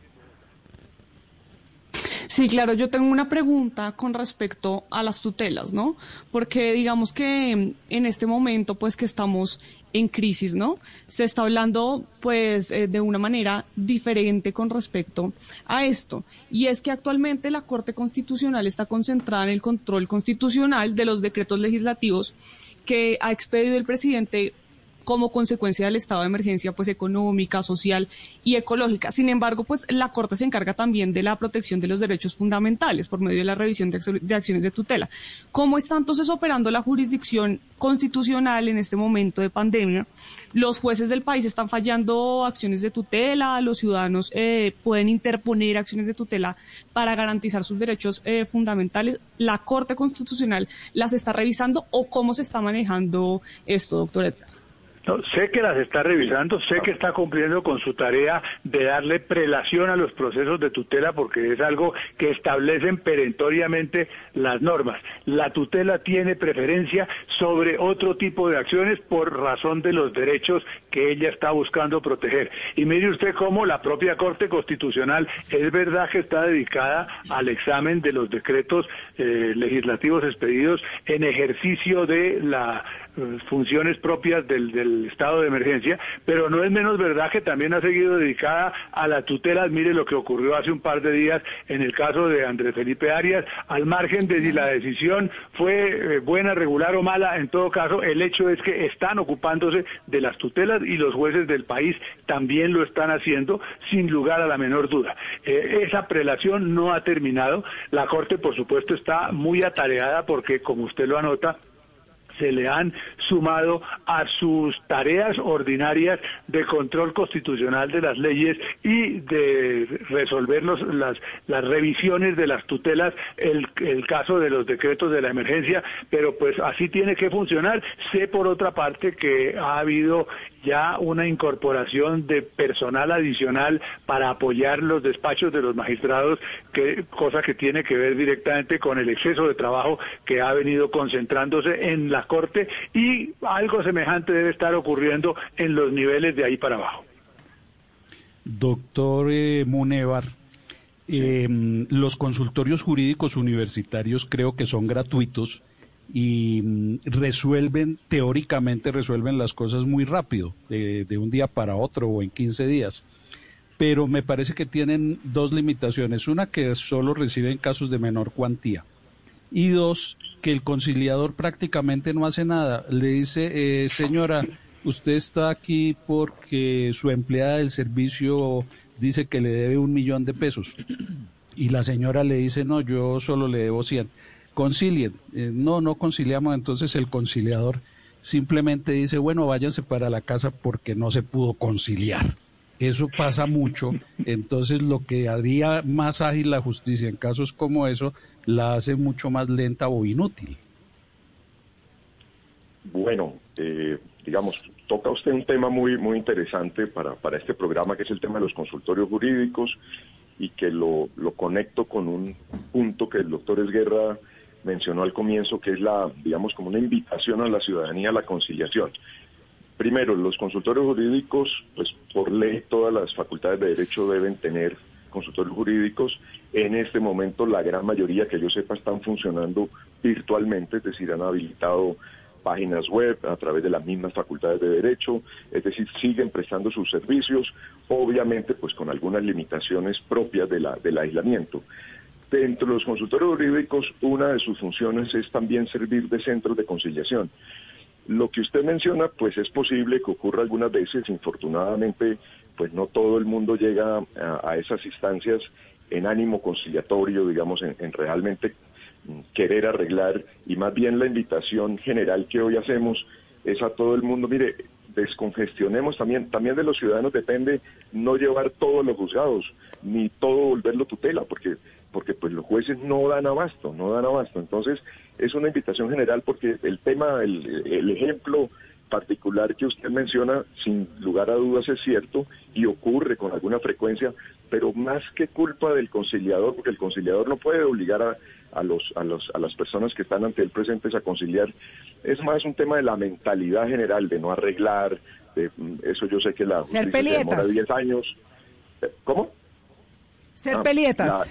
Sí, claro, yo tengo una pregunta con respecto a las tutelas, ¿no? Porque digamos que en este momento, pues que estamos en crisis, ¿no? Se está hablando, pues, de una manera diferente con respecto a esto. Y es que actualmente la Corte Constitucional está concentrada en el control constitucional de los decretos legislativos que ha expedido el presidente como consecuencia del estado de emergencia, pues económica, social y ecológica. Sin embargo, pues la Corte se encarga también de la protección de los derechos fundamentales por medio de la revisión de acciones de tutela. ¿Cómo está entonces operando la jurisdicción constitucional en este momento de pandemia? Los jueces del país están fallando acciones de tutela, los ciudadanos pueden interponer acciones de tutela para garantizar sus derechos fundamentales. ¿La Corte Constitucional las está revisando o cómo se está manejando esto, doctor Edgar? No, sé que las está revisando, sé que está cumpliendo con su tarea de darle prelación a los procesos de tutela, porque es algo que establecen perentoriamente las normas. La tutela tiene preferencia sobre otro tipo de acciones por razón de los derechos que ella está buscando proteger. Y mire usted cómo la propia Corte Constitucional es verdad que está dedicada al examen de los decretos legislativos expedidos en ejercicio de las funciones propias del estado de emergencia, pero no es menos verdad que también ha seguido dedicada a la tutela. Mire lo que ocurrió hace un par de días en el caso de Andrés Felipe Arias, al margen de si la decisión fue buena, regular o mala. En todo caso, el hecho es que están ocupándose de las tutelas y los jueces del país también lo están haciendo sin lugar a la menor duda. Esa prelación no ha terminado. La Corte, por supuesto, está muy atareada porque, como usted lo anota, se le han sumado a sus tareas ordinarias de control constitucional de las leyes y de resolver las revisiones de las tutelas, el caso de los decretos de la emergencia, pero pues así tiene que funcionar. Sé por otra parte que ha habido ya una incorporación de personal adicional para apoyar los despachos de los magistrados, cosa que tiene que ver directamente con el exceso de trabajo que ha venido concentrándose en la Corte, y algo semejante debe estar ocurriendo en los niveles de ahí para abajo. Doctor Munevar, los consultorios jurídicos universitarios creo que son gratuitos y teóricamente resuelven las cosas muy rápido, de un día para otro o en 15 días. Pero me parece que tienen dos limitaciones. Una, que solo reciben casos de menor cuantía. Y dos, que el conciliador prácticamente no hace nada. Le dice, señora, usted está aquí porque su empleada del servicio dice que le debe 1 millón de pesos. Y la señora le dice, no, yo solo le debo 100. Concilien. No conciliamos. Entonces el conciliador simplemente dice, bueno, váyanse para la casa porque no se pudo conciliar. Eso pasa mucho. Entonces lo que haría más ágil la justicia en casos como eso, la hace mucho más lenta o inútil. Bueno, digamos, toca usted un tema muy interesante para este programa, que es el tema de los consultorios jurídicos, y que lo conecto con un punto que el doctor Esguerra mencionó al comienzo, que es digamos, como una invitación a la ciudadanía a la conciliación. Primero, los consultorios jurídicos, pues por ley todas las facultades de derecho deben tener consultorios jurídicos. En este momento la gran mayoría, que yo sepa, están funcionando virtualmente, es decir, han habilitado páginas web a través de las mismas facultades de derecho, es decir, siguen prestando sus servicios, obviamente pues con algunas limitaciones propias del aislamiento. Dentro de los consultorios jurídicos, una de sus funciones es también servir de centros de conciliación. Lo que usted menciona, pues es posible que ocurra algunas veces. Infortunadamente, pues no todo el mundo llega a esas instancias en ánimo conciliatorio, digamos, en realmente querer arreglar, y más bien la invitación general que hoy hacemos es a todo el mundo, mire, descongestionemos también de los ciudadanos depende no llevar todos los juzgados, ni todo volverlo tutela, porque pues los jueces no dan abasto. Entonces es una invitación general, porque el tema, el ejemplo particular que usted menciona, sin lugar a dudas es cierto y ocurre con alguna frecuencia, pero más que culpa del conciliador, porque el conciliador no puede obligar a las personas que están ante él presentes a conciliar, es más un tema de la mentalidad general, de no arreglar, eso yo sé que la justicia demora 10 años. ¿Cómo? Ser pelietas.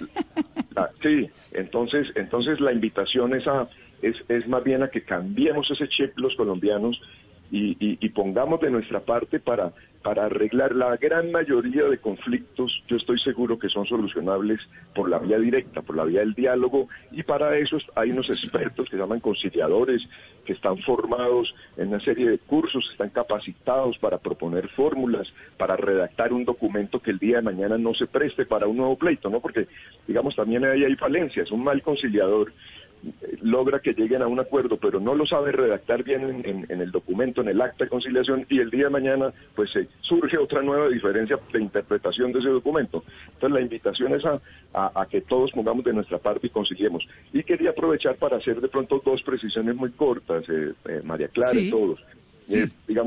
Sí, entonces la invitación es más bien a que cambiemos ese chip los colombianos y pongamos de nuestra parte para arreglar la gran mayoría de conflictos. Yo estoy seguro que son solucionables por la vía directa, por la vía del diálogo, y para eso hay unos expertos que se llaman conciliadores, que están formados en una serie de cursos, están capacitados para proponer fórmulas, para redactar un documento que el día de mañana no se preste para un nuevo pleito, ¿no? Porque, digamos, también ahí hay falencias. Un mal conciliador logra que lleguen a un acuerdo, pero no lo sabe redactar bien en el documento, en el acta de conciliación, y el día de mañana pues surge otra nueva diferencia de interpretación de ese documento. Entonces la invitación es a que todos pongamos de nuestra parte y conciliemos. Y quería aprovechar para hacer de pronto 2 precisiones muy cortas, María Clara, sí. Y todos. Sí.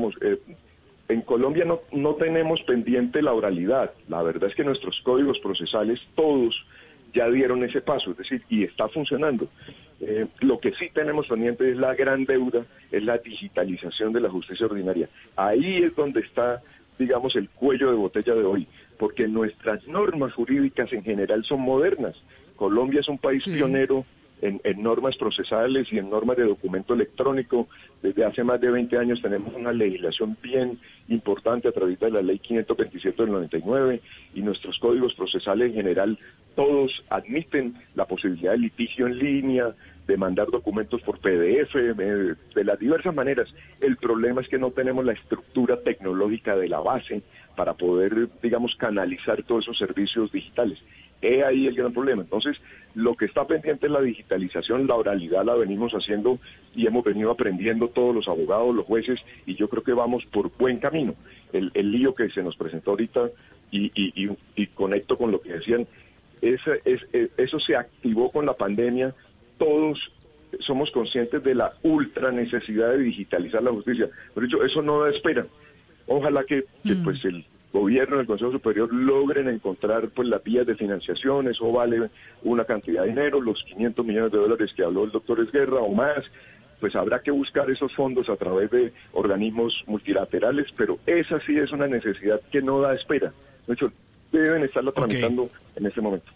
En Colombia no tenemos pendiente la oralidad. La verdad es que nuestros códigos procesales todos ya dieron ese paso, es decir, y está funcionando. Lo que sí tenemos pendiente es la gran deuda, es la digitalización de la justicia ordinaria. Ahí es donde está, digamos, el cuello de botella de hoy, porque nuestras normas jurídicas en general son modernas. Colombia es un país pionero en normas procesales y en normas de documento electrónico. Desde hace más de 20 años tenemos una legislación bien importante a través de la ley 527 del 99, y nuestros códigos procesales en general todos admiten la posibilidad de litigio en línea, de mandar documentos por PDF, de las diversas maneras. El problema es que no tenemos la estructura tecnológica de la base para poder, digamos, canalizar todos esos servicios digitales. He ahí el gran problema. Entonces, lo que está pendiente es la digitalización, la oralidad la venimos haciendo y hemos venido aprendiendo todos los abogados, los jueces, y yo creo que vamos por buen camino. El lío que se nos presentó ahorita, y conecto con lo que decían, eso se activó con la pandemia. Todos somos conscientes de la ultra necesidad de digitalizar la justicia. Por eso, eso no da espera. Ojalá que pues el gobierno y el Consejo Superior logren encontrar pues las vías de financiación. Eso vale una cantidad de dinero, los $500 millones que habló el doctor Esguerra o más. Pues habrá que buscar esos fondos a través de organismos multilaterales, pero esa sí es una necesidad que no da espera. De hecho, deben estarla tramitando en este momento.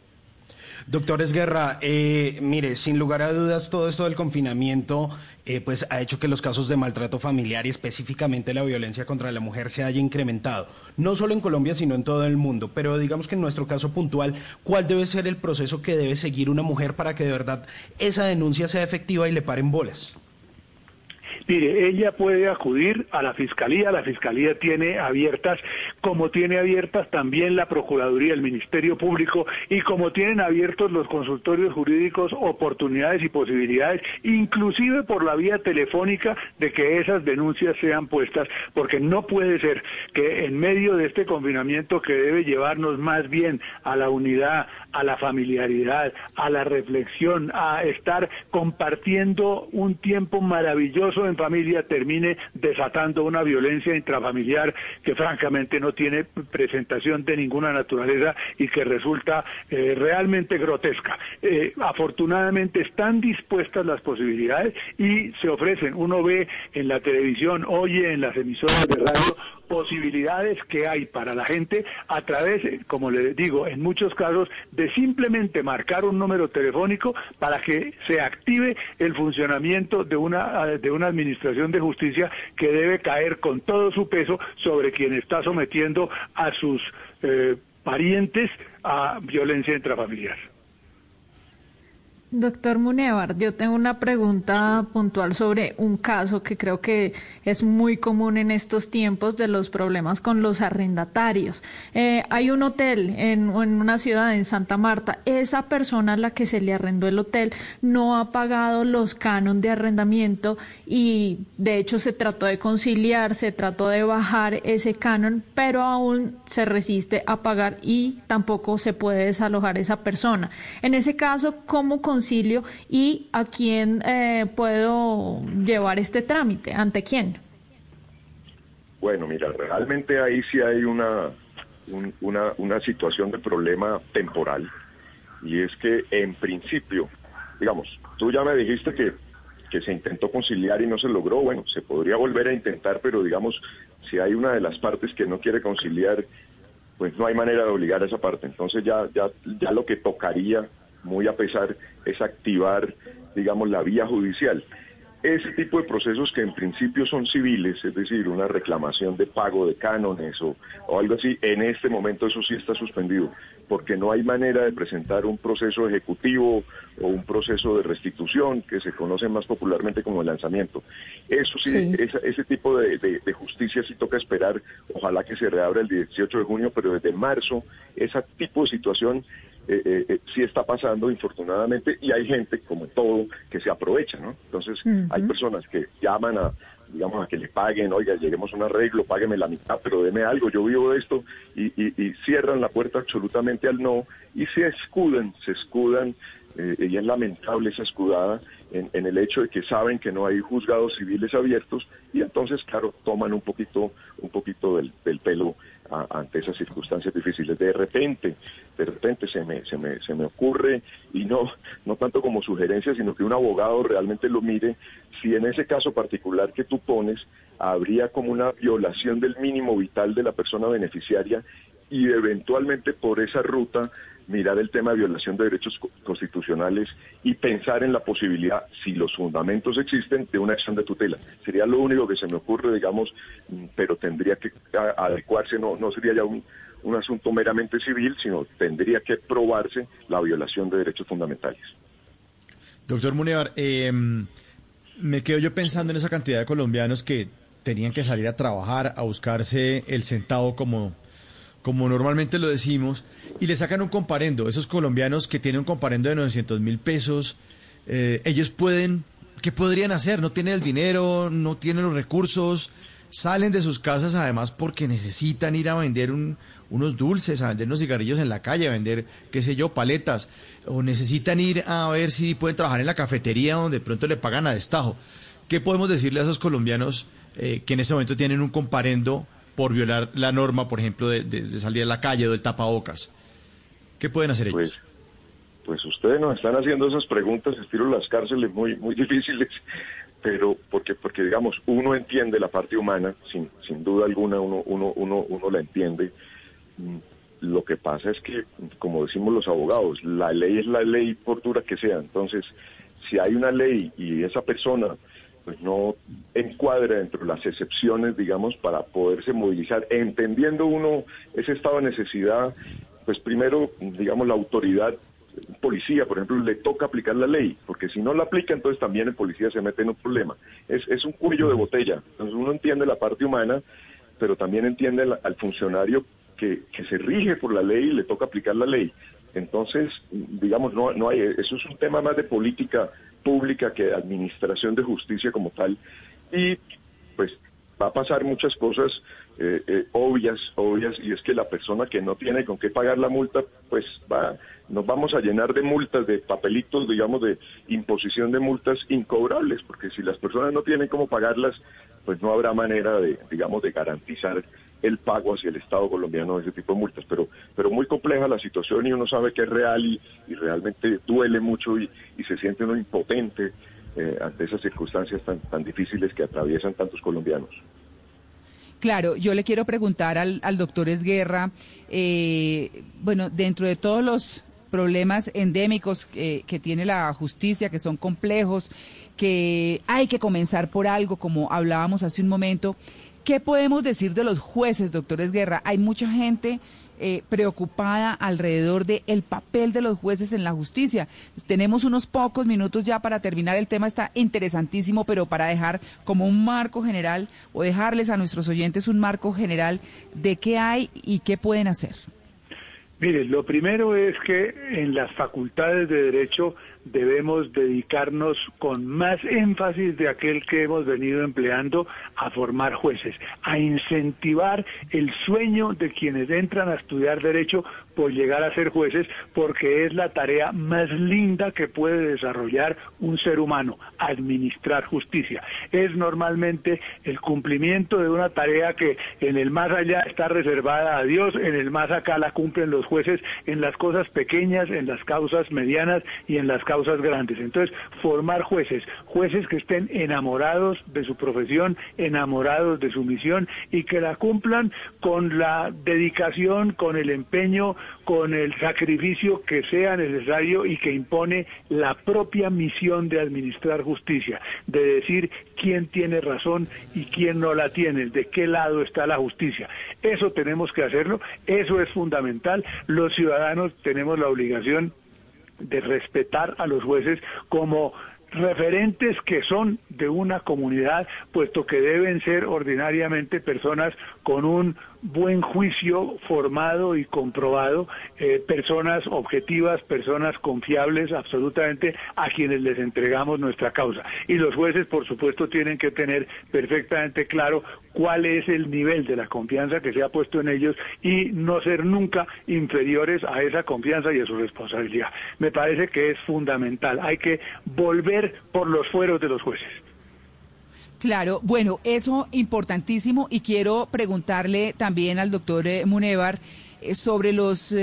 Doctor Esguerra, mire, sin lugar a dudas, todo esto del confinamiento pues ha hecho que los casos de maltrato familiar y específicamente la violencia contra la mujer se haya incrementado, no solo en Colombia, sino en todo el mundo. Pero digamos que en nuestro caso puntual, ¿cuál debe ser el proceso que debe seguir una mujer para que de verdad esa denuncia sea efectiva y le paren bolas? Mire, ella puede acudir a la Fiscalía tiene abiertas, como tiene abiertas también la Procuraduría, el Ministerio Público, y como tienen abiertos los consultorios jurídicos, oportunidades y posibilidades, inclusive por la vía telefónica, de que esas denuncias sean puestas, porque no puede ser que en medio de este confinamiento que debe llevarnos más bien a la unidad, a la familiaridad, a la reflexión, a estar compartiendo un tiempo maravilloso en familia, termine desatando una violencia intrafamiliar que francamente no tiene presentación de ninguna naturaleza y que resulta realmente grotesca. Afortunadamente están dispuestas las posibilidades y se ofrecen. Uno ve en la televisión, oye en las emisoras de radio posibilidades que hay para la gente a través, como les digo, en muchos casos, de simplemente marcar un número telefónico para que se active el funcionamiento de una administración de justicia que debe caer con todo su peso sobre quien está sometiendo a sus parientes a violencia intrafamiliar. Doctor Munevar, yo tengo una pregunta puntual sobre un caso que creo que es muy común en estos tiempos de los problemas con los arrendatarios. Hay un hotel en una ciudad, en Santa Marta. Esa persona a la que se le arrendó el hotel no ha pagado los cánones de arrendamiento y de hecho se trató de conciliar, se trató de bajar ese canon, pero aún se resiste a pagar y tampoco se puede desalojar esa persona. En ese caso, ¿cómo concilio y a quién puedo llevar este trámite? ¿Ante quién? Bueno, mira, realmente ahí sí hay una situación de problema temporal, y es que en principio, digamos, tú ya me dijiste que se intentó conciliar y no se logró. Bueno, se podría volver a intentar, pero digamos, si hay una de las partes que no quiere conciliar, pues no hay manera de obligar a esa parte. Entonces ya lo que tocaría, muy a pesar, es activar, digamos, la vía judicial. Ese tipo de procesos que en principio son civiles, es decir, una reclamación de pago de cánones o algo así, en este momento eso sí está suspendido, porque no hay manera de presentar un proceso ejecutivo o un proceso de restitución, que se conoce más popularmente como el lanzamiento. Eso sí. Ese tipo de justicia sí toca esperar, ojalá que se reabra el 18 de junio, pero desde marzo ese tipo de situación sí está pasando, infortunadamente, y hay gente, como todo, que se aprovecha, ¿no? Entonces, hay personas que llaman a que le paguen, oiga, lleguemos a un arreglo, págueme la mitad, pero deme algo, yo vivo de esto, y cierran la puerta absolutamente al no, y se escudan, y es lamentable esa escudada en el hecho de que saben que no hay juzgados civiles abiertos, y entonces, claro, toman un poquito del pelo ante esas circunstancias difíciles. De repente se me ocurre, y no tanto como sugerencia, sino que un abogado realmente lo mire, si en ese caso particular que tú pones, habría como una violación del mínimo vital de la persona beneficiaria, y eventualmente por esa ruta mirar el tema de violación de derechos constitucionales y pensar en la posibilidad, si los fundamentos existen, de una acción de tutela. Sería lo único que se me ocurre, digamos, pero tendría que adecuarse, no sería ya un asunto meramente civil, sino tendría que probarse la violación de derechos fundamentales. Doctor Munevar, me quedo yo pensando en esa cantidad de colombianos que tenían que salir a trabajar, a buscarse el centavo como como normalmente lo decimos, y le sacan un comparendo. Esos colombianos que tienen un comparendo de 900.000 pesos, ellos ¿qué podrían hacer? No tienen el dinero, no tienen los recursos, salen de sus casas además porque necesitan ir a vender unos dulces, a vender unos cigarrillos en la calle, a vender, qué sé yo, paletas, o necesitan ir a ver si pueden trabajar en la cafetería donde de pronto le pagan a destajo. ¿Qué podemos decirle a esos colombianos que en ese momento tienen un comparendo por violar la norma, por ejemplo, de salir a la calle o del tapabocas? ¿Qué pueden hacer ellos? Pues ustedes nos están haciendo esas preguntas estilo las cárceles muy difíciles, pero porque digamos, uno entiende la parte humana, sin duda alguna uno la entiende. Lo que pasa es que, como decimos los abogados, la ley es la ley por dura que sea. Entonces, si hay una ley y esa persona pues no encuadra dentro de las excepciones, digamos, para poderse movilizar, entendiendo uno ese estado de necesidad, pues primero, digamos, la autoridad, policía, por ejemplo, le toca aplicar la ley, porque si no la aplica, entonces también el policía se mete en un problema. Es un cuello de botella. Entonces uno entiende la parte humana, pero también entiende al funcionario que se rige por la ley y le toca aplicar la ley. Entonces, digamos, no hay, eso es un tema más de política pública que de administración de justicia como tal, y pues va a pasar muchas cosas obvias, y es que la persona que no tiene con qué pagar la multa, pues nos vamos a llenar de multas, de papelitos, digamos, de imposición de multas incobrables, porque si las personas no tienen cómo pagarlas, pues no habrá manera de, digamos, de garantizar el pago hacia el Estado colombiano de ese tipo de multas, pero muy compleja la situación, y uno sabe que es real y realmente duele mucho y se siente uno impotente ante esas circunstancias tan difíciles que atraviesan tantos colombianos. Claro, yo le quiero preguntar al doctor Esguerra, bueno, dentro de todos los problemas endémicos que tiene la justicia, que son complejos, que hay que comenzar por algo, como hablábamos hace un momento, ¿qué podemos decir de los jueces, doctor Esguerra? Hay mucha gente preocupada alrededor del papel de los jueces en la justicia. Tenemos unos pocos minutos ya para terminar. El tema está interesantísimo, pero para dejar como un marco general, o dejarles a nuestros oyentes un marco general de qué hay y qué pueden hacer. Mire, lo primero es que en las facultades de Derecho debemos dedicarnos con más énfasis de aquel que hemos venido empleando a formar jueces, a incentivar el sueño de quienes entran a estudiar Derecho por llegar a ser jueces, porque es la tarea más linda que puede desarrollar un ser humano, administrar justicia. Es normalmente el cumplimiento de una tarea que en el más allá está reservada a Dios, en el más acá la cumplen los jueces en las cosas pequeñas, en las causas medianas y en las causas grandes. Entonces, formar jueces que estén enamorados de su profesión, enamorados de su misión y que la cumplan con la dedicación, con el empeño, con el sacrificio que sea necesario y que impone la propia misión de administrar justicia, de decir quién tiene razón y quién no la tiene, de qué lado está la justicia. Eso tenemos que hacerlo, eso es fundamental. Los ciudadanos tenemos la obligación de respetar a los jueces como referentes que son de una comunidad, puesto que deben ser ordinariamente personas con un buen juicio formado y comprobado, personas objetivas, personas confiables absolutamente a quienes les entregamos nuestra causa. Y los jueces, por supuesto, tienen que tener perfectamente claro cuál es el nivel de la confianza que se ha puesto en ellos y no ser nunca inferiores a esa confianza y a su responsabilidad. Me parece que es fundamental. Hay que volver por los fueros de los jueces. Claro, bueno, eso importantísimo, y quiero preguntarle también al doctor Munevar sobre los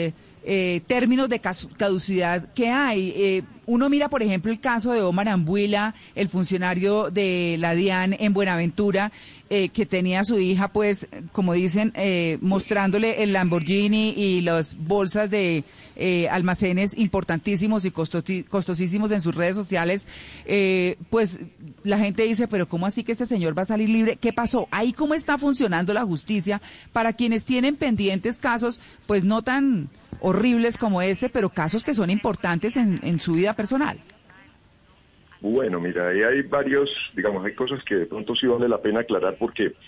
términos de caducidad que hay. Uno mira, por ejemplo, el caso de Omar Ambuila, el funcionario de la DIAN en Buenaventura, que tenía a su hija, pues, como dicen, mostrándole el Lamborghini y las bolsas de almacenes importantísimos y costosísimos en sus redes sociales. Pues la gente dice, pero ¿cómo así que este señor va a salir libre? ¿Qué pasó? Ahí, ¿cómo está funcionando la justicia para quienes tienen pendientes casos, pues no tan horribles como este, pero casos que son importantes en su vida personal? Bueno, mira, ahí hay varios, digamos, hay cosas que de pronto sí vale la pena aclarar, porque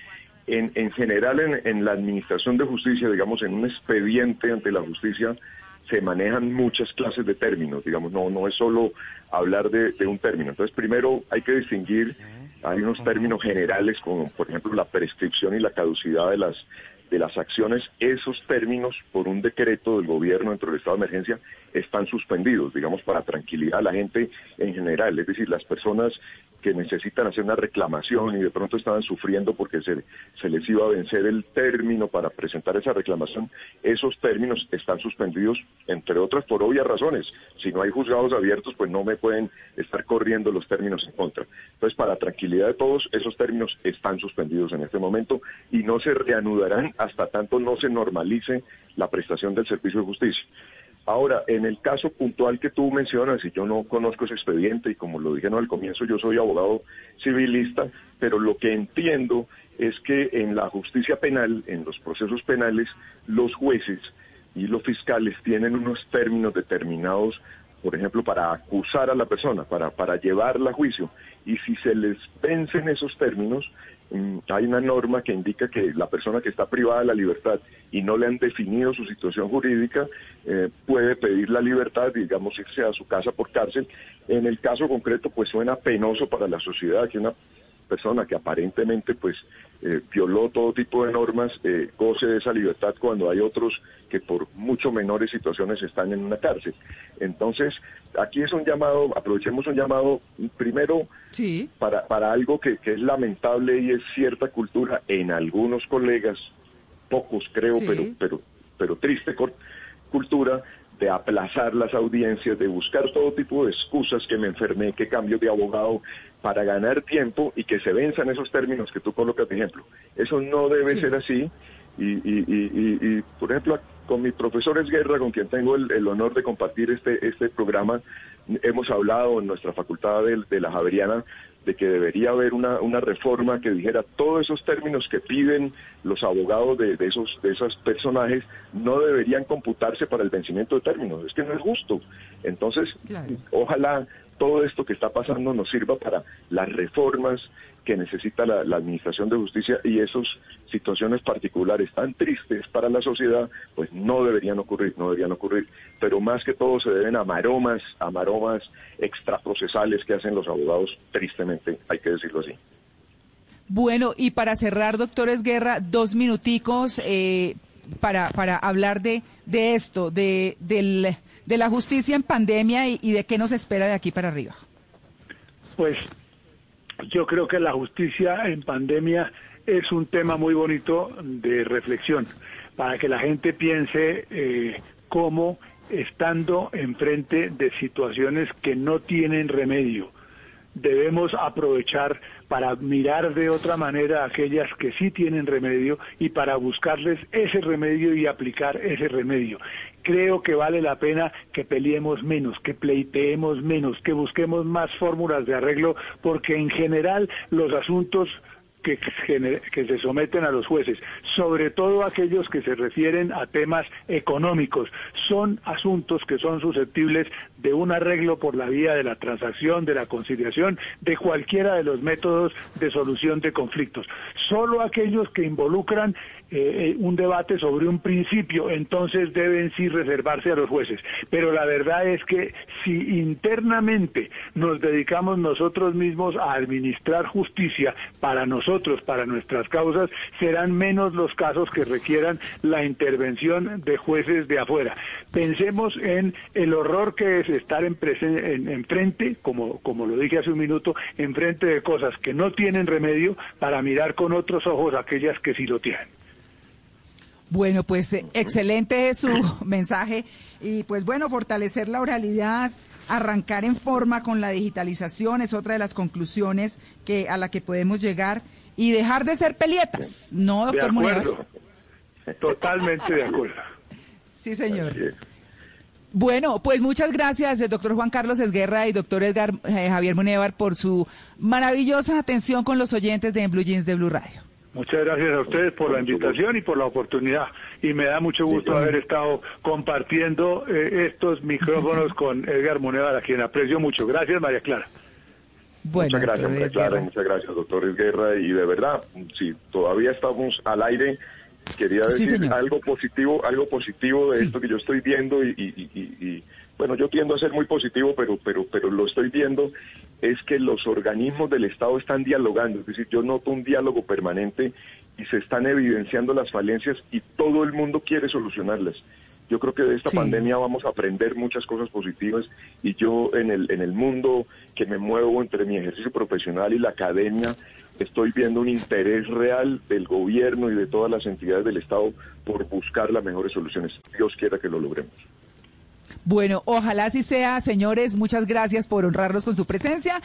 En general, en la administración de justicia, digamos, en un expediente ante la justicia, se manejan muchas clases de términos, digamos, no es solo hablar de un término. Entonces, primero hay que distinguir, hay unos términos generales como, por ejemplo, la prescripción y la caducidad de las acciones. Esos términos, por un decreto del gobierno dentro del estado de emergencia, están suspendidos, digamos, para tranquilidad a la gente en general, es decir, las personas que necesitan hacer una reclamación y de pronto estaban sufriendo porque se les iba a vencer el término para presentar esa reclamación, esos términos están suspendidos, entre otras por obvias razones. Si no hay juzgados abiertos, pues no me pueden estar corriendo los términos en contra. Entonces, para tranquilidad de todos, esos términos están suspendidos en este momento y no se reanudarán hasta tanto no se normalice la prestación del servicio de justicia. Ahora, en el caso puntual que tú mencionas, y yo no conozco ese expediente, y como lo dije al comienzo, yo soy abogado civilista, pero lo que entiendo es que en la justicia penal, en los procesos penales, los jueces y los fiscales tienen unos términos determinados, por ejemplo, para acusar a la persona, para llevarla a juicio, y si se les vencen esos términos, hay una norma que indica que la persona que está privada de la libertad y no le han definido su situación jurídica puede pedir la libertad, digamos, irse a su casa por cárcel. En el caso concreto, pues suena penoso para la sociedad que una persona que aparentemente pues violó todo tipo de normas goce de esa libertad cuando hay otros que por mucho menores situaciones están en una cárcel. Entonces, aquí es un llamado, aprovechemos un llamado primero sí, para algo que es lamentable y es cierta cultura en algunos colegas, pocos creo, sí, pero triste cultura de aplazar las audiencias, de buscar todo tipo de excusas, que me enfermé, que cambio de abogado, para ganar tiempo y que se venzan esos términos que tú colocas de ejemplo. Eso no debe ser así y por ejemplo, con mi profesor Esguerra, con quien tengo el honor de compartir este programa, hemos hablado en nuestra facultad de la Javeriana de que debería haber una reforma que dijera todos esos términos que piden los abogados de esos personajes no deberían computarse para el vencimiento de términos. Es que no es justo. Entonces, ojalá todo esto que está pasando nos sirva para las reformas que necesita la Administración de Justicia, y esas situaciones particulares tan tristes para la sociedad, pues no deberían ocurrir. Pero más que todo se deben a maromas extraprocesales que hacen los abogados, tristemente, hay que decirlo así. Bueno, y para cerrar, doctor Esguerra, 2 minuticos para hablar de esto, de la justicia en pandemia y de qué nos espera de aquí para arriba. Pues yo creo que la justicia en pandemia es un tema muy bonito de reflexión, para que la gente piense cómo, estando enfrente de situaciones que no tienen remedio, debemos aprovechar para mirar de otra manera aquellas que sí tienen remedio y para buscarles ese remedio y aplicar ese remedio. Creo que vale la pena que peleemos menos, que pleiteemos menos, que busquemos más fórmulas de arreglo, porque en general los asuntos que se someten a los jueces, sobre todo aquellos que se refieren a temas económicos, son asuntos que son susceptibles de un arreglo por la vía de la transacción, de la conciliación, de cualquiera de los métodos de solución de conflictos. Solo aquellos que involucran un debate sobre un principio, entonces deben sí reservarse a los jueces. Pero la verdad es que si internamente nos dedicamos nosotros mismos a administrar justicia para nosotros, para nuestras causas, serán menos los casos que requieran la intervención de jueces de afuera. Pensemos en el horror que es estar enfrente, como lo dije hace un minuto, enfrente de cosas que no tienen remedio, para mirar con otros ojos aquellas que sí lo tienen. Bueno, pues excelente es su mensaje y pues bueno, fortalecer la oralidad, arrancar en forma con la digitalización es otra de las conclusiones a la que podemos llegar y dejar de ser pelietas, ¿no, doctor Munevar? De acuerdo, totalmente de acuerdo. Sí, señor. Bueno, pues muchas gracias, doctor Juan Carlos Esguerra y doctor Javier Munevar, por su maravillosa atención con los oyentes de En Blue Jeans de Blue Radio. Muchas gracias a ustedes por la invitación y por la oportunidad. Y me da mucho gusto haber estado compartiendo estos micrófonos con Edgar Munevar, a quien aprecio mucho. Gracias, María Clara. Bueno, muchas gracias, María Clara, muchas gracias, doctor Guerra. Y de verdad, si todavía estamos al aire, quería decir algo positivo de esto que yo estoy viendo y bueno, yo tiendo a ser muy positivo, pero lo estoy viendo, es que los organismos del Estado están dialogando, es decir, yo noto un diálogo permanente y se están evidenciando las falencias y todo el mundo quiere solucionarlas. Yo creo que de esta pandemia vamos a aprender muchas cosas positivas y yo en el mundo que me muevo entre mi ejercicio profesional y la academia, estoy viendo un interés real del gobierno y de todas las entidades del Estado por buscar las mejores soluciones. Dios quiera que lo logremos. Bueno, ojalá así sea, señores. Muchas gracias por honrarnos con su presencia.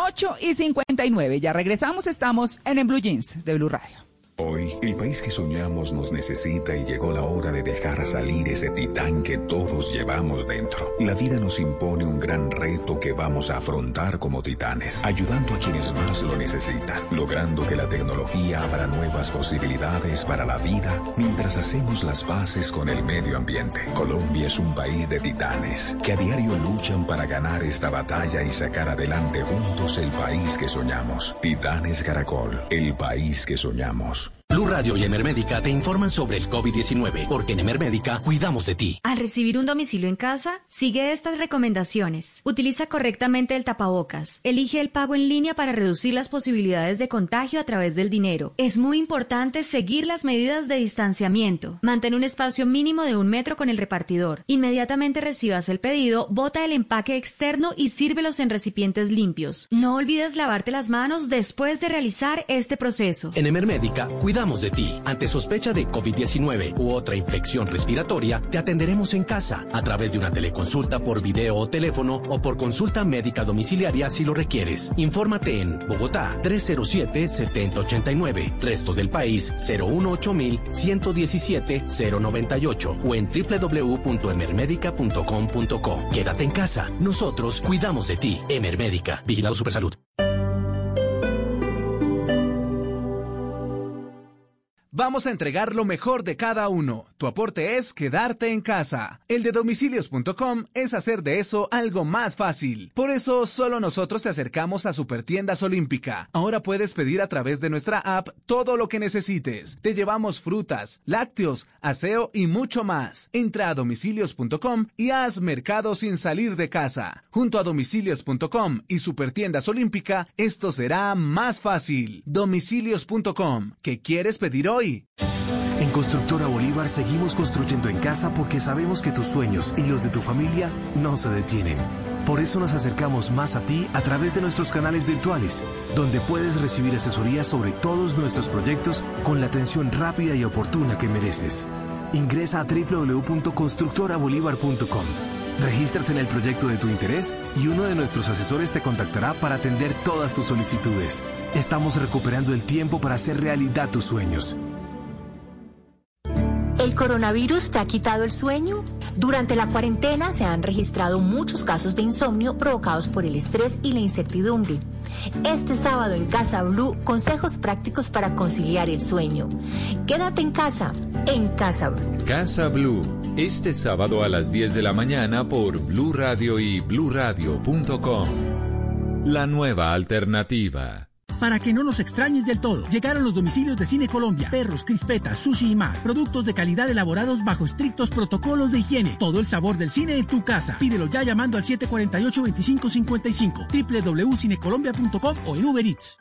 8:59. Ya regresamos. Estamos en Blue Jeans de Blue Radio. Hoy, el país que soñamos nos necesita y llegó la hora de dejar salir ese titán que todos llevamos dentro. La vida nos impone un gran reto que vamos a afrontar como titanes, ayudando a quienes más lo necesitan, logrando que la tecnología abra nuevas posibilidades para la vida mientras hacemos las paces con el medio ambiente. Colombia es un país de titanes que a diario luchan para ganar esta batalla y sacar adelante juntos el país que soñamos. Titanes Caracol, el país que soñamos. Blue Radio y Emermédica te informan sobre el COVID-19, porque en Emermédica cuidamos de ti. Al recibir un domicilio en casa, sigue estas recomendaciones. Utiliza correctamente el tapabocas. Elige el pago en línea para reducir las posibilidades de contagio a través del dinero. Es muy importante seguir las medidas de distanciamiento. Mantén un espacio mínimo de 1 metro con el repartidor. Inmediatamente recibas el pedido, bota el empaque externo y sírvelos en recipientes limpios. No olvides lavarte las manos después de realizar este proceso. En Emermédica cuidamos de ti. Ante sospecha de COVID-19 u otra infección respiratoria, te atenderemos en casa a través de una teleconsulta por video o teléfono o por consulta médica domiciliaria si lo requieres. Infórmate en Bogotá 307-7089, resto del país 018-117-098 o en www.emermedica.com.co. Quédate en casa. Nosotros cuidamos de ti. Emermédica. Vigilado Supersalud. Vamos a entregar lo mejor de cada uno. Tu aporte es quedarte en casa. El de domicilios.com es hacer de eso algo más fácil. Por eso, solo nosotros te acercamos a Supertiendas Olímpica. Ahora puedes pedir a través de nuestra app todo lo que necesites. Te llevamos frutas, lácteos, aseo y mucho más. Entra a domicilios.com y haz mercado sin salir de casa. Junto a domicilios.com y Supertiendas Olímpica, esto será más fácil. Domicilios.com. ¿Qué quieres pedir hoy? En Constructora Bolívar seguimos construyendo en casa porque sabemos que tus sueños y los de tu familia no se detienen. Por eso nos acercamos más a ti a través de nuestros canales virtuales, donde puedes recibir asesoría sobre todos nuestros proyectos con la atención rápida y oportuna que mereces. Ingresa a www.constructorabolívar.com. Regístrate en el proyecto de tu interés y uno de nuestros asesores te contactará para atender todas tus solicitudes. Estamos recuperando el tiempo para hacer realidad tus sueños. ¿El coronavirus te ha quitado el sueño? Durante la cuarentena se han registrado muchos casos de insomnio provocados por el estrés y la incertidumbre. Este sábado en Casa Blue, consejos prácticos para conciliar el sueño. Quédate en Casa Blue. Casa Blue, este sábado a las 10 de la mañana por Blue Radio y bluradio.com. La nueva alternativa. Para que no nos extrañes del todo, llegaron los domicilios de Cine Colombia, perros, crispetas, sushi y más. Productos de calidad elaborados bajo estrictos protocolos de higiene. Todo el sabor del cine en tu casa. Pídelo ya llamando al 748-2555, www.cinecolombia.com o en Uber Eats.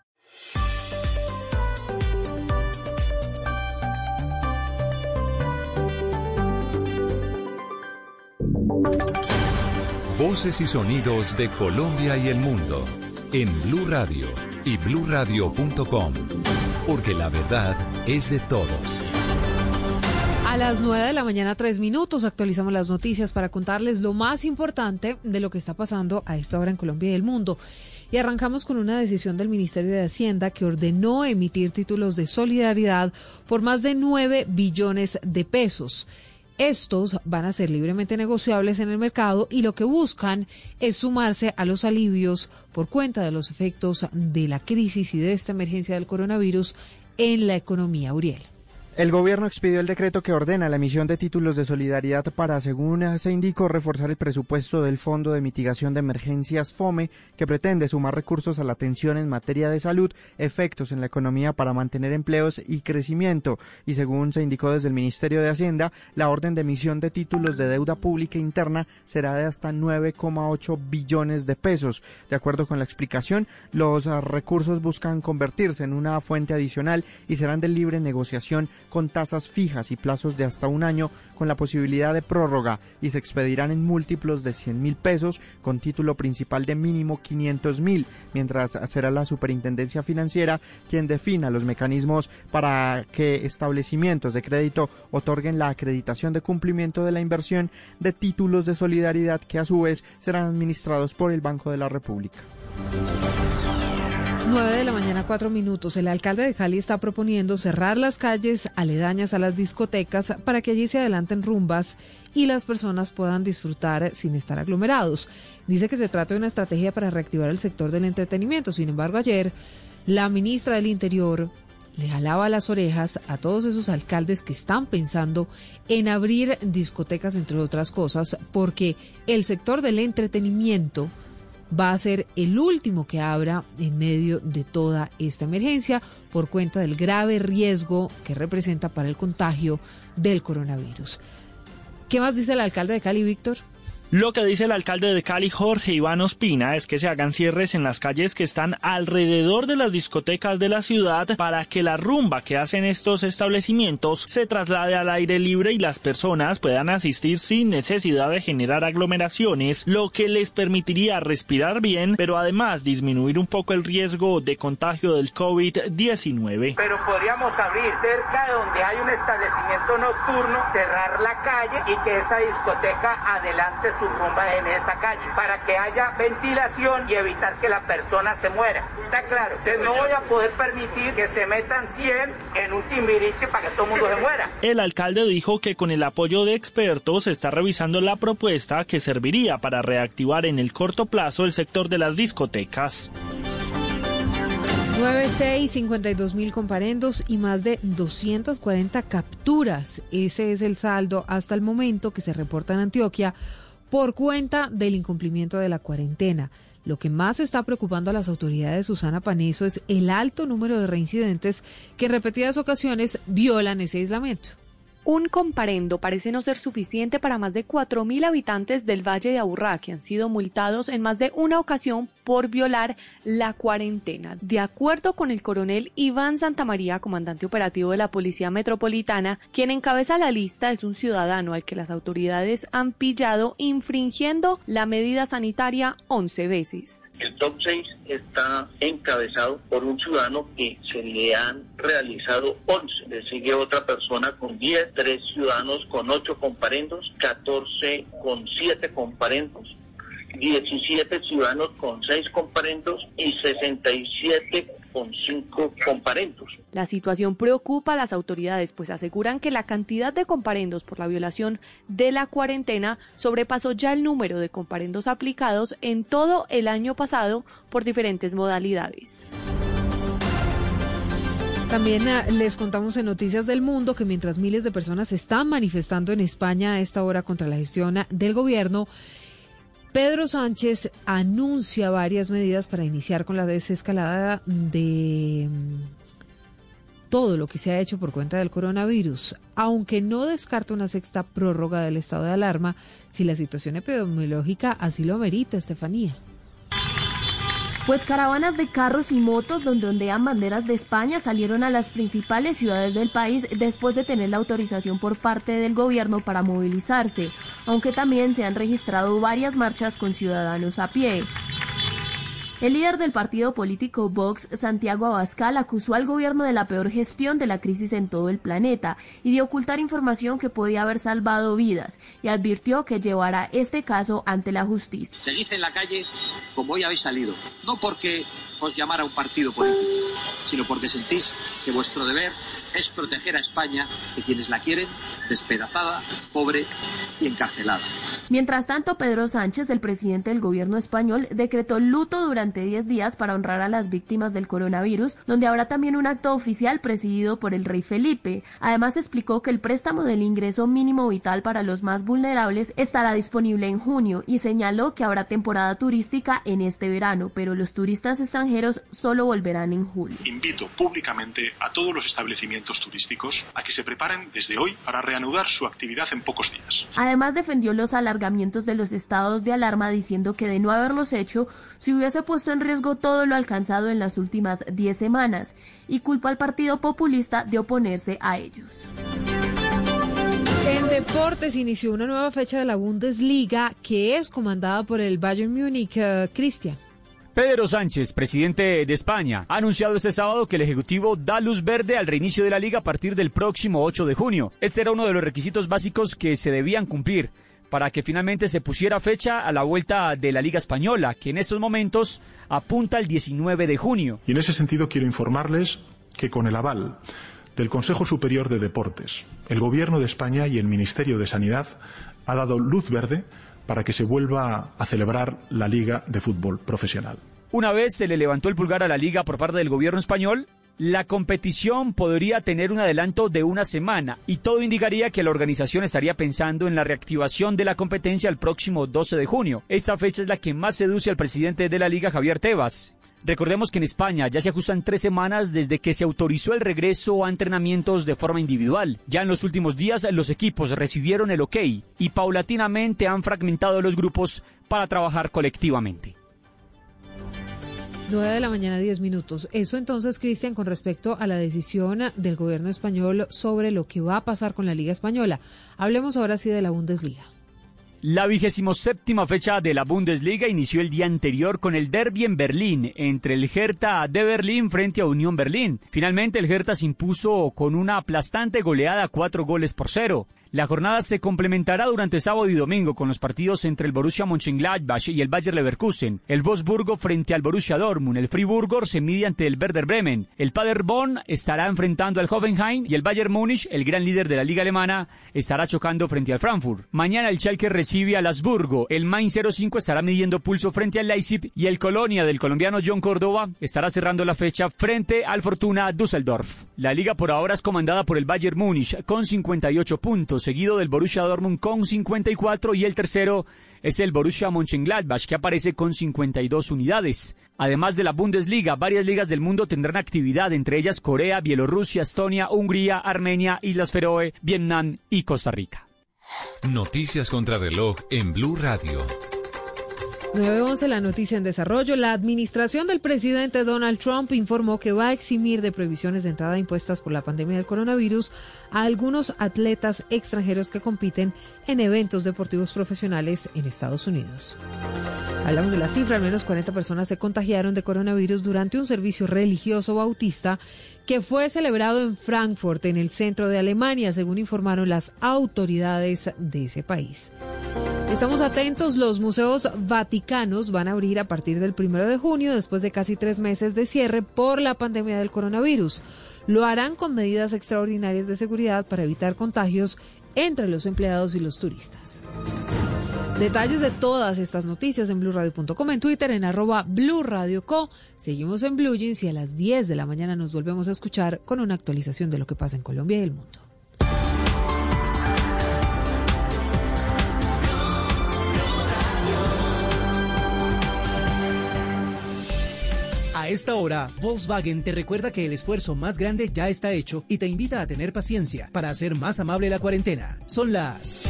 Voces y sonidos de Colombia y el mundo en Blue Radio y bluradio.com, porque la verdad es de todos. A las 9 de la mañana, 3 minutos, actualizamos las noticias para contarles lo más importante de lo que está pasando a esta hora en Colombia y el mundo. Y arrancamos con una decisión del Ministerio de Hacienda que ordenó emitir títulos de solidaridad por más de 9 billones de pesos. Estos van a ser libremente negociables en el mercado y lo que buscan es sumarse a los alivios por cuenta de los efectos de la crisis y de esta emergencia del coronavirus en la economía. Uriel. El gobierno expidió el decreto que ordena la emisión de títulos de solidaridad para, según se indicó, reforzar el presupuesto del Fondo de Mitigación de Emergencias FOME, que pretende sumar recursos a la atención en materia de salud, efectos en la economía para mantener empleos y crecimiento. Y según se indicó desde el Ministerio de Hacienda, la orden de emisión de títulos de deuda pública interna será de hasta 9,8 billones de pesos. De acuerdo con la explicación, los recursos buscan convertirse en una fuente adicional y serán de libre negociación con tasas fijas y plazos de hasta un año con la posibilidad de prórroga, y se expedirán en múltiplos de 100.000 pesos con título principal de mínimo 500.000, mientras será la Superintendencia Financiera quien defina los mecanismos para que establecimientos de crédito otorguen la acreditación de cumplimiento de la inversión de títulos de solidaridad, que a su vez serán administrados por el Banco de la República. 9:04 a.m. El alcalde de Cali está proponiendo cerrar las calles aledañas a las discotecas para que allí se adelanten rumbas y las personas puedan disfrutar sin estar aglomerados. Dice que se trata de una estrategia para reactivar el sector del entretenimiento. Sin embargo, ayer la ministra del Interior le jalaba las orejas a todos esos alcaldes que están pensando en abrir discotecas, entre otras cosas, porque el sector del entretenimiento va a ser el último que abra en medio de toda esta emergencia por cuenta del grave riesgo que representa para el contagio del coronavirus. ¿Qué más dice el alcalde de Cali, Víctor? Lo que dice el alcalde de Cali, Jorge Iván Ospina, es que se hagan cierres en las calles que están alrededor de las discotecas de la ciudad para que la rumba que hacen estos establecimientos se traslade al aire libre y las personas puedan asistir sin necesidad de generar aglomeraciones, lo que les permitiría respirar bien, pero además disminuir un poco el riesgo de contagio del COVID-19. Pero podríamos abrir cerca de donde hay un establecimiento nocturno, cerrar la calle y que esa discoteca adelante su rumba en esa calle, para que haya ventilación y evitar que la persona se muera. Está claro. Entonces no voy a poder permitir que se metan 100 en un Timbiriche para que todo el mundo se muera. El alcalde dijo que con el apoyo de expertos se está revisando la propuesta que serviría para reactivar en el corto plazo el sector de las discotecas. 52.000 comparendos y más de 240 capturas. Ese es el saldo hasta el momento que se reporta en Antioquia por cuenta del incumplimiento de la cuarentena. Lo que más está preocupando a las autoridades, Susana Paneso, es el alto número de reincidentes que en repetidas ocasiones violan ese aislamiento. Un comparendo parece no ser suficiente para más de 4.000 habitantes del Valle de Aburrá, que han sido multados en más de una ocasión por violar la cuarentena. De acuerdo con el coronel Iván Santamaría, comandante operativo de la Policía Metropolitana, quien encabeza la lista es un ciudadano al que las autoridades han pillado infringiendo la medida sanitaria 11 veces. El top 6 está encabezado por un ciudadano que se le han realizado 11. Le sigue otra persona con 10, 3 ciudadanos con 8 comparendos, 14 con 7 comparendos, 17 ciudadanos con 6 comparendos y 67 con 5 comparendos. La situación preocupa a las autoridades, pues aseguran que la cantidad de comparendos por la violación de la cuarentena sobrepasó ya el número de comparendos aplicados en todo el año pasado por diferentes modalidades. También les contamos en Noticias del Mundo que mientras miles de personas se están manifestando en España a esta hora contra la gestión del gobierno, Pedro Sánchez anuncia varias medidas para iniciar con la desescalada de todo lo que se ha hecho por cuenta del coronavirus, aunque no descarta una sexta prórroga del estado de alarma si la situación epidemiológica así lo amerita, Estefanía. Pues caravanas de carros y motos donde ondean banderas de España salieron a las principales ciudades del país después de tener la autorización por parte del gobierno para movilizarse, aunque también se han registrado varias marchas con ciudadanos a pie. El líder del partido político Vox, Santiago Abascal, acusó al gobierno de la peor gestión de la crisis en todo el planeta y de ocultar información que podía haber salvado vidas, y advirtió que llevará este caso ante la justicia. Seguid en la calle como hoy habéis salido, no porque os llamara un partido político, sino porque sentís que vuestro deber es proteger a España de quienes la quieren despedazada, pobre y encarcelada. Mientras tanto, Pedro Sánchez, el presidente del gobierno español, decretó luto durante durante 10 días para honrar a las víctimas del coronavirus, donde habrá también un acto oficial presidido por el rey Felipe. Además explicó que el préstamo del ingreso mínimo vital para los más vulnerables estará disponible en junio y señaló que habrá temporada turística en este verano, pero los turistas extranjeros solo volverán en julio. Invito públicamente a todos los establecimientos turísticos a que se preparen desde hoy para reanudar su actividad en pocos días. Además defendió los alargamientos de los estados de alarma, diciendo que de no haberlos hecho se hubiese puesto en riesgo todo lo alcanzado en las últimas 10 semanas y culpa al Partido Populista de oponerse a ellos. En deportes inició una nueva fecha de la Bundesliga que es comandada por el Bayern Múnich. Cristian. Pedro Sánchez, presidente de España, ha anunciado este sábado que el Ejecutivo da luz verde al reinicio de la Liga a partir del próximo 8 de junio. Este era uno de los requisitos básicos que se debían cumplir para que finalmente se pusiera fecha a la vuelta de la Liga Española, que en estos momentos apunta al 19 de junio. Y en ese sentido quiero informarles que con el aval del Consejo Superior de Deportes, el Gobierno de España y el Ministerio de Sanidad ha dado luz verde para que se vuelva a celebrar la Liga de Fútbol Profesional. Una vez se le levantó el pulgar a la Liga por parte del gobierno español, la competición podría tener un adelanto de una semana y todo indicaría que la organización estaría pensando en la reactivación de la competencia el próximo 12 de junio. Esta fecha es la que más seduce al presidente de la Liga, Javier Tebas. Recordemos que en España ya se ajustan 3 semanas desde que se autorizó el regreso a entrenamientos de forma individual. Ya en los últimos días los equipos recibieron el ok y paulatinamente han fragmentado los grupos para trabajar colectivamente. 9 de la mañana, 10 minutos. Eso entonces, Cristian, con respecto a la decisión del gobierno español sobre lo que va a pasar con la Liga Española. Hablemos ahora sí de la Bundesliga. La 27ª fecha de la Bundesliga inició el día anterior con el derbi en Berlín entre el Hertha de Berlín frente a Unión Berlín. Finalmente el Hertha se impuso con una aplastante goleada 4-0. La jornada se complementará durante sábado y domingo con los partidos entre el Borussia Mönchengladbach y el Bayer Leverkusen, el Wolfsburgo frente al Borussia Dortmund, el Friburgo se mide ante el Werder Bremen, el Paderborn estará enfrentando al Hoffenheim y el Bayern Múnich, el gran líder de la liga alemana, estará chocando frente al Frankfurt. Mañana el Schalke recibe al Habsburgo, el Mainz 05 estará midiendo pulso frente al Leipzig y el Colonia del colombiano John Córdoba estará cerrando la fecha frente al Fortuna Düsseldorf. La liga por ahora es comandada por el Bayern Múnich con 58 puntos. Seguido del Borussia Dortmund con 54 y el tercero es el Borussia Mönchengladbach que aparece con 52 unidades. Además de la Bundesliga, varias ligas del mundo tendrán actividad, entre ellas Corea, Bielorrusia, Estonia, Hungría, Armenia, Islas Feroe, Vietnam y Costa Rica. Noticias contra reloj en Blue Radio. 9:11, la noticia en desarrollo. La administración del presidente Donald Trump informó que va a eximir de prohibiciones de entrada impuestas por la pandemia del coronavirus a algunos atletas extranjeros que compiten en eventos deportivos profesionales en Estados Unidos. Hablamos de la cifra, al menos 40 personas se contagiaron de coronavirus durante un servicio religioso bautista que fue celebrado en Frankfurt, en el centro de Alemania, según informaron las autoridades de ese país. Estamos atentos, los museos vaticanos van a abrir a partir del 1 de junio, después de casi 3 meses de cierre por la pandemia del coronavirus. Lo harán con medidas extraordinarias de seguridad para evitar contagios entre los empleados y los turistas. Detalles de todas estas noticias en blurradio.com, en Twitter, en @blurradioco. Seguimos en Blue Jeans y a las 10 de la mañana nos volvemos a escuchar con una actualización de lo que pasa en Colombia y el mundo. A esta hora, Volkswagen te recuerda que el esfuerzo más grande ya está hecho y te invita a tener paciencia para hacer más amable la cuarentena. Son las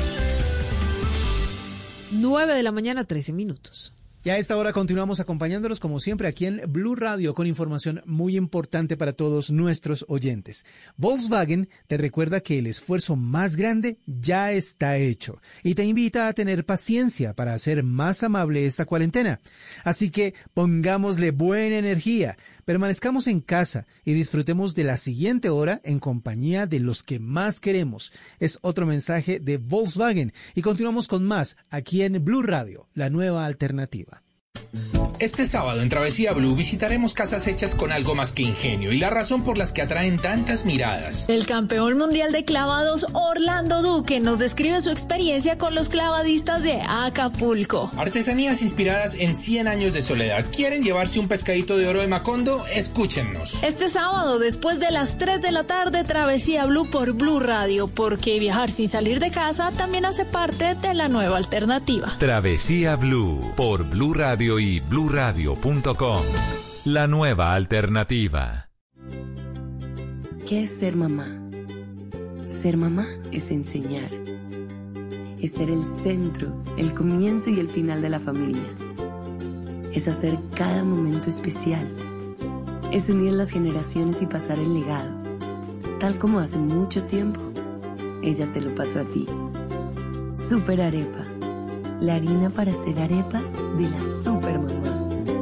9 de la mañana, 13 minutos. Y a esta hora continuamos acompañándolos como siempre aquí en Blue Radio con información muy importante para todos nuestros oyentes. Volkswagen te recuerda que el esfuerzo más grande ya está hecho y te invita a tener paciencia para hacer más amable esta cuarentena. Así que pongámosle buena energía, permanezcamos en casa y disfrutemos de la siguiente hora en compañía de los que más queremos. Es otro mensaje de Volkswagen y continuamos con más aquí en Blue Radio, la nueva alternativa. Este sábado en Travesía Blue visitaremos casas hechas con algo más que ingenio y la razón por las que atraen tantas miradas. El campeón mundial de clavados Orlando Duque nos describe su experiencia con los clavadistas de Acapulco. Artesanías inspiradas en 100 años de soledad. ¿Quieren llevarse un pescadito de oro de Macondo? Escúchennos. Este sábado, después de las 3 de la tarde, Travesía Blue por Blue Radio, porque viajar sin salir de casa también hace parte de la nueva alternativa. Travesía Blue por Blue Radio y BlueRadio.com. La nueva alternativa. ¿Qué es ser mamá? Ser mamá es enseñar. Es ser el centro, el comienzo y el final de la familia. Es hacer cada momento especial. Es unir las generaciones y pasar el legado. Tal como hace mucho tiempo, ella te lo pasó a ti. Super Arepa. La harina para hacer arepas de las supermamás.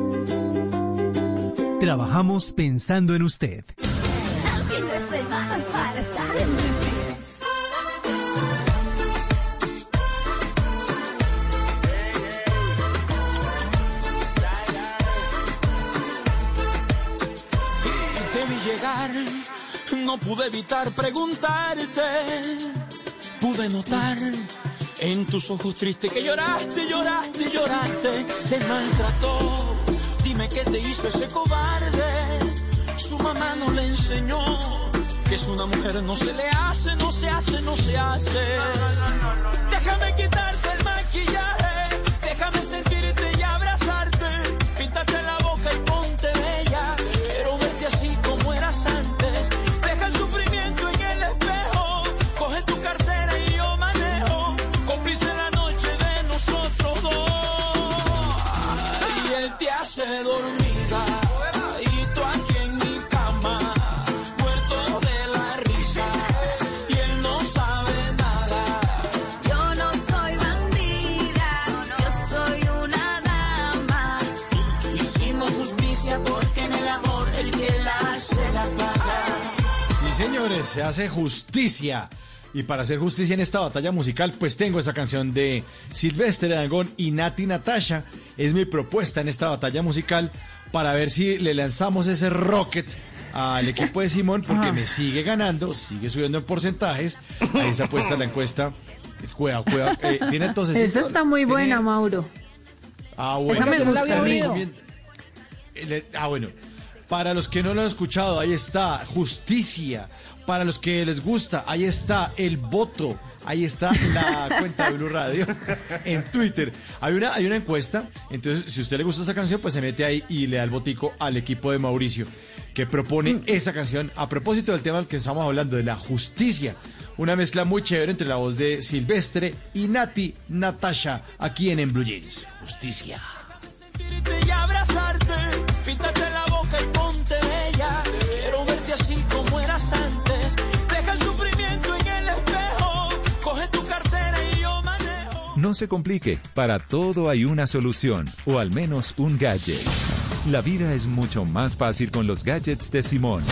Trabajamos pensando en usted. Te vi llegar, no pude evitar preguntarte. Pude notar en tus ojos tristes que lloraste, lloraste, lloraste. Te maltrató, dime qué te hizo ese cobarde. Su mamá no le enseñó que es una mujer, no se le hace, no se hace, no se hace. Déjame quitarte el maquillaje, déjame sentirte y abrazarte. Píntate la boca y ponte bella, quiero verte así como eras antes. Deja el sufrimiento en el espejo, coge tu cartera y yo manejo. Cómplice la noche de nosotros dos. Y él te hace dormida y tú aquí en mi cama, muerto de la risa, y él no sabe nada. Yo no soy bandida, yo soy una dama. Hicimos justicia porque en el amor el que la hace la paga. Sí, señores, se hace justicia. Y para hacer justicia en esta batalla musical, pues tengo esa canción de Silvestre Dangond y Nati Natasha. Es mi propuesta en esta batalla musical para ver si le lanzamos ese rocket al equipo de Simón, porque me sigue ganando, sigue subiendo en porcentajes. Ahí está puesta la encuesta. Cuidado, cuidado. Tiene entonces. Esa está muy buena, Mauro. Bueno. Esa me gusta. Bueno. Para los que no lo han escuchado, ahí está Justicia. Para los que les gusta, ahí está el voto. Ahí está la cuenta de Blue Radio en Twitter. Hay una encuesta. Entonces, si a usted le gusta esa canción, pues se mete ahí y le da el votico al equipo de Mauricio, que propone esa canción a propósito del tema del que estamos hablando, de la justicia. Una mezcla muy chévere entre la voz de Silvestre y Nati Natasha, aquí en Blue Jeans. Justicia. Y abrazarte, píntate la boca y ponte bella. Quiero verte así como eras antes. Deja el sufrimiento en el espejo. Coge tu cartera y yo manejo. No se complique, para todo hay una solución, o al menos un gadget. La vida es mucho más fácil con los gadgets de Simón.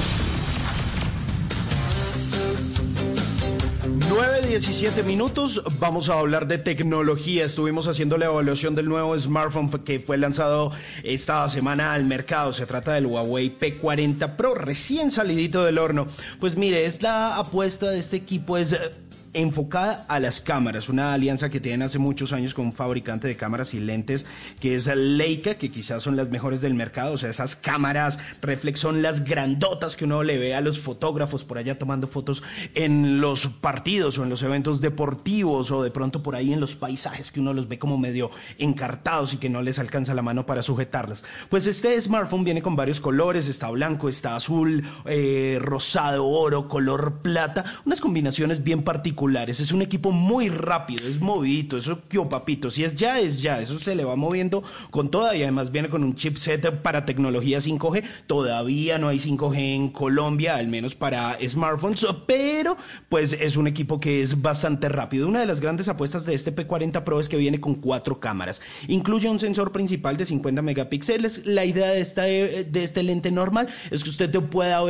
9:17 minutos, vamos a hablar de tecnología. Estuvimos haciendo la evaluación del nuevo smartphone que fue lanzado esta semana al mercado. Se trata del Huawei P40 Pro, recién salidito del horno. Pues mire, es la apuesta de este equipo, es enfocada a las cámaras, una alianza que tienen hace muchos años con un fabricante de cámaras y lentes que es Leica, que quizás son las mejores del mercado. O sea, esas cámaras reflex son las grandotas que uno le ve a los fotógrafos por allá tomando fotos en los partidos o en los eventos deportivos, o de pronto por ahí en los paisajes que uno los ve como medio encartados y que no les alcanza la mano para sujetarlas. Pues este smartphone viene con varios colores, está blanco, está azul, rosado, oro, color plata, unas combinaciones bien particulares. Es un equipo muy rápido, es movidito, eso pio papito, si es ya, eso se le va moviendo con toda, y además viene con un chipset para tecnología 5G, todavía no hay 5G en Colombia, al menos para smartphones, pero pues es un equipo que es bastante rápido. Una de las grandes apuestas de este P40 Pro es que viene con 4 cámaras, incluye un sensor principal de 50 megapíxeles, la idea de este lente normal es que usted pueda ver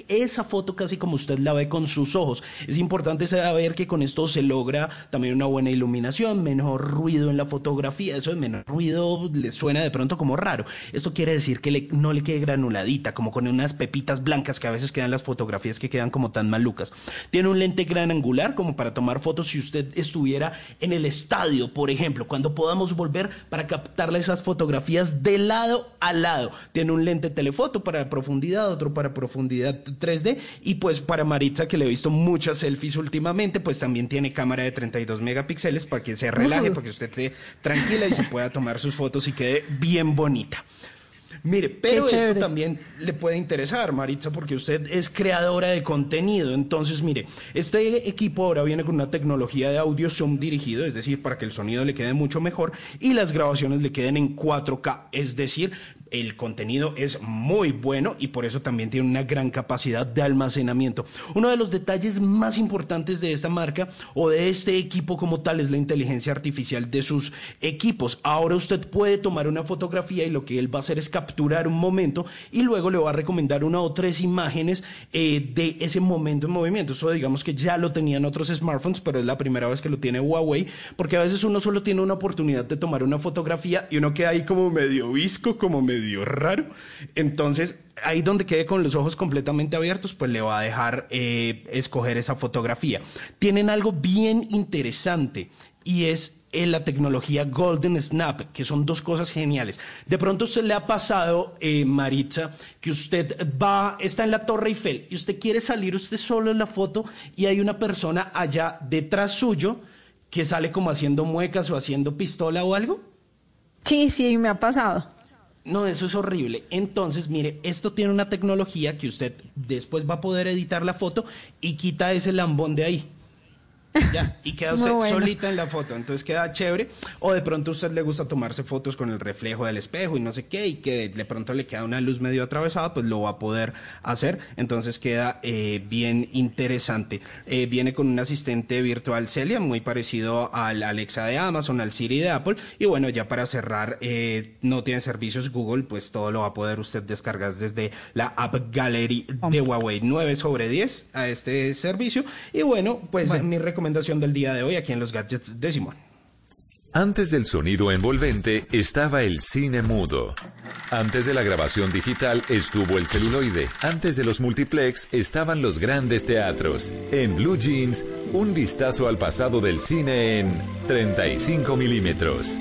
esa foto casi como usted la ve con sus ojos. Es importante saber que con esto se logra también una buena iluminación, menor ruido en la fotografía. Eso de menor ruido les suena de pronto como raro. Esto quiere decir que no le quede granuladita, como con unas pepitas blancas que a veces quedan las fotografías que quedan como tan malucas. Tiene un lente gran angular como para tomar fotos si usted estuviera en el estadio, por ejemplo, cuando podamos volver para captarle esas fotografías de lado a lado. Tiene un lente telefoto para profundidad, otro para profundidad 3D, y pues para Maritza, que le he visto muchas selfies últimamente, pues también tiene cámara de 32 megapíxeles para que se relaje, para que usted esté tranquila y se pueda tomar sus fotos y quede bien bonita. Mire, pero esto también le puede interesar, Maritza, porque usted es creadora de contenido. Entonces, mire, este equipo ahora viene con una tecnología de audio zoom dirigido, es decir, para que el sonido le quede mucho mejor y las grabaciones le queden en 4K, es decir, el contenido es muy bueno y por eso también tiene una gran capacidad de almacenamiento. Uno de los detalles más importantes de esta marca o de este equipo como tal es la inteligencia artificial de sus equipos. Ahora usted puede tomar una fotografía y lo que él va a hacer es capturar un momento y luego le va a recomendar 1 o 3 imágenes de ese momento en movimiento. Eso digamos que ya lo tenían otros smartphones, pero es la primera vez que lo tiene Huawei, porque a veces uno solo tiene una oportunidad de tomar una fotografía y uno queda ahí como medio visco, como medio raro. Entonces ahí donde quede con los ojos completamente abiertos, pues le va a dejar escoger esa fotografía. Tienen algo bien interesante y es la tecnología Golden Snap, que son 2 cosas geniales. De pronto se le ha pasado, Maritza, que usted está en la Torre Eiffel y usted quiere salir usted solo en la foto y hay una persona allá detrás suyo que sale como haciendo muecas o haciendo pistola o algo. Sí, me ha pasado. No, eso es horrible. Entonces, mire, esto tiene una tecnología que usted después va a poder editar la foto y quita ese lambón de ahí. Ya, y queda usted solita en la foto, entonces queda chévere. O de pronto a usted le gusta tomarse fotos con el reflejo del espejo y no sé qué, y que de pronto le queda una luz medio atravesada, pues lo va a poder hacer. Entonces queda bien interesante. Viene con un asistente virtual Celia, muy parecido al Alexa de Amazon, al Siri de Apple. Y bueno, ya para cerrar, no tiene servicios Google, pues todo lo va a poder usted descargar desde la App Gallery de Huawei. 9/10 a este servicio. Y bueno, pues mi recomendación del día de hoy aquí en los gadgets de Simón. Antes del sonido envolvente estaba el cine mudo. Antes de la grabación digital estuvo el celuloide. Antes de los multiplex estaban los grandes teatros. En Blue Jeans, un vistazo al pasado del cine en 35 milímetros.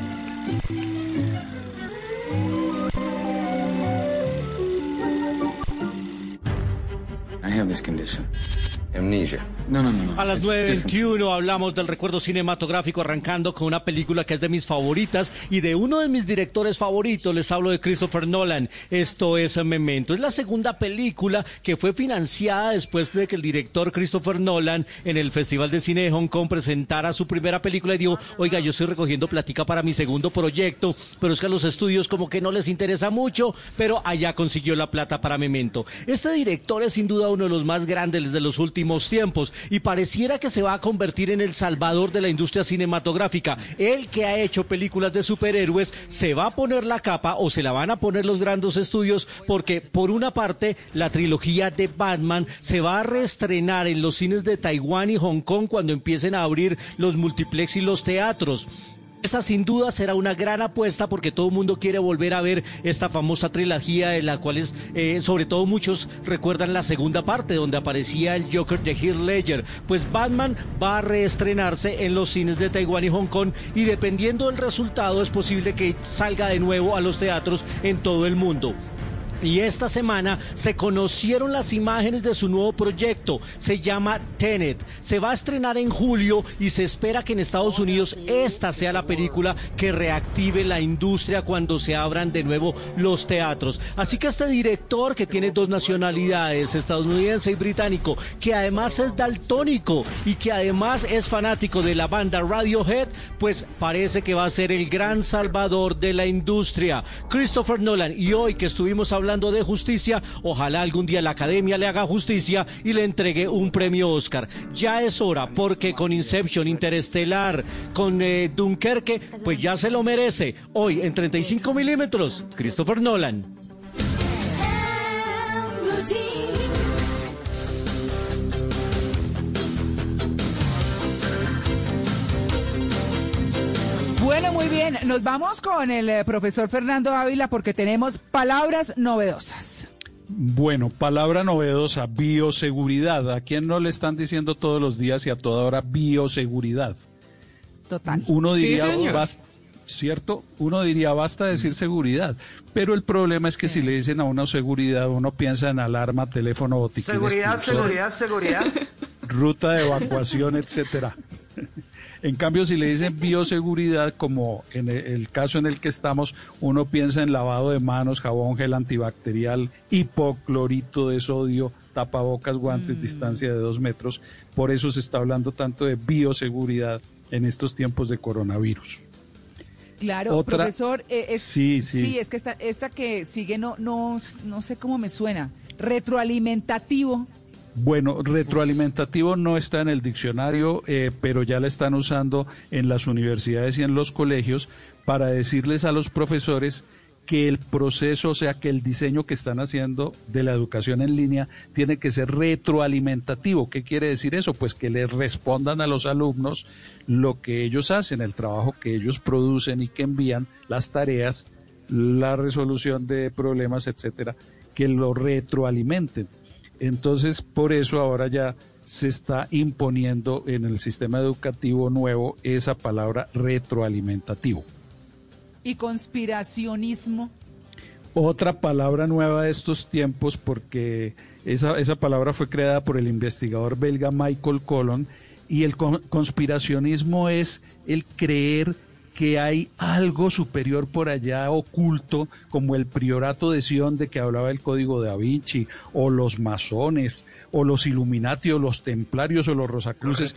I have this condition. Amnesia. No. A las 9:21 hablamos del recuerdo cinematográfico, arrancando con una película que es de mis favoritas y de uno de mis directores favoritos. Les hablo de Christopher Nolan. Esto es Memento. Es la segunda película que fue financiada después de que el director Christopher Nolan en el Festival de Cine de Hong Kong presentara su primera película y dijo: oiga, yo estoy recogiendo plática para mi segundo proyecto, pero es que a los estudios como que no les interesa mucho, pero allá consiguió la plata para Memento. Este director es sin duda uno de los más grandes de los últimos tiempos y pareciera que se va a convertir en el salvador de la industria cinematográfica. Él, que ha hecho películas de superhéroes, se va a poner la capa o se la van a poner los grandes estudios, porque por una parte la trilogía de Batman se va a reestrenar en los cines de Taiwán y Hong Kong cuando empiecen a abrir los multiplex y los teatros. Esa sin duda será una gran apuesta porque todo el mundo quiere volver a ver esta famosa trilogía de la cual sobre todo muchos recuerdan la segunda parte donde aparecía el Joker de Heath Ledger. Pues Batman va a reestrenarse en los cines de Taiwán y Hong Kong y dependiendo del resultado es posible que salga de nuevo a los teatros en todo el mundo. Y esta semana se conocieron las imágenes de su nuevo proyecto, se llama Tenet, se va a estrenar en julio y se espera que en Estados Unidos esta sea la película que reactive la industria cuando se abran de nuevo los teatros. Así que este director, que tiene 2 nacionalidades, estadounidense y británico, que además es daltónico y que además es fanático de la banda Radiohead, pues parece que va a ser el gran salvador de la industria. Christopher Nolan, y hoy que estuvimos hablando de justicia, ojalá algún día la Academia le haga justicia y le entregue un premio Oscar. Ya es hora, porque con Inception, Interestelar, con Dunkerque, pues ya se lo merece. Hoy en 35 milímetros, Christopher Nolan. bien, nos vamos con el profesor Fernando Ávila porque tenemos palabras novedosas. Bueno, palabra novedosa, bioseguridad. ¿A quién no le están diciendo todos los días y a toda hora bioseguridad? Total. Uno diría, Sí, basta, ¿cierto? Uno diría, basta decir seguridad. Pero el problema es que si le dicen a una seguridad, uno piensa en alarma, teléfono, botiquín. Seguridad. Ruta de evacuación, etcétera. En cambio, si le dicen bioseguridad, como en el caso en el que estamos, uno piensa en lavado de manos, jabón, gel antibacterial, hipoclorito de sodio, tapabocas, guantes, distancia de 2 metros. Por eso se está hablando tanto de bioseguridad en estos tiempos de coronavirus. Claro, Otra, profesor, sí, es que esta que sigue no sé cómo me suena. Retroalimentativo. Bueno, retroalimentativo no está en el diccionario, pero ya la están usando en las universidades y en los colegios para decirles a los profesores que el proceso, o sea, que el diseño que están haciendo de la educación en línea tiene que ser retroalimentativo. ¿Qué quiere decir eso? Pues que les respondan a los alumnos lo que ellos hacen, el trabajo que ellos producen y que envían, las tareas, la resolución de problemas, etcétera, que lo retroalimenten. Entonces, por eso ahora ya se está imponiendo en el sistema educativo nuevo esa palabra retroalimentativo. ¿Y conspiracionismo? Otra palabra nueva de estos tiempos, porque esa palabra fue creada por el investigador belga Michael Collon, y el conspiracionismo es el creer que hay algo superior por allá oculto, como el priorato de Sion de que hablaba el Código de Da Vinci, o los masones, o los Illuminati, o los templarios, o los rosacruces,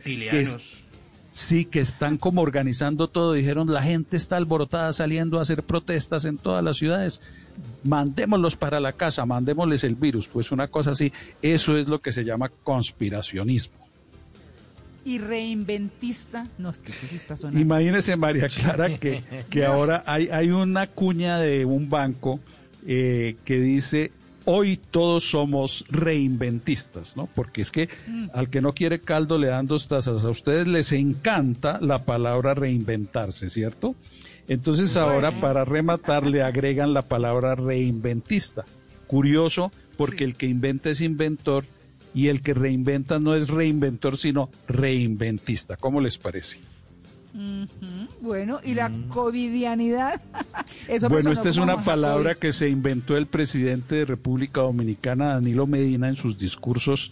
que están como organizando todo. Dijeron, la gente está alborotada saliendo a hacer protestas en todas las ciudades, mandémoslos para la casa, mandémosles el virus. Pues una cosa así, eso es lo que se llama conspiracionismo. Y reinventista, no, es que eso sí está sonando. Imagínese, María Clara, que ahora hay una cuña de un banco que dice, hoy todos somos reinventistas, ¿no? Porque es que al que no quiere caldo le dan 2 tazas. A ustedes les encanta la palabra reinventarse, ¿cierto? Entonces ahora para rematar le agregan la palabra reinventista. Curioso, porque el que inventa es inventor, y el que reinventa no es reinventor, sino reinventista. ¿Cómo les parece? Bueno, ¿y la covidianidad? Bueno, esta es una palabra que se inventó el presidente de República Dominicana, Danilo Medina, en sus discursos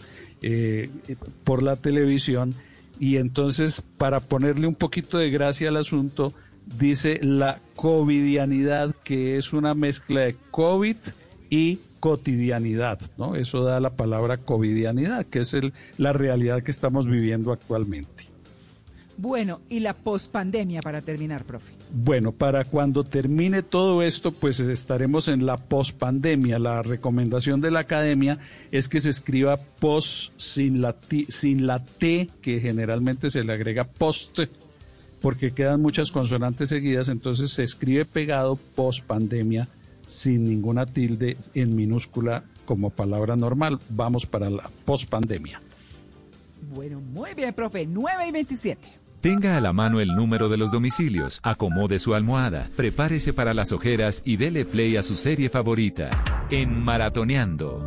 por la televisión, y entonces, para ponerle un poquito de gracia al asunto, dice la covidianidad, que es una mezcla de COVID y cotidianidad, ¿no? Eso da la palabra covidianidad, que es la realidad que estamos viviendo actualmente. Bueno, y la pospandemia para terminar, profe. Bueno, para cuando termine todo esto, pues estaremos en la pospandemia. La recomendación de la academia es que se escriba pos sin la T, que generalmente se le agrega post, porque quedan muchas consonantes seguidas, entonces se escribe pegado pospandemia, sin ninguna tilde, en minúscula, como palabra normal. Vamos para la pospandemia. Bueno, muy bien, profe. 9:27. Tenga a la mano el número de los domicilios, acomode su almohada, prepárese para las ojeras y dele play a su serie favorita, en Maratoneando.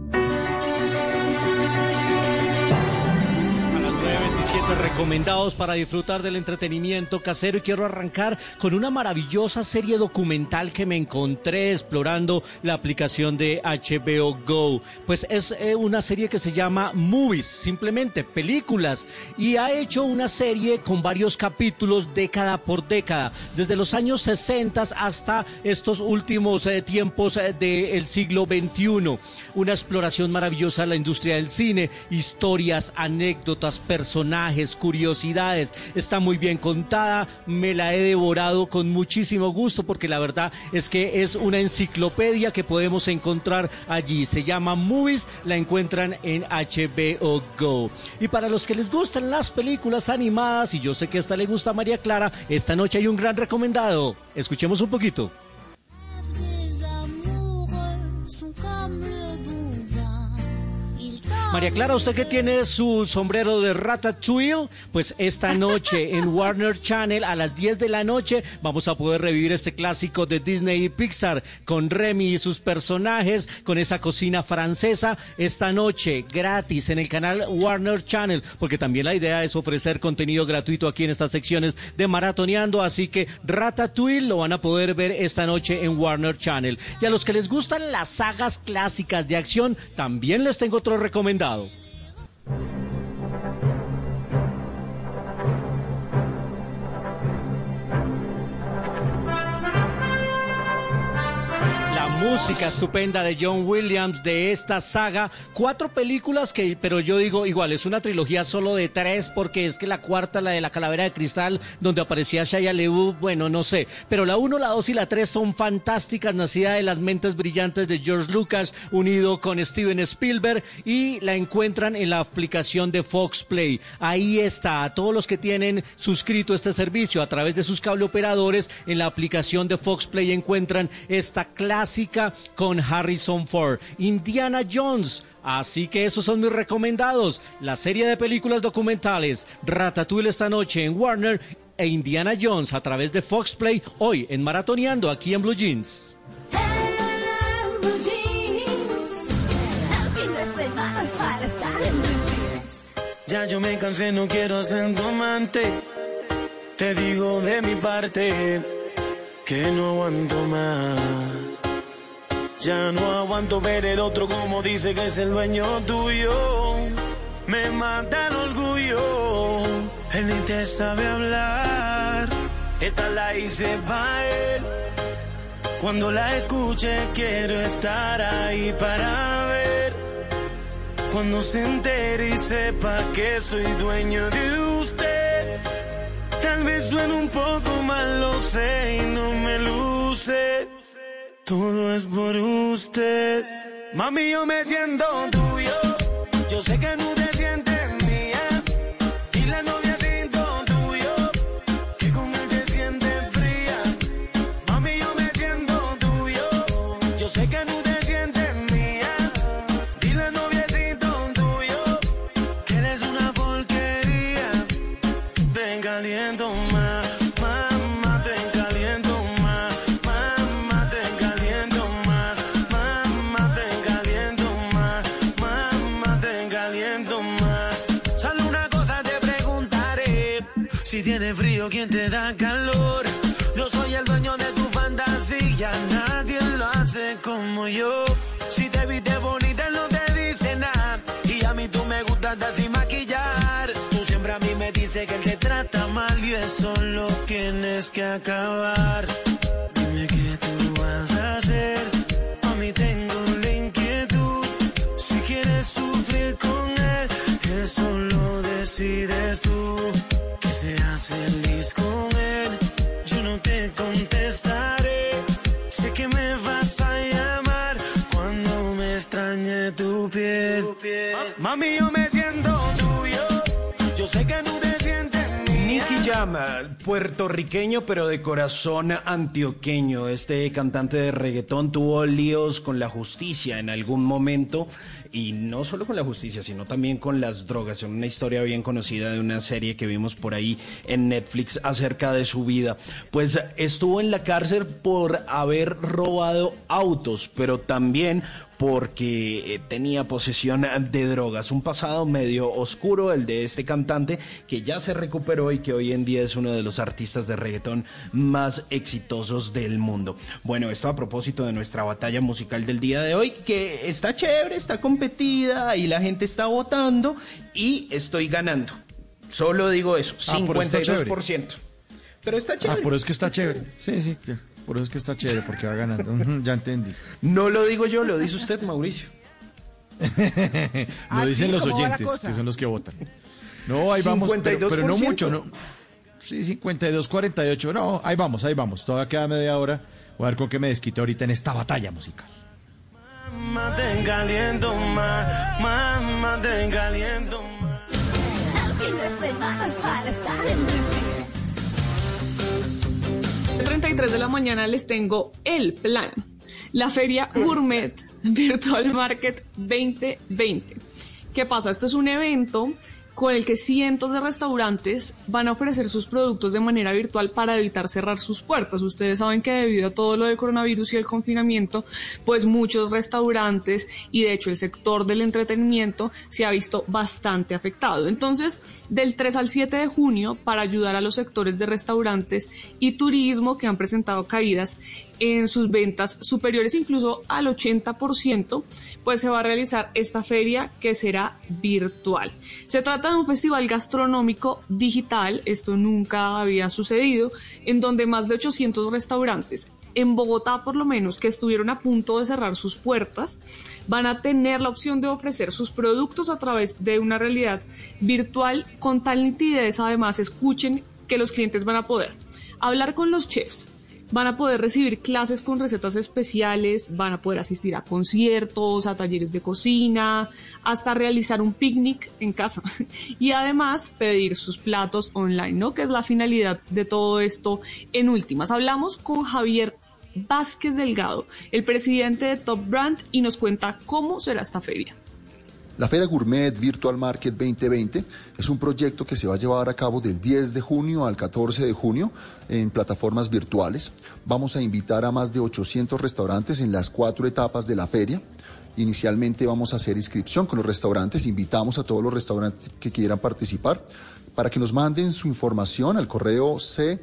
7 recomendados para disfrutar del entretenimiento casero, y quiero arrancar con una maravillosa serie documental que me encontré explorando la aplicación de HBO Go. Pues es una serie que se llama Movies, simplemente películas, y ha hecho una serie con varios capítulos década por década, desde los años 60 hasta estos últimos tiempos del siglo XXI. Una exploración maravillosa de la industria del cine, historias, anécdotas, personajes, curiosidades. Está muy bien contada, me la he devorado con muchísimo gusto, porque la verdad es que es una enciclopedia que podemos encontrar allí. Se llama Movies, la encuentran en HBO Go. Y para los que les gustan las películas animadas, y yo sé que esta le gusta a María Clara, esta noche hay un gran recomendado. Escuchemos un poquito. María Clara, usted que tiene su sombrero de Ratatouille, pues esta noche en Warner Channel a las 10 de la noche vamos a poder revivir este clásico de Disney y Pixar con Remy y sus personajes, con esa cocina francesa, esta noche gratis en el canal Warner Channel, porque también la idea es ofrecer contenido gratuito aquí en estas secciones de Maratoneando, así que Ratatouille lo van a poder ver esta noche en Warner Channel. Y a los que les gustan las sagas clásicas de acción, también les tengo otro recomendado. Música estupenda de John Williams de esta saga, 4 películas pero yo digo igual, es una trilogía solo de 3 porque es que la cuarta, la de la Calavera de Cristal, donde aparecía Shia LaBeouf, bueno, no sé, pero la 1, la 2 y la 3 son fantásticas, nacida de las mentes brillantes de George Lucas, unido con Steven Spielberg, y la encuentran en la aplicación de Fox Play. Ahí está, a todos los que tienen suscrito este servicio a través de sus cable operadores, en la aplicación de Fox Play encuentran esta clásica con Harrison Ford, Indiana Jones. Así que esos son mis recomendados, la serie de películas documentales Ratatouille esta noche en Warner e Indiana Jones a través de Fox Play hoy en Maratoneando aquí en Blue Jeans. Ya yo me cansé, no quiero ser tu amante. Te digo de mi parte que no aguanto más. Ya no aguanto ver el otro como dice que es el dueño tuyo. Me mata el orgullo. Él ni te sabe hablar. Esta la hice pa' él. Cuando la escuche quiero estar ahí para ver. Cuando se entere y sepa que soy dueño de usted. Tal vez suene un poco mal, lo sé y no me luce. Todo es por usted. Mami, yo me siento tuyo. Yo sé que no te sientes mía. Y la novia siento tuyo. Que con él te sientes fría. Mami, yo me siento tuyo. Yo sé que no te sientes mía. Y la novia siento tuyo. Que eres una porquería. Te caliento más. Si tienes frío, ¿quién te da calor? Yo soy el dueño de tu fantasía, nadie lo hace como yo. Si te viste bonita, no te dice nada. Y a mí tú me gustas sin maquillar. Tú siempre a mí me dices que él te trata mal y eso lo tienes que acabar. Dime qué tú vas a hacer. A mí tengo la inquietud. Si quieres sufrir con él, eso lo decides tú. Que seas feliz con él, yo no te contestaré. Sé que me vas a llamar cuando me extrañe tu piel. Mami, yo me siento tuyo. Yo sé que tú te sientes mía. Nicky Jam, puertorriqueño pero de corazón antioqueño. Este cantante de reggaetón tuvo líos con la justicia en algún momento. Y no solo con la justicia, sino también con las drogas. Una historia bien conocida de una serie que vimos por ahí en Netflix acerca de su vida. Pues estuvo en la cárcel por haber robado autos, pero también porque tenía posesión de drogas. Un pasado medio oscuro el de este cantante, que ya se recuperó y que hoy en día es uno de los artistas de reggaetón más exitosos del mundo. Bueno, esto a propósito de nuestra batalla musical del día de hoy, que está chévere, está competida y la gente está votando y estoy ganando. Solo digo eso, 52%. Pero está chévere. Pero es que está chévere. Sí. Por eso es que está chévere, porque va ganando. Ya entendí. No lo digo yo, lo dice usted, Mauricio. Lo dicen los oyentes, que son los que votan. No, ahí vamos, pero no mucho, ¿no? Sí, 52, 48. No, ahí vamos. Todavía queda media hora. Voy a ver con qué me desquito ahorita en esta batalla musical. Mamá, te caliento más. Mamá, te caliento más. El fin de semana es para estar en Blue Jeans. 33 de la mañana les tengo el plan. La Feria Gourmet Virtual Market 2020. ¿Qué pasa? Esto es un evento con el que cientos de restaurantes van a ofrecer sus productos de manera virtual para evitar cerrar sus puertas. Ustedes saben que debido a todo lo del coronavirus y el confinamiento, pues muchos restaurantes y de hecho el sector del entretenimiento se ha visto bastante afectado. Entonces, del 3 al 7 de junio, para ayudar a los sectores de restaurantes y turismo que han presentado caídas en sus ventas superiores incluso al 80%, pues se va a realizar esta feria que será virtual. Se trata de un festival gastronómico digital, esto nunca había sucedido, en donde más de 800 restaurantes, en Bogotá por lo menos, que estuvieron a punto de cerrar sus puertas, van a tener la opción de ofrecer sus productos a través de una realidad virtual con tal nitidez. Además, escuchen que los clientes van a poder hablar con los chefs, van a poder recibir clases con recetas especiales, van a poder asistir a conciertos, a talleres de cocina, hasta realizar un picnic en casa y además pedir sus platos online, ¿no? Que es la finalidad de todo esto en últimas. Hablamos con Javier Vázquez Delgado, el presidente de Top Brand, y nos cuenta cómo será esta feria. La Feria Gourmet Virtual Market 2020 es un proyecto que se va a llevar a cabo del 10 de junio al 14 de junio en plataformas virtuales. Vamos a invitar a más de 800 restaurantes en las 4 etapas de la feria. Inicialmente vamos a hacer inscripción con los restaurantes. Invitamos a todos los restaurantes que quieran participar para que nos manden su información al correo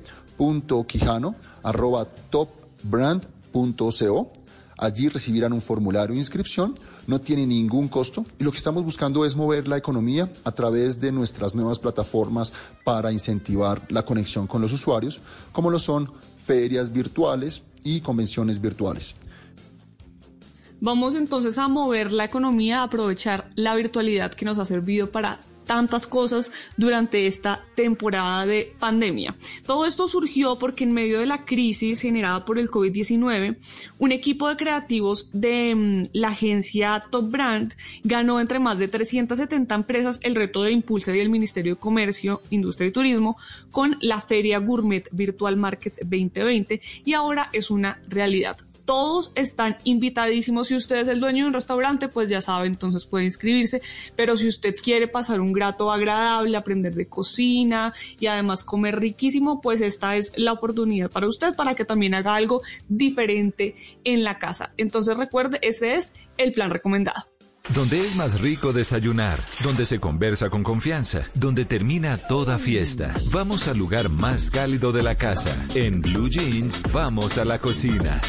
c.quijano@topbrand.co. Allí recibirán un formulario de inscripción, no tiene ningún costo y lo que estamos buscando es mover la economía a través de nuestras nuevas plataformas para incentivar la conexión con los usuarios, como lo son ferias virtuales y convenciones virtuales. Vamos entonces a mover la economía, a aprovechar la virtualidad que nos ha servido para tantas cosas durante esta temporada de pandemia. Todo esto surgió porque en medio de la crisis generada por el COVID-19, un equipo de creativos de la agencia Top Brand ganó entre más de 370 empresas el reto de impulso del Ministerio de Comercio, Industria y Turismo con la Feria Gourmet Virtual Market 2020 y ahora es una realidad. Todos están invitadísimos. Si usted es el dueño de un restaurante, pues ya sabe, entonces puede inscribirse. Pero si usted quiere pasar un rato agradable, aprender de cocina y además comer riquísimo, pues esta es la oportunidad para usted, para que también haga algo diferente en la casa. Entonces recuerde, ese es el plan recomendado. Donde es más rico desayunar, donde se conversa con confianza, donde termina toda fiesta. Vamos al lugar más cálido de la casa. En Blue Jeans, vamos a la cocina.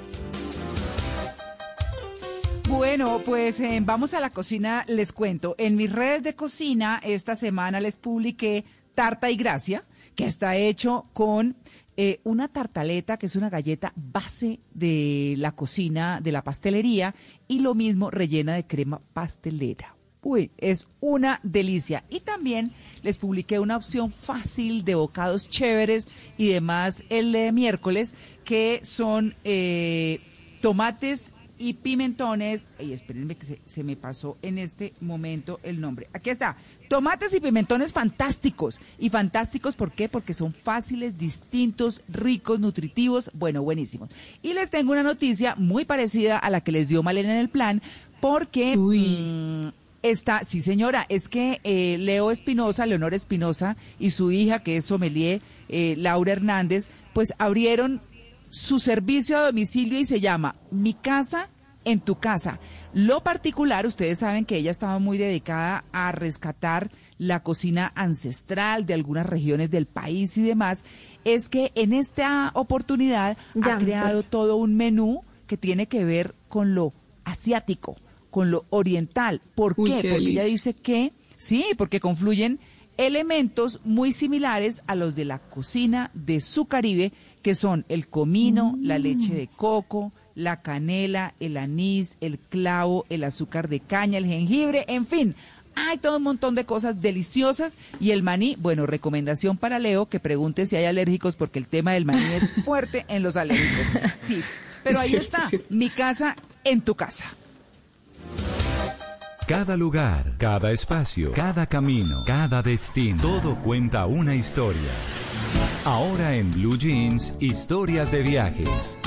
Bueno, pues vamos a la cocina, les cuento. En mis redes de cocina esta semana les publiqué Tarta y Gracia, que está hecho con una tartaleta, que es una galleta base de la cocina, de la pastelería, y lo mismo rellena de crema pastelera. Uy, es una delicia. Y también les publiqué una opción fácil de bocados chéveres y demás el miércoles, que son tomates y pimentones. Y espérenme que se me pasó en este momento el nombre. Aquí está. Tomates y pimentones fantásticos. Y fantásticos, ¿por qué? Porque son fáciles, distintos, ricos, nutritivos, bueno, buenísimos. Y les tengo una noticia muy parecida a la que les dio Malena en el plan, porque sí señora, es que Leonor Espinosa y su hija, que es sommelier, Laura Hernández, pues abrieron su servicio a domicilio y se llama Mi Casa en tu Casa. Lo particular, ustedes saben que ella estaba muy dedicada a rescatar la cocina ancestral de algunas regiones del país y demás, es que en esta oportunidad ha creado todo un menú que tiene que ver con lo asiático, con lo oriental. ¿Por qué? Porque ella dice que, sí, porque confluyen elementos muy similares a los de la cocina de su Caribe, que son el comino, la leche de coco, la canela, el anís, el clavo, el azúcar de caña, el jengibre, en fin, hay todo un montón de cosas deliciosas. Y el maní, bueno, recomendación para Leo, que pregunte si hay alérgicos, porque el tema del maní es fuerte en los alérgicos. Sí, pero ahí está, Mi Casa en tu Casa. Cada lugar, cada espacio, cada camino, cada destino, todo cuenta una historia. Ahora en Blue Jeans, historias de viajes.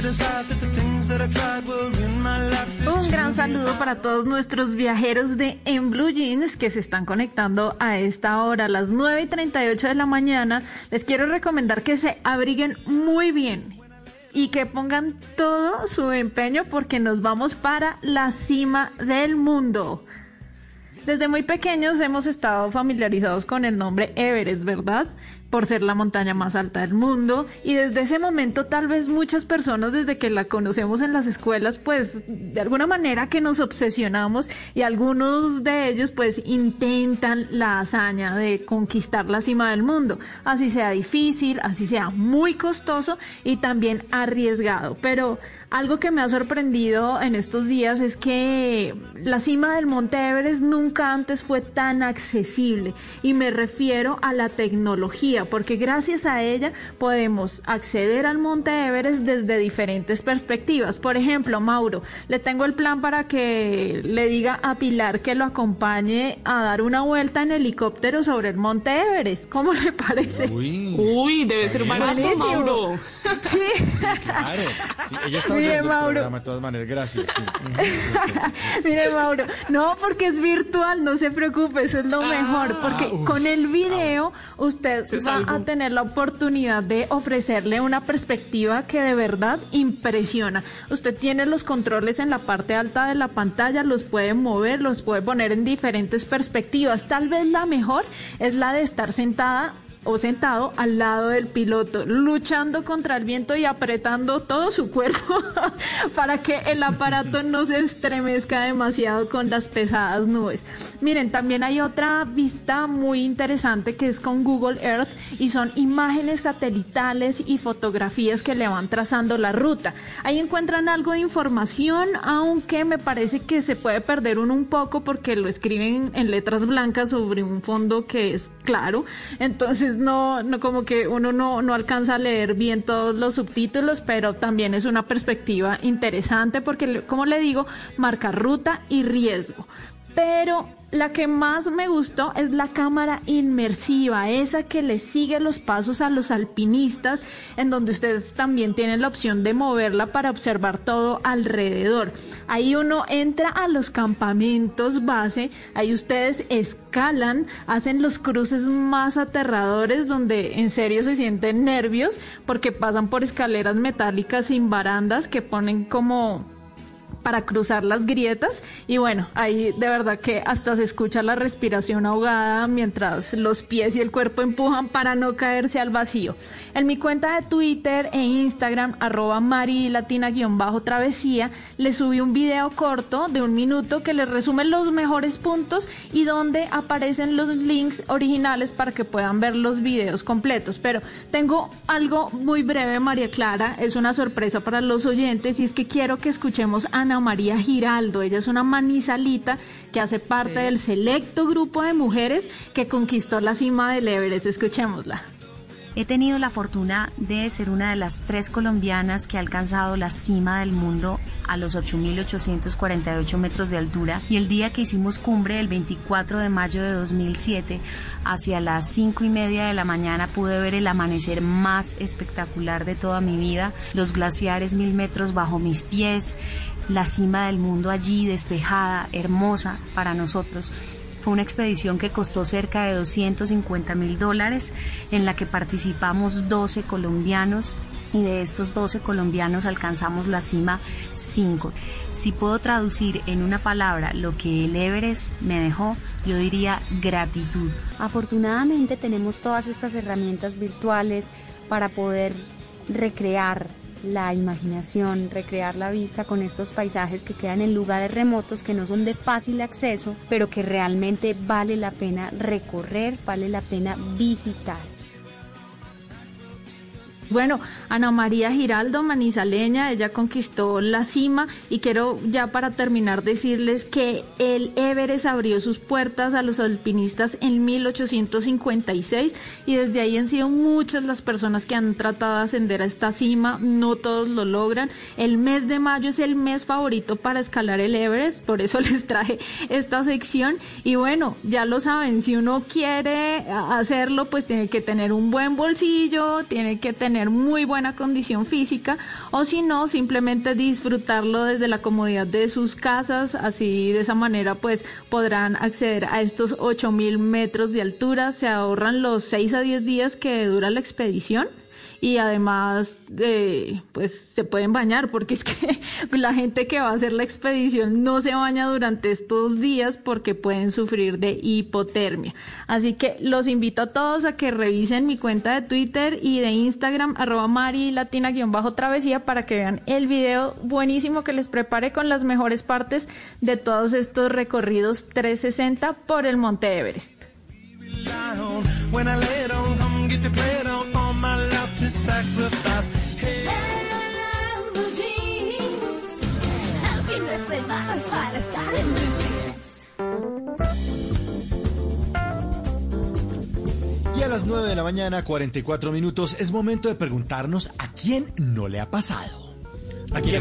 Un gran saludo para todos nuestros viajeros de En Blue Jeans que se están conectando a esta hora, a las 9:38 de la mañana. Les quiero recomendar que se abriguen muy bien y que pongan todo su empeño porque nos vamos para la cima del mundo. Desde muy pequeños hemos estado familiarizados con el nombre Everest, ¿verdad? Por ser la montaña más alta del mundo, y desde ese momento tal vez muchas personas desde que la conocemos en las escuelas pues de alguna manera que nos obsesionamos, y algunos de ellos pues intentan la hazaña de conquistar la cima del mundo, así sea difícil, así sea muy costoso y también arriesgado. Pero algo que me ha sorprendido en estos días es que la cima del Monte Everest nunca antes fue tan accesible, y me refiero a la tecnología, porque gracias a ella podemos acceder al Monte Everest desde diferentes perspectivas. Por ejemplo, Mauro, le tengo el plan para que le diga a Pilar que lo acompañe a dar una vuelta en helicóptero sobre el Monte Everest. ¿Cómo le parece? Uy, debe ser barato, Mauro. Sí. Claro. Sí, ella está Mire, oyendo el Mauro. programa de todas maneras, gracias. Sí. Mire, Mauro, no, porque es virtual, no se preocupe, eso es lo mejor, porque con el video usted va a tener la oportunidad de ofrecerle una perspectiva que de verdad impresiona. Usted tiene los controles en la parte alta de la pantalla, los puede mover, los puede poner en diferentes perspectivas. Tal vez la mejor es la de estar sentada o sentado al lado del piloto, luchando contra el viento y apretando todo su cuerpo para que el aparato no se estremezca demasiado con las pesadas nubes. Miren, también hay otra vista muy interesante que es con Google Earth, y son imágenes satelitales y fotografías que le van trazando la ruta. Ahí encuentran algo de información, aunque me parece que se puede perder uno un poco porque lo escriben en letras blancas sobre un fondo que es claro, entonces no como que uno no alcanza a leer bien todos los subtítulos, pero también es una perspectiva interesante porque, como le digo, marca ruta y riesgo. Pero la que más me gustó es la cámara inmersiva, esa que le sigue los pasos a los alpinistas, en donde ustedes también tienen la opción de moverla para observar todo alrededor. Ahí uno entra a los campamentos base, ahí ustedes escalan, hacen los cruces más aterradores donde en serio se sienten nervios porque pasan por escaleras metálicas sin barandas que ponen como para cruzar las grietas, y bueno, ahí de verdad que hasta se escucha la respiración ahogada mientras los pies y el cuerpo empujan para no caerse al vacío. En mi cuenta de Twitter e Instagram, @marilatina_travesía, les subí un video corto de 1 minuto que les resume los mejores puntos y donde aparecen los links originales para que puedan ver los videos completos. Pero tengo algo muy breve, María Clara, es una sorpresa para los oyentes, y es que quiero que escuchemos a Ana María Giraldo. Ella es una manizalita que hace parte del selecto grupo de mujeres que conquistó la cima del Everest. Escuchémosla. He tenido la fortuna de ser una de las 3 colombianas que ha alcanzado la cima del mundo a los 8.848 metros de altura, y el día que hicimos cumbre, el 24 de mayo de 2007, hacia las 5:30 de la mañana, pude ver el amanecer más espectacular de toda mi vida, los glaciares 1000 metros bajo mis pies, la cima del mundo allí despejada, hermosa para nosotros. Fue una expedición que costó cerca de $250,000, en la que participamos 12 colombianos, y de estos 12 colombianos alcanzamos la cima 5. Si puedo traducir en una palabra lo que el Everest me dejó, yo diría gratitud. Afortunadamente tenemos todas estas herramientas virtuales para poder recrear la imaginación, recrear la vista con estos paisajes que quedan en lugares remotos que no son de fácil acceso, pero que realmente vale la pena recorrer, vale la pena visitar. Bueno, Ana María Giraldo, manizaleña, ella conquistó la cima, y quiero ya para terminar decirles que el Everest abrió sus puertas a los alpinistas en 1856, y desde ahí han sido muchas las personas que han tratado de ascender a esta cima, no todos lo logran. El mes de mayo es el mes favorito para escalar el Everest, por eso les traje esta sección, y bueno, ya lo saben, si uno quiere hacerlo, pues tiene que tener un buen bolsillo, tiene que tener tener muy buena condición física, o si no, simplemente disfrutarlo desde la comodidad de sus casas. Así, de esa manera, pues podrán acceder a estos 8.000 metros de altura, se ahorran los 6 a 10 días que dura la expedición. Y además, pues se pueden bañar, porque es que la gente que va a hacer la expedición no se baña durante estos días porque pueden sufrir de hipotermia. Así que los invito a todos a que revisen mi cuenta de Twitter y de Instagram, @marilatina_travesía, para que vean el video buenísimo que les preparé con las mejores partes de todos estos recorridos 360 por el Monte Everest. Y a las 9 de la mañana, 44 minutos, es momento de preguntarnos a quién no le ha pasado. ¿A quién?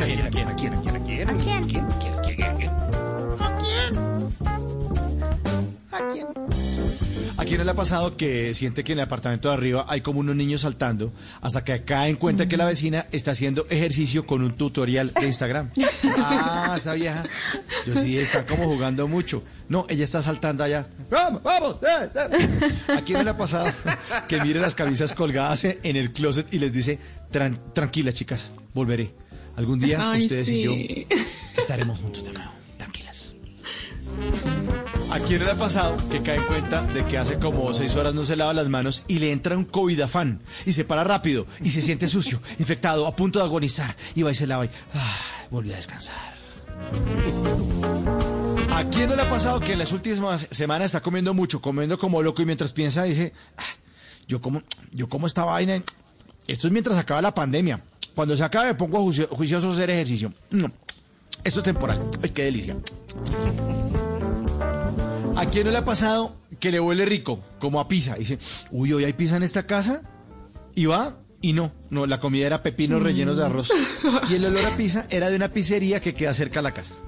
¿A quién no le ha pasado que siente que en el apartamento de arriba hay como unos niños saltando hasta que cae en cuenta que la vecina está haciendo ejercicio con un tutorial de Instagram? Ah, esa vieja. Yo sí, está como jugando mucho. No, ella está saltando allá. ¡Vamos, vamos! ¿A quién no le ha pasado que mire las camisas colgadas en el closet y les dice, tranquila, chicas, volveré? Algún día ustedes y yo estaremos juntos de nuevo. Tranquilas. ¿A quién le ha pasado que cae en cuenta de que hace como 6 horas no se lava las manos y le entra un COVID afán y se para rápido y se siente sucio, infectado, a punto de agonizar, y va y se lava y volvió a descansar? ¿A quién no le ha pasado que en las últimas semanas está comiendo mucho, comiendo como loco, y mientras piensa dice, yo como esta vaina, esto es mientras acaba la pandemia, cuando se acabe me pongo juicioso a hacer ejercicio? No, esto es temporal. ¡Ay, qué delicia! ¿A quién no le ha pasado que le huele rico, como a pizza? Y dice, uy, ¿hoy hay pizza en esta casa? Y va, y no, la comida era pepinos rellenos de arroz. Y el olor a pizza era de una pizzería que queda cerca de la casa.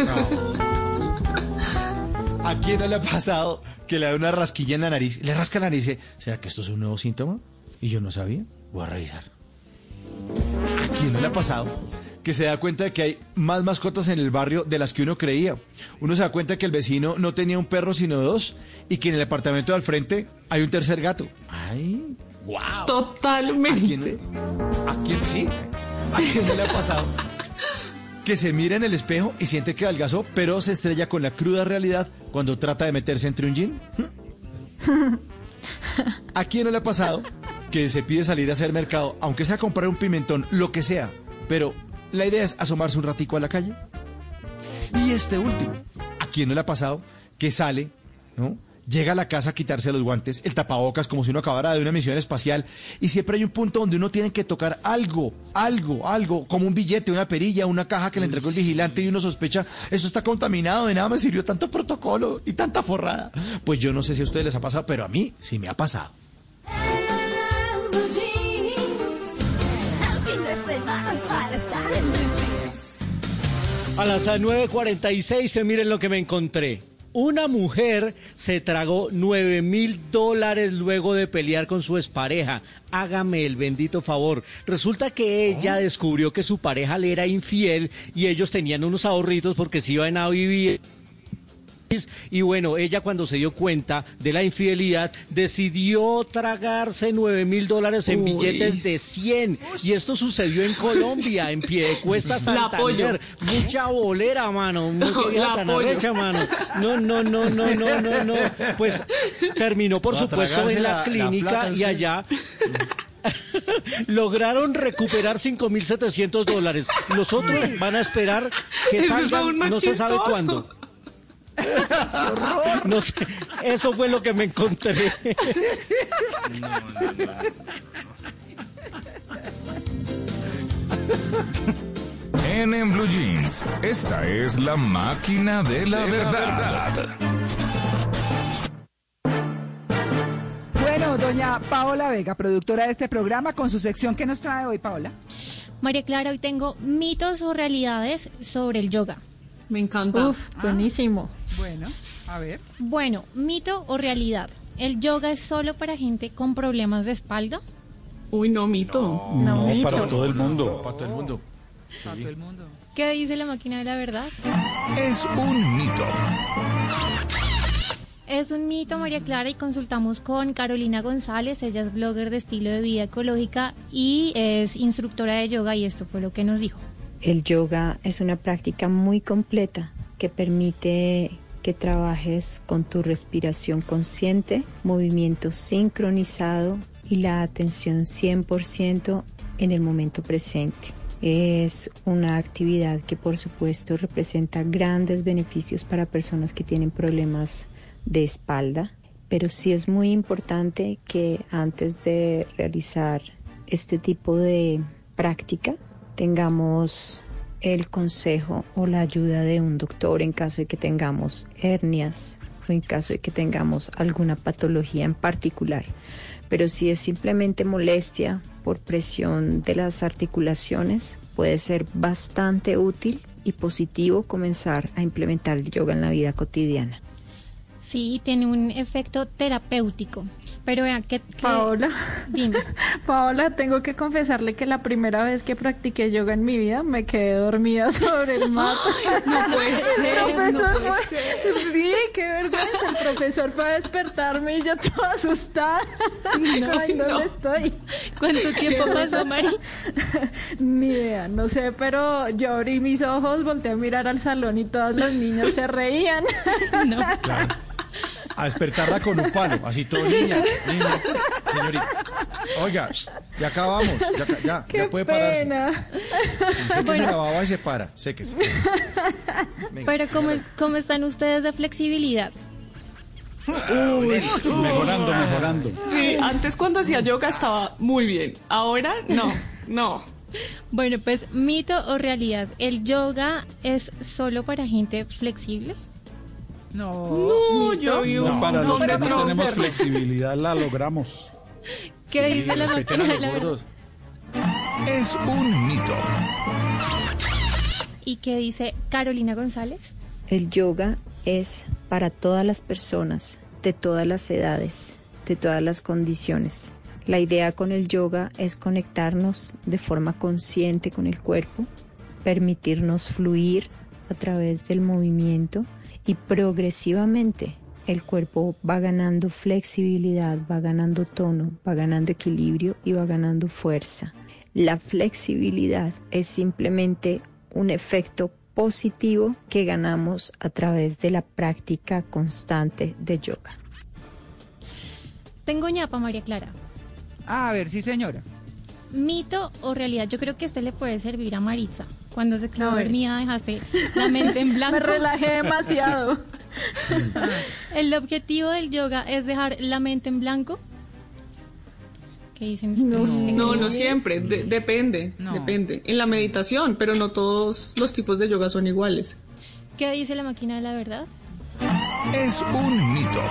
No. ¿A quién no le ha pasado que le da una rasquilla en la nariz? Le rasca la nariz y dice, ¿será que esto es un nuevo síntoma? Y yo no sabía, voy a revisar. ¿A quién no le ha pasado que se da cuenta de que hay más mascotas en el barrio de las que uno creía? Uno se da cuenta que el vecino no tenía un perro sino 2 y que en el apartamento de al frente hay un tercer gato. ¡Ay! ¡Wow! Totalmente. ¿A quién sí? ¿A quién no le ha pasado que se mira en el espejo y siente que adelgazó, pero se estrella con la cruda realidad cuando trata de meterse entre un jean? ¿A quién no le ha pasado que se pide salir a hacer mercado, aunque sea comprar un pimentón, lo que sea, pero la idea es asomarse un ratico a la calle? Y este último, ¿a quién no le ha pasado que sale, ¿no? Llega a la casa a quitarse los guantes, el tapabocas, como si uno acabara de una misión espacial, y siempre hay un punto donde uno tiene que tocar algo, como un billete, una perilla, una caja que le entregó el vigilante, y uno sospecha, esto está contaminado, de nada me sirvió tanto protocolo y tanta forrada? Pues yo no sé si a ustedes les ha pasado, pero a mí sí me ha pasado. A las 9:46, miren lo que me encontré. Una mujer se tragó $9,000 luego de pelear con su expareja. Hágame el bendito favor. Resulta que ella descubrió que su pareja le era infiel y ellos tenían unos ahorritos porque se iban a vivir. Y bueno, ella cuando se dio cuenta de la infidelidad decidió tragarse $9,000 en billetes de 100. Y esto sucedió en Colombia, en Piedecuesta, Santander. Mucha bolera, mano. Mucha tan arrecha, mano. No. Pues terminó, por supuesto, en la clínica y allá lograron recuperar $5,700. Los otros van a esperar que salgan, no se sabe cuándo. No sé, eso fue lo que me encontré. En Blue Jeans, esta es la máquina de la verdad. Bueno, doña Paola Vega, productora de este programa, con su sección, ¿qué nos trae hoy, Paola? María Clara, hoy tengo mitos o realidades sobre el yoga. Me encanta. Uf, buenísimo. Bueno, a ver. Bueno, mito o realidad. ¿El yoga es solo para gente con problemas de espalda? Uy, no, mito. No, mito. para todo el mundo. Para todo el mundo. Para todo el mundo. ¿Qué dice la máquina de la verdad? Es un mito. Es un mito, María Clara, y consultamos con Carolina González. Ella es blogger de estilo de vida ecológica y es instructora de yoga, y esto fue lo que nos dijo. El yoga es una práctica muy completa que permite que trabajes con tu respiración consciente, movimiento sincronizado y la atención 100% en el momento presente. Es una actividad que, por supuesto, representa grandes beneficios para personas que tienen problemas de espalda, pero sí es muy importante que antes de realizar este tipo de práctica tengamos el consejo o la ayuda de un doctor en caso de que tengamos hernias o en caso de que tengamos alguna patología en particular. Pero si es simplemente molestia por presión de las articulaciones, puede ser bastante útil y positivo comenzar a implementar el yoga en la vida cotidiana. Sí, tiene un efecto terapéutico. Pero vean que Paola, dime. Paola, tengo que confesarle que la primera vez que practiqué yoga en mi vida me quedé dormida sobre el mat. No puede ser, Sí, qué vergüenza. El profesor fue a despertarme y yo toda asustada. Ay, ¿dónde estoy? ¿Cuánto tiempo pasó, Mari? Ni idea, no sé, pero yo abrí mis ojos, volteé a mirar al salón y todos los niños se reían. No. Claro. A despertarla con un palo, así todo, niña, señorita. Oiga, ya acabamos, ya puede pararse. Séquese la baba y se para, séquese. Pero ¿cómo están ustedes de flexibilidad? Mejorando. Sí, antes cuando hacía yoga estaba muy bien. Ahora no. Bueno, pues mito o realidad, ¿el yoga es solo para gente flexible? No, yo vi un para los que no tenemos bronce. flexibilidad la logramos. ¿Qué dice la máquina de la verdad? Es un mito. ¿Y qué dice Carolina González? El yoga es para todas las personas, de todas las edades, de todas las condiciones. La idea con el yoga es conectarnos de forma consciente con el cuerpo, permitirnos fluir a través del movimiento y progresivamente el cuerpo va ganando flexibilidad, va ganando tono, va ganando equilibrio y va ganando fuerza. La flexibilidad es simplemente un efecto positivo que ganamos a través de la práctica constante de yoga. Tengo ñapa, María Clara. A ver, sí, señora. ¿Mito o realidad? Yo creo que este le puede servir a Maritza. Cuando se quedó dormida dejaste la mente en blanco. Me relajé demasiado. ¿El objetivo del yoga es dejar la mente en blanco? ¿Qué dicen ustedes? No siempre. Depende. En la meditación, pero no todos los tipos de yoga son iguales. ¿Qué dice la máquina de la verdad? Es un mito.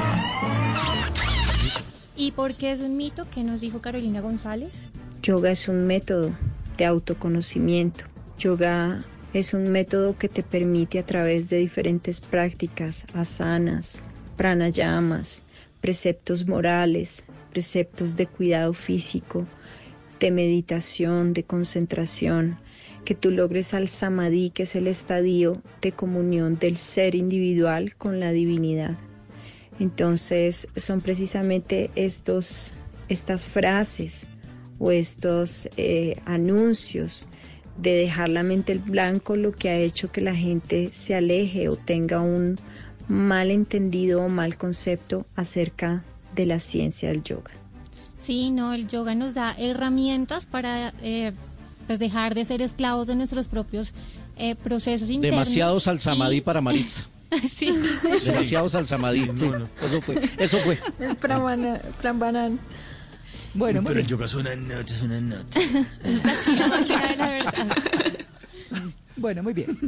¿Y por qué es un mito? ¿Qué nos dijo Carolina González? Yoga es un método de autoconocimiento. Yoga es un método que te permite a través de diferentes prácticas, asanas, pranayamas, preceptos morales, preceptos de cuidado físico, de meditación, de concentración, que tú logres al samadhi, que es el estadio de comunión del ser individual con la divinidad. Entonces son precisamente estas frases o estos anuncios de dejar la mente en blanco lo que ha hecho que la gente se aleje o tenga un mal entendido o mal concepto acerca de la ciencia del yoga. Sí, no, el yoga nos da herramientas para pues dejar de ser esclavos de nuestros propios procesos internos. Demasiado salsamadí para Maritza. Sí. Demasiado salsamadí. No. Eso fue. El plan banán. Bueno, pero el yoga es una nota. La máquina de la verdad. Bueno, muy bien.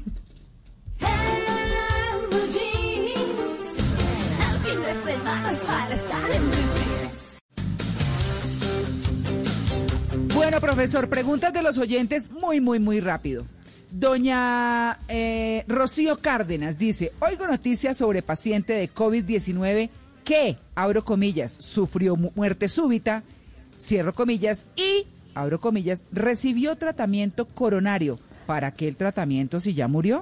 Bueno, profesor, preguntas de los oyentes muy rápido. Doña Rocío Cárdenas dice, oigo noticias sobre paciente de COVID-19 que, abro comillas, sufrió muerte súbita cierro comillas, y, abro comillas, recibió tratamiento coronario. ¿Para qué el tratamiento si ya murió?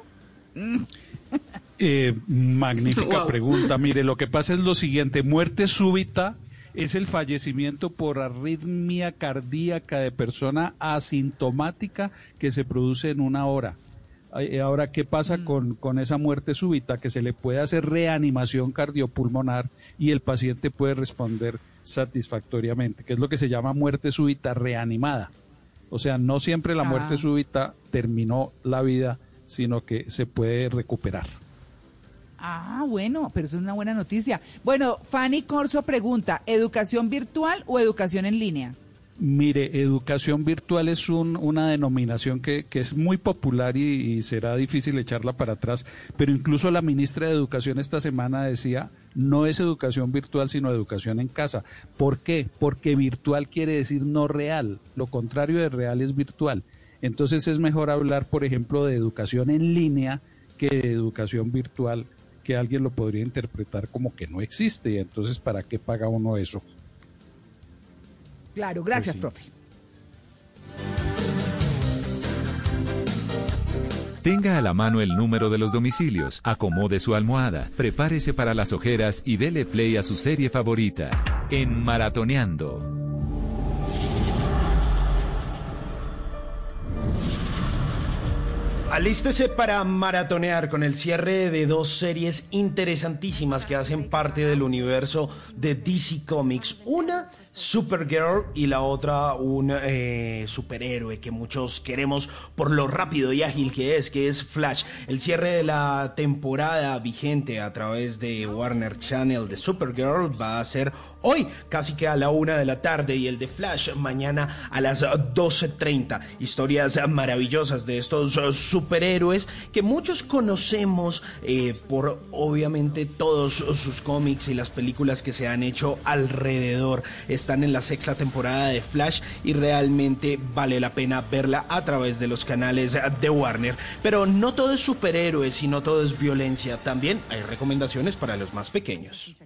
Magnífica pregunta. Mire, lo que pasa es lo siguiente, muerte súbita es el fallecimiento por arritmia cardíaca de persona asintomática que se produce en una hora. Ahora, ¿qué pasa con esa muerte súbita? Que se le puede hacer reanimación cardiopulmonar y el paciente puede responder satisfactoriamente, que es lo que se llama muerte súbita reanimada. O sea, no siempre la muerte súbita terminó la vida, sino que se puede recuperar. Bueno, pero eso es una buena noticia. Bueno, Fanny Corso pregunta, ¿educación virtual o educación en línea? Mire, educación virtual es una denominación que es muy popular y será difícil echarla para atrás, pero incluso la ministra de Educación esta semana decía, no es educación virtual, sino educación en casa. ¿Por qué? Porque virtual quiere decir no real, lo contrario de real es virtual. Entonces es mejor hablar, por ejemplo, de educación en línea que de educación virtual, que alguien lo podría interpretar como que no existe, y entonces ¿para qué paga uno eso? Claro, gracias, profe. Tenga a la mano el número de los domicilios, acomode su almohada, prepárese para las ojeras y dele play a su serie favorita, en Maratoneando. Alístese para maratonear con el cierre de dos series interesantísimas que hacen parte del universo de DC Comics. Una, Supergirl, y la otra, un superhéroe que muchos queremos por lo rápido y ágil que es Flash. El cierre de la temporada vigente a través de Warner Channel de Supergirl va a ser hoy, casi que a la 1 de la tarde, y el de Flash mañana a las 12:30. Historias maravillosas de estos superhéroes que muchos conocemos por obviamente todos sus cómics y las películas que se han hecho alrededor. Están en la 6ª temporada de Flash y realmente vale la pena verla a través de los canales de Warner. Pero no todo es superhéroes y no todo es violencia. También hay recomendaciones para los más pequeños.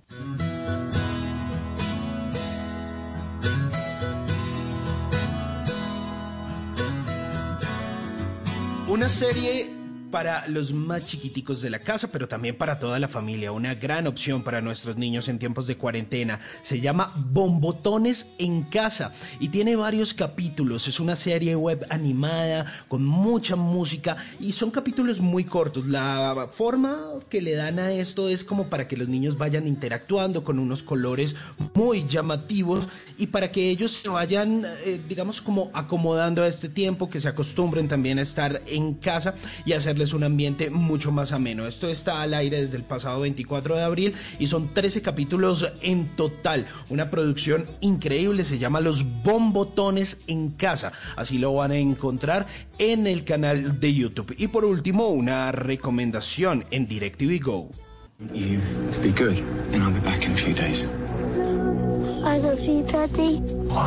Una serie para los más chiquiticos de la casa, pero también para toda la familia. Una gran opción para nuestros niños en tiempos de cuarentena. Se llama Bombotones en Casa y tiene varios capítulos. Es una serie web animada con mucha música y son capítulos muy cortos. La forma que le dan a esto es como para que los niños vayan interactuando con unos colores muy llamativos y para que ellos se vayan, digamos, como acomodando a este tiempo, que se acostumbren también a estar en casa y hacerles un ambiente mucho más ameno. Esto está al aire desde el pasado 24 de abril y son 13 capítulos en total. Una producción increíble, se llama Los Bombotones en Casa. Así lo van a encontrar en el canal de YouTube. Y por último, una recomendación en DirecTV Go. You must be good, and I'll be back in a few days. I love you, Daddy.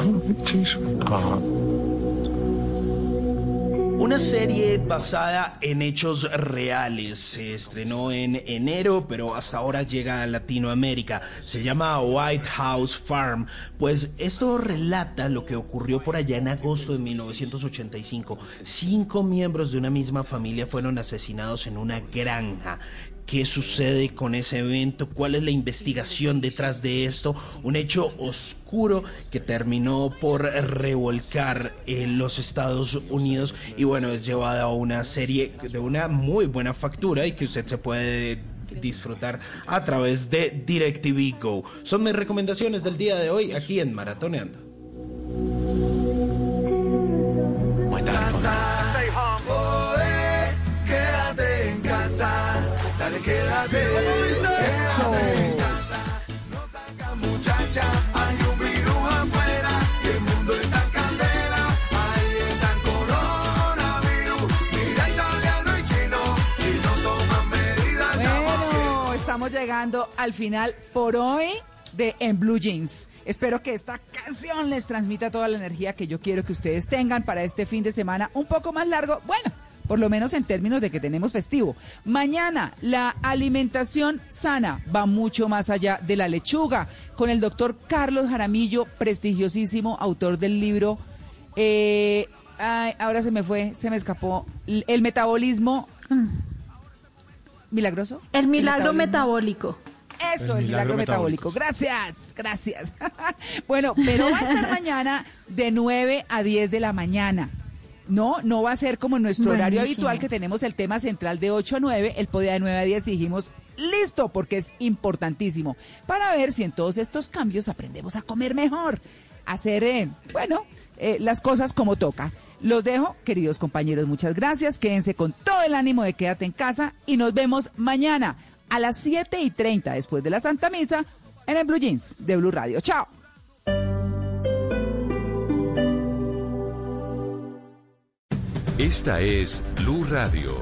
Una serie basada en hechos reales. Se estrenó en enero, pero hasta ahora llega a Latinoamérica. Se llama White House Farm. Pues esto relata lo que ocurrió por allá en agosto de 1985. 5 miembros de una misma familia fueron asesinados en una granja. ¿Qué sucede con ese evento? ¿Cuál es la investigación detrás de esto? Un hecho oscuro que terminó por revolcar los Estados Unidos y bueno, es llevada a una serie de una muy buena factura y que usted se puede disfrutar a través de DirecTV Go. Son mis recomendaciones del día de hoy aquí en Maratoneando. Quédate en casa. Dale, quédate en casa. No salga, muchacha. Hay un virus afuera. El mundo está en candela. Ahí está el coronavirus. Mira italiano y chino. Si no toman medidas. Bueno, estamos llegando al final por hoy de En Blue Jeans. Espero que esta canción les transmita toda la energía que yo quiero que ustedes tengan para este fin de semana un poco más largo. Bueno, por lo menos en términos de que tenemos festivo. Mañana, la alimentación sana va mucho más allá de la lechuga, con el doctor Carlos Jaramillo, prestigiosísimo autor del libro, ahora se me escapó, el metabolismo... ¿Milagroso? El milagro metabólico. Eso, el milagro metabólico. Gracias. Bueno, pero va a estar mañana de 9 a 10 de la mañana. No va a ser como en nuestro horario habitual, que tenemos el tema central de 8 a 9, el podía de 9 a 10 y dijimos, listo, porque es importantísimo, para ver si en todos estos cambios aprendemos a comer mejor, a hacer, las cosas como toca. Los dejo, queridos compañeros, muchas gracias, quédense con todo el ánimo de quédate en casa y nos vemos mañana a las 7:30 después de la Santa Misa en el Blue Jeans de Blue Radio. ¡Chao! Esta es Blue Radio.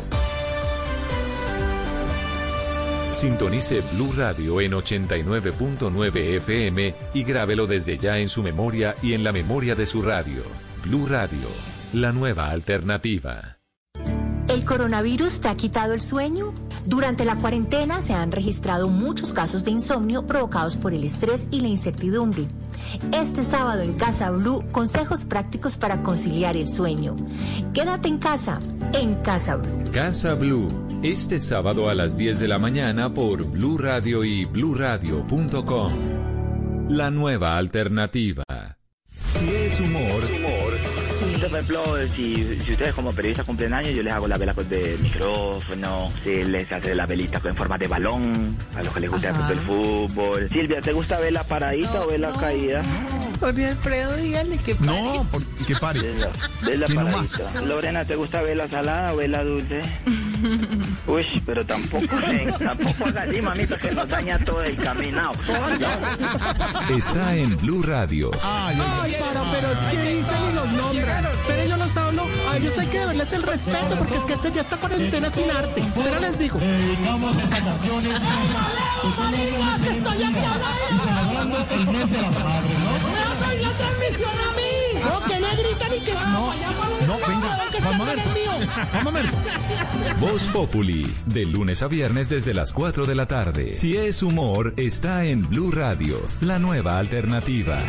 Sintonice Blue Radio en 89.9 FM y grábelo desde ya en su memoria y en la memoria de su radio. Blue Radio, la nueva alternativa. ¿El coronavirus te ha quitado el sueño? Durante la cuarentena se han registrado muchos casos de insomnio provocados por el estrés y la incertidumbre. Este sábado en Casa Blue, consejos prácticos para conciliar el sueño. Quédate en Casa Blue. Casa Blue, este sábado a las 10 de la mañana por Blue Radio y bluradio.com. La nueva alternativa. Si es humor. Por ejemplo, si ustedes como periodistas cumplen años, yo les hago la vela de micrófono, si les hace la velita en forma de balón, a los que les gusta el fútbol. Silvia, ¿te gusta vela paradita o vela caída? Jorge Alfredo, díganle que pare. No, que pare. Vela paradita. Lorena, ¿te gusta vela salada o vela dulce? Uy, pero tampoco haga así, mamita, que nos daña todo el caminado. Está en Blue Radio. Pero es que dicen y los nombran. Pero yo los hablo, a ellos hay que deberles el respeto, porque es que ese ya está cuarentena sin arte. Espera, les digo. Dedicamos estas canciones. ¡No digas que estoy aquí hablando! Y celebrando el mes de las madres, ¿no? ¡Me hacen la transmisión a mí! No, que le gritan y que... Vamos a ver. Voz Populi, de lunes a viernes desde las 4 de la tarde. Si es humor, está en Blue Radio, la nueva alternativa.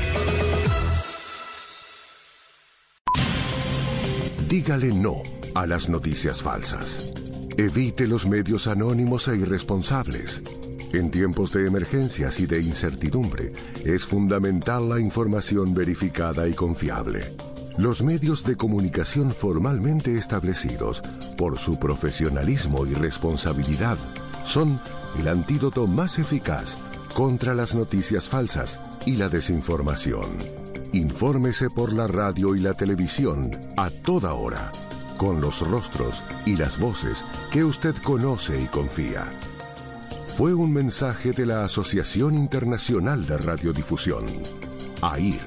Dígale no a las noticias falsas. Evite los medios anónimos e irresponsables. En tiempos de emergencias y de incertidumbre, es fundamental la información verificada y confiable. Los medios de comunicación formalmente establecidos, por su profesionalismo y responsabilidad, son el antídoto más eficaz contra las noticias falsas y la desinformación. Infórmese por la radio y la televisión a toda hora, con los rostros y las voces que usted conoce y confía. Fue un mensaje de la Asociación Internacional de Radiodifusión, AIR.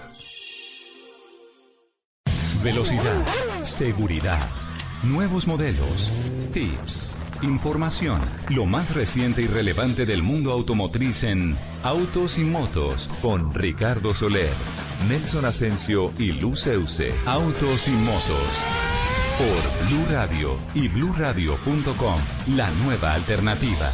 Velocidad, seguridad, nuevos modelos, tips, información, lo más reciente y relevante del mundo automotriz en Autos y Motos con Ricardo Soler, Nelson Asensio y Luz Euse. Autos y Motos por Blue Radio y bluradio.com, la nueva alternativa.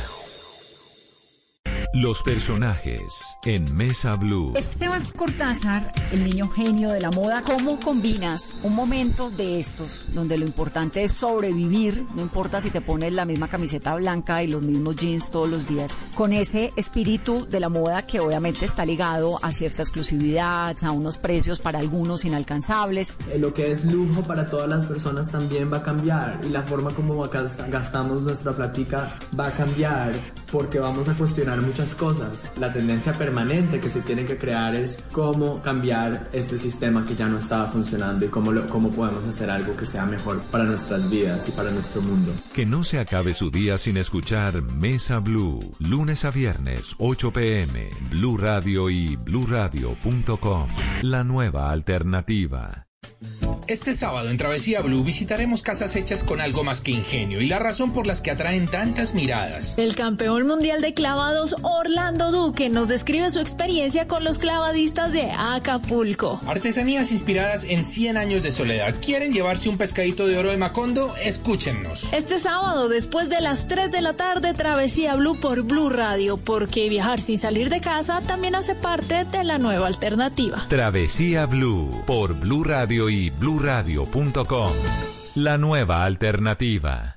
Los personajes en Mesa Blue. Esteban Cortázar, el niño genio de la moda. ¿Cómo combinas un momento de estos, donde lo importante es sobrevivir, no importa si te pones la misma camiseta blanca y los mismos jeans todos los días, con ese espíritu de la moda que obviamente está ligado a cierta exclusividad, a unos precios para algunos inalcanzables? Lo que es lujo para todas las personas también va a cambiar, y la forma como gastamos nuestra plática va a cambiar, porque vamos a cuestionar muchas cosas. La tendencia permanente que se tiene que crear es cómo cambiar este sistema que ya no estaba funcionando y cómo podemos hacer algo que sea mejor para nuestras vidas y para nuestro mundo. Que no se acabe su día sin escuchar Mesa Blue, lunes a viernes, 8 p.m., Blue Radio y bluradio.com, la nueva alternativa. Este sábado en Travesía Blue visitaremos casas hechas con algo más que ingenio y la razón por las que atraen tantas miradas. El campeón mundial de clavados Orlando Duque nos describe su experiencia con los clavadistas de Acapulco. Artesanías inspiradas en 100 años de soledad. ¿Quieren llevarse un pescadito de oro de Macondo? Escúchennos. Este sábado, después de las 3 de la tarde, Travesía Blue por Blue Radio, porque viajar sin salir de casa también hace parte de la nueva alternativa. Travesía Blue por Blue Radio y bluradio.com. La nueva alternativa.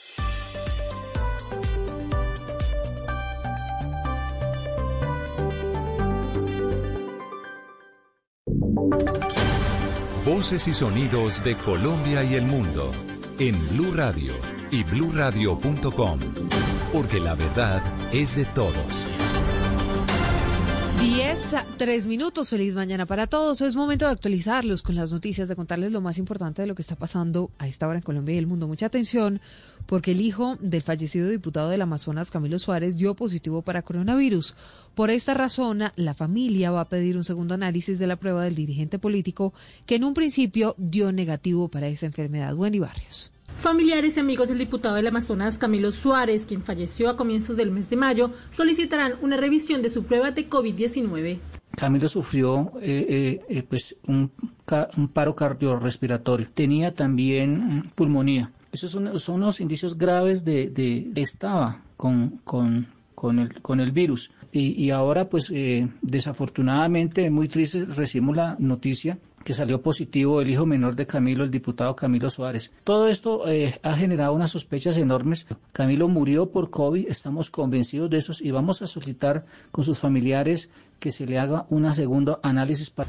Voces y sonidos de Colombia y el mundo en Blue Radio y bluradio.com, porque la verdad es de todos. 10:03. Feliz mañana para todos. Es momento de actualizarlos con las noticias, de contarles lo más importante de lo que está pasando a esta hora en Colombia y el mundo. Mucha atención, porque el hijo del fallecido diputado del Amazonas, Camilo Suárez, dio positivo para coronavirus. Por esta razón, la familia va a pedir un segundo análisis de la prueba del dirigente político, que en un principio dio negativo para esa enfermedad. Wendy Barrios. Familiares y amigos del diputado del Amazonas, Camilo Suárez, quien falleció a comienzos del mes de mayo, solicitarán una revisión de su prueba de COVID-19. Camilo sufrió un paro cardiorrespiratorio. Tenía también pulmonía. Esos son unos indicios graves de estaba con el virus. Y ahora, desafortunadamente, muy triste, recibimos la noticia que salió positivo el hijo menor de Camilo, el diputado Camilo Suárez. Todo esto ha generado unas sospechas enormes. Camilo murió por COVID, estamos convencidos de eso y vamos a solicitar con sus familiares que se le haga un segundo análisis para